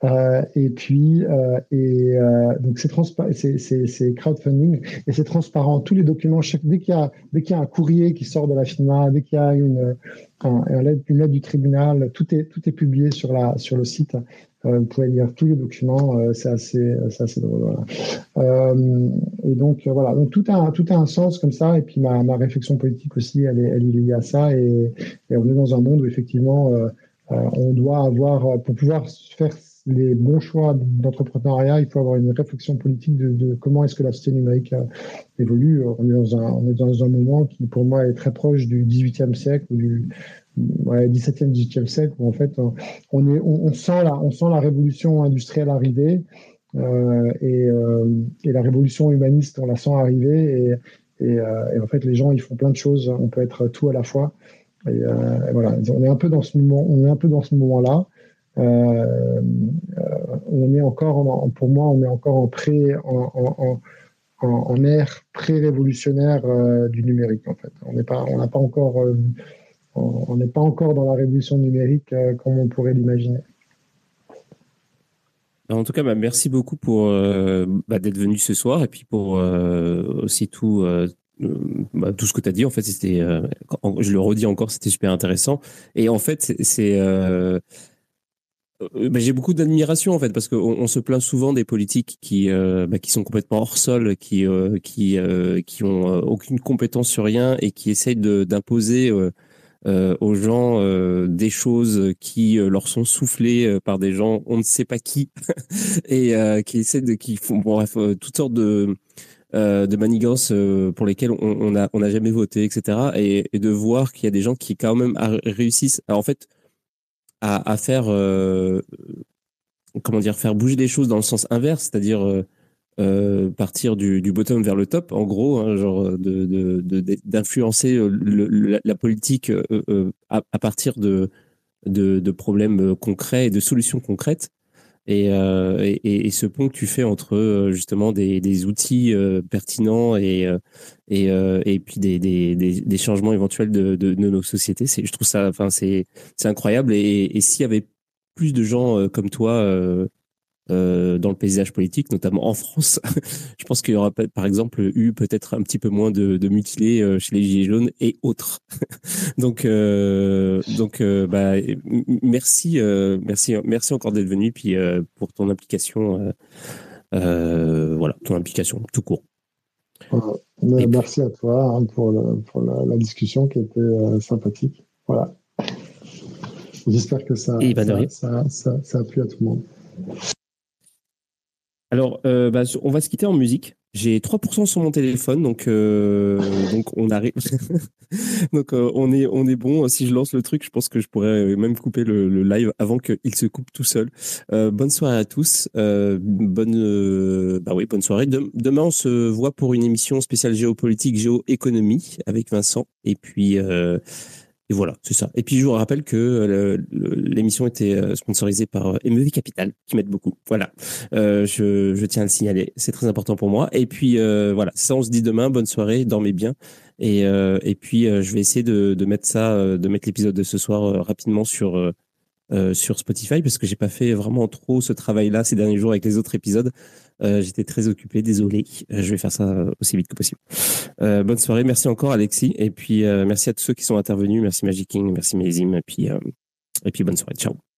Et puis, donc c'est crowdfunding et c'est transparent. Tous les documents, dès qu'il y a un courrier qui sort de la FINMA, dès qu'il y a une lettre du tribunal, tout est publié sur le site. Vous pouvez lire tous les documents, c'est assez drôle. Voilà. Et donc voilà, donc tout a un sens comme ça. Et puis ma réflexion politique aussi, elle est liée à ça. Et on est dans un monde où effectivement, on doit avoir, pour pouvoir faire les bons choix d'entrepreneuriat, il faut avoir une réflexion politique de comment est-ce que la société numérique évolue. On est dans un moment qui, pour moi, est très proche du XVIIIe siècle ou du XVIIe, XVIIIe siècle, où en fait, on sent la révolution industrielle arriver et la révolution humaniste, on la sent arriver et en fait, les gens, ils font plein de choses. On peut être tout à la fois. Et voilà, on est un peu dans ce moment-là. On est encore, pour moi, on est encore en ère pré-révolutionnaire du numérique en fait. On n'est pas encore dans la révolution numérique comme on pourrait l'imaginer. En tout cas, merci beaucoup pour d'être venu ce soir et puis pour aussi tout ce que tu as dit. En fait, c'était, je le redis encore, c'était super intéressant. Et en fait, j'ai beaucoup d'admiration en fait parce qu'on se plaint souvent des politiques qui sont complètement hors sol, qui ont aucune compétence sur rien et qui essayent d'imposer aux gens des choses qui leur sont soufflées par des gens on ne sait pas qui et qui font toutes sortes de manigances pour lesquelles on n'a jamais voté, etc. Et de voir qu'il y a des gens qui quand même réussissent en fait à faire faire bouger les choses dans le sens inverse, c'est-à-dire partir du bottom vers le top, en gros, hein, genre d'influencer la politique à partir de problèmes concrets et de solutions concrètes. Et ce pont que tu fais entre justement des outils pertinents et puis des changements éventuels de nos sociétés, je trouve ça, enfin c'est incroyable. Et s'il y avait plus de gens comme toi dans le paysage politique, notamment en France, je pense qu'il y aura par exemple eu peut-être un petit peu moins de mutilés chez les Gilets jaunes et autres. donc merci encore d'être venu puis pour ton implication, voilà, ton implication tout court. Merci à toi pour la discussion qui était sympathique. Voilà. J'espère que ça a plu à tout le monde. Alors, on va se quitter en musique. J'ai 3% sur mon téléphone, donc on arrive. Donc on est bon. Si je lance le truc, je pense que je pourrais même couper le live avant qu'il se coupe tout seul. Bonne soirée à tous. Bonne soirée. Demain, on se voit pour une émission spéciale géopolitique, géoéconomie avec Vincent. Et puis et voilà, c'est ça. Et puis, je vous rappelle que l'émission était sponsorisée par MEV Capital, qui m'aide beaucoup. Voilà, je tiens à le signaler. C'est très important pour moi. Et puis, voilà, ça, on se dit demain. Bonne soirée, dormez bien. Et puis, je vais essayer de mettre l'épisode de ce soir rapidement sur Spotify, parce que j'ai pas fait vraiment trop ce travail-là ces derniers jours avec les autres épisodes. J'étais très occupé, désolé. Je vais faire ça aussi vite que possible. Bonne soirée, merci encore Alexis, et puis merci à tous ceux qui sont intervenus, merci Magic King, merci Mélisime, et puis bonne soirée, ciao.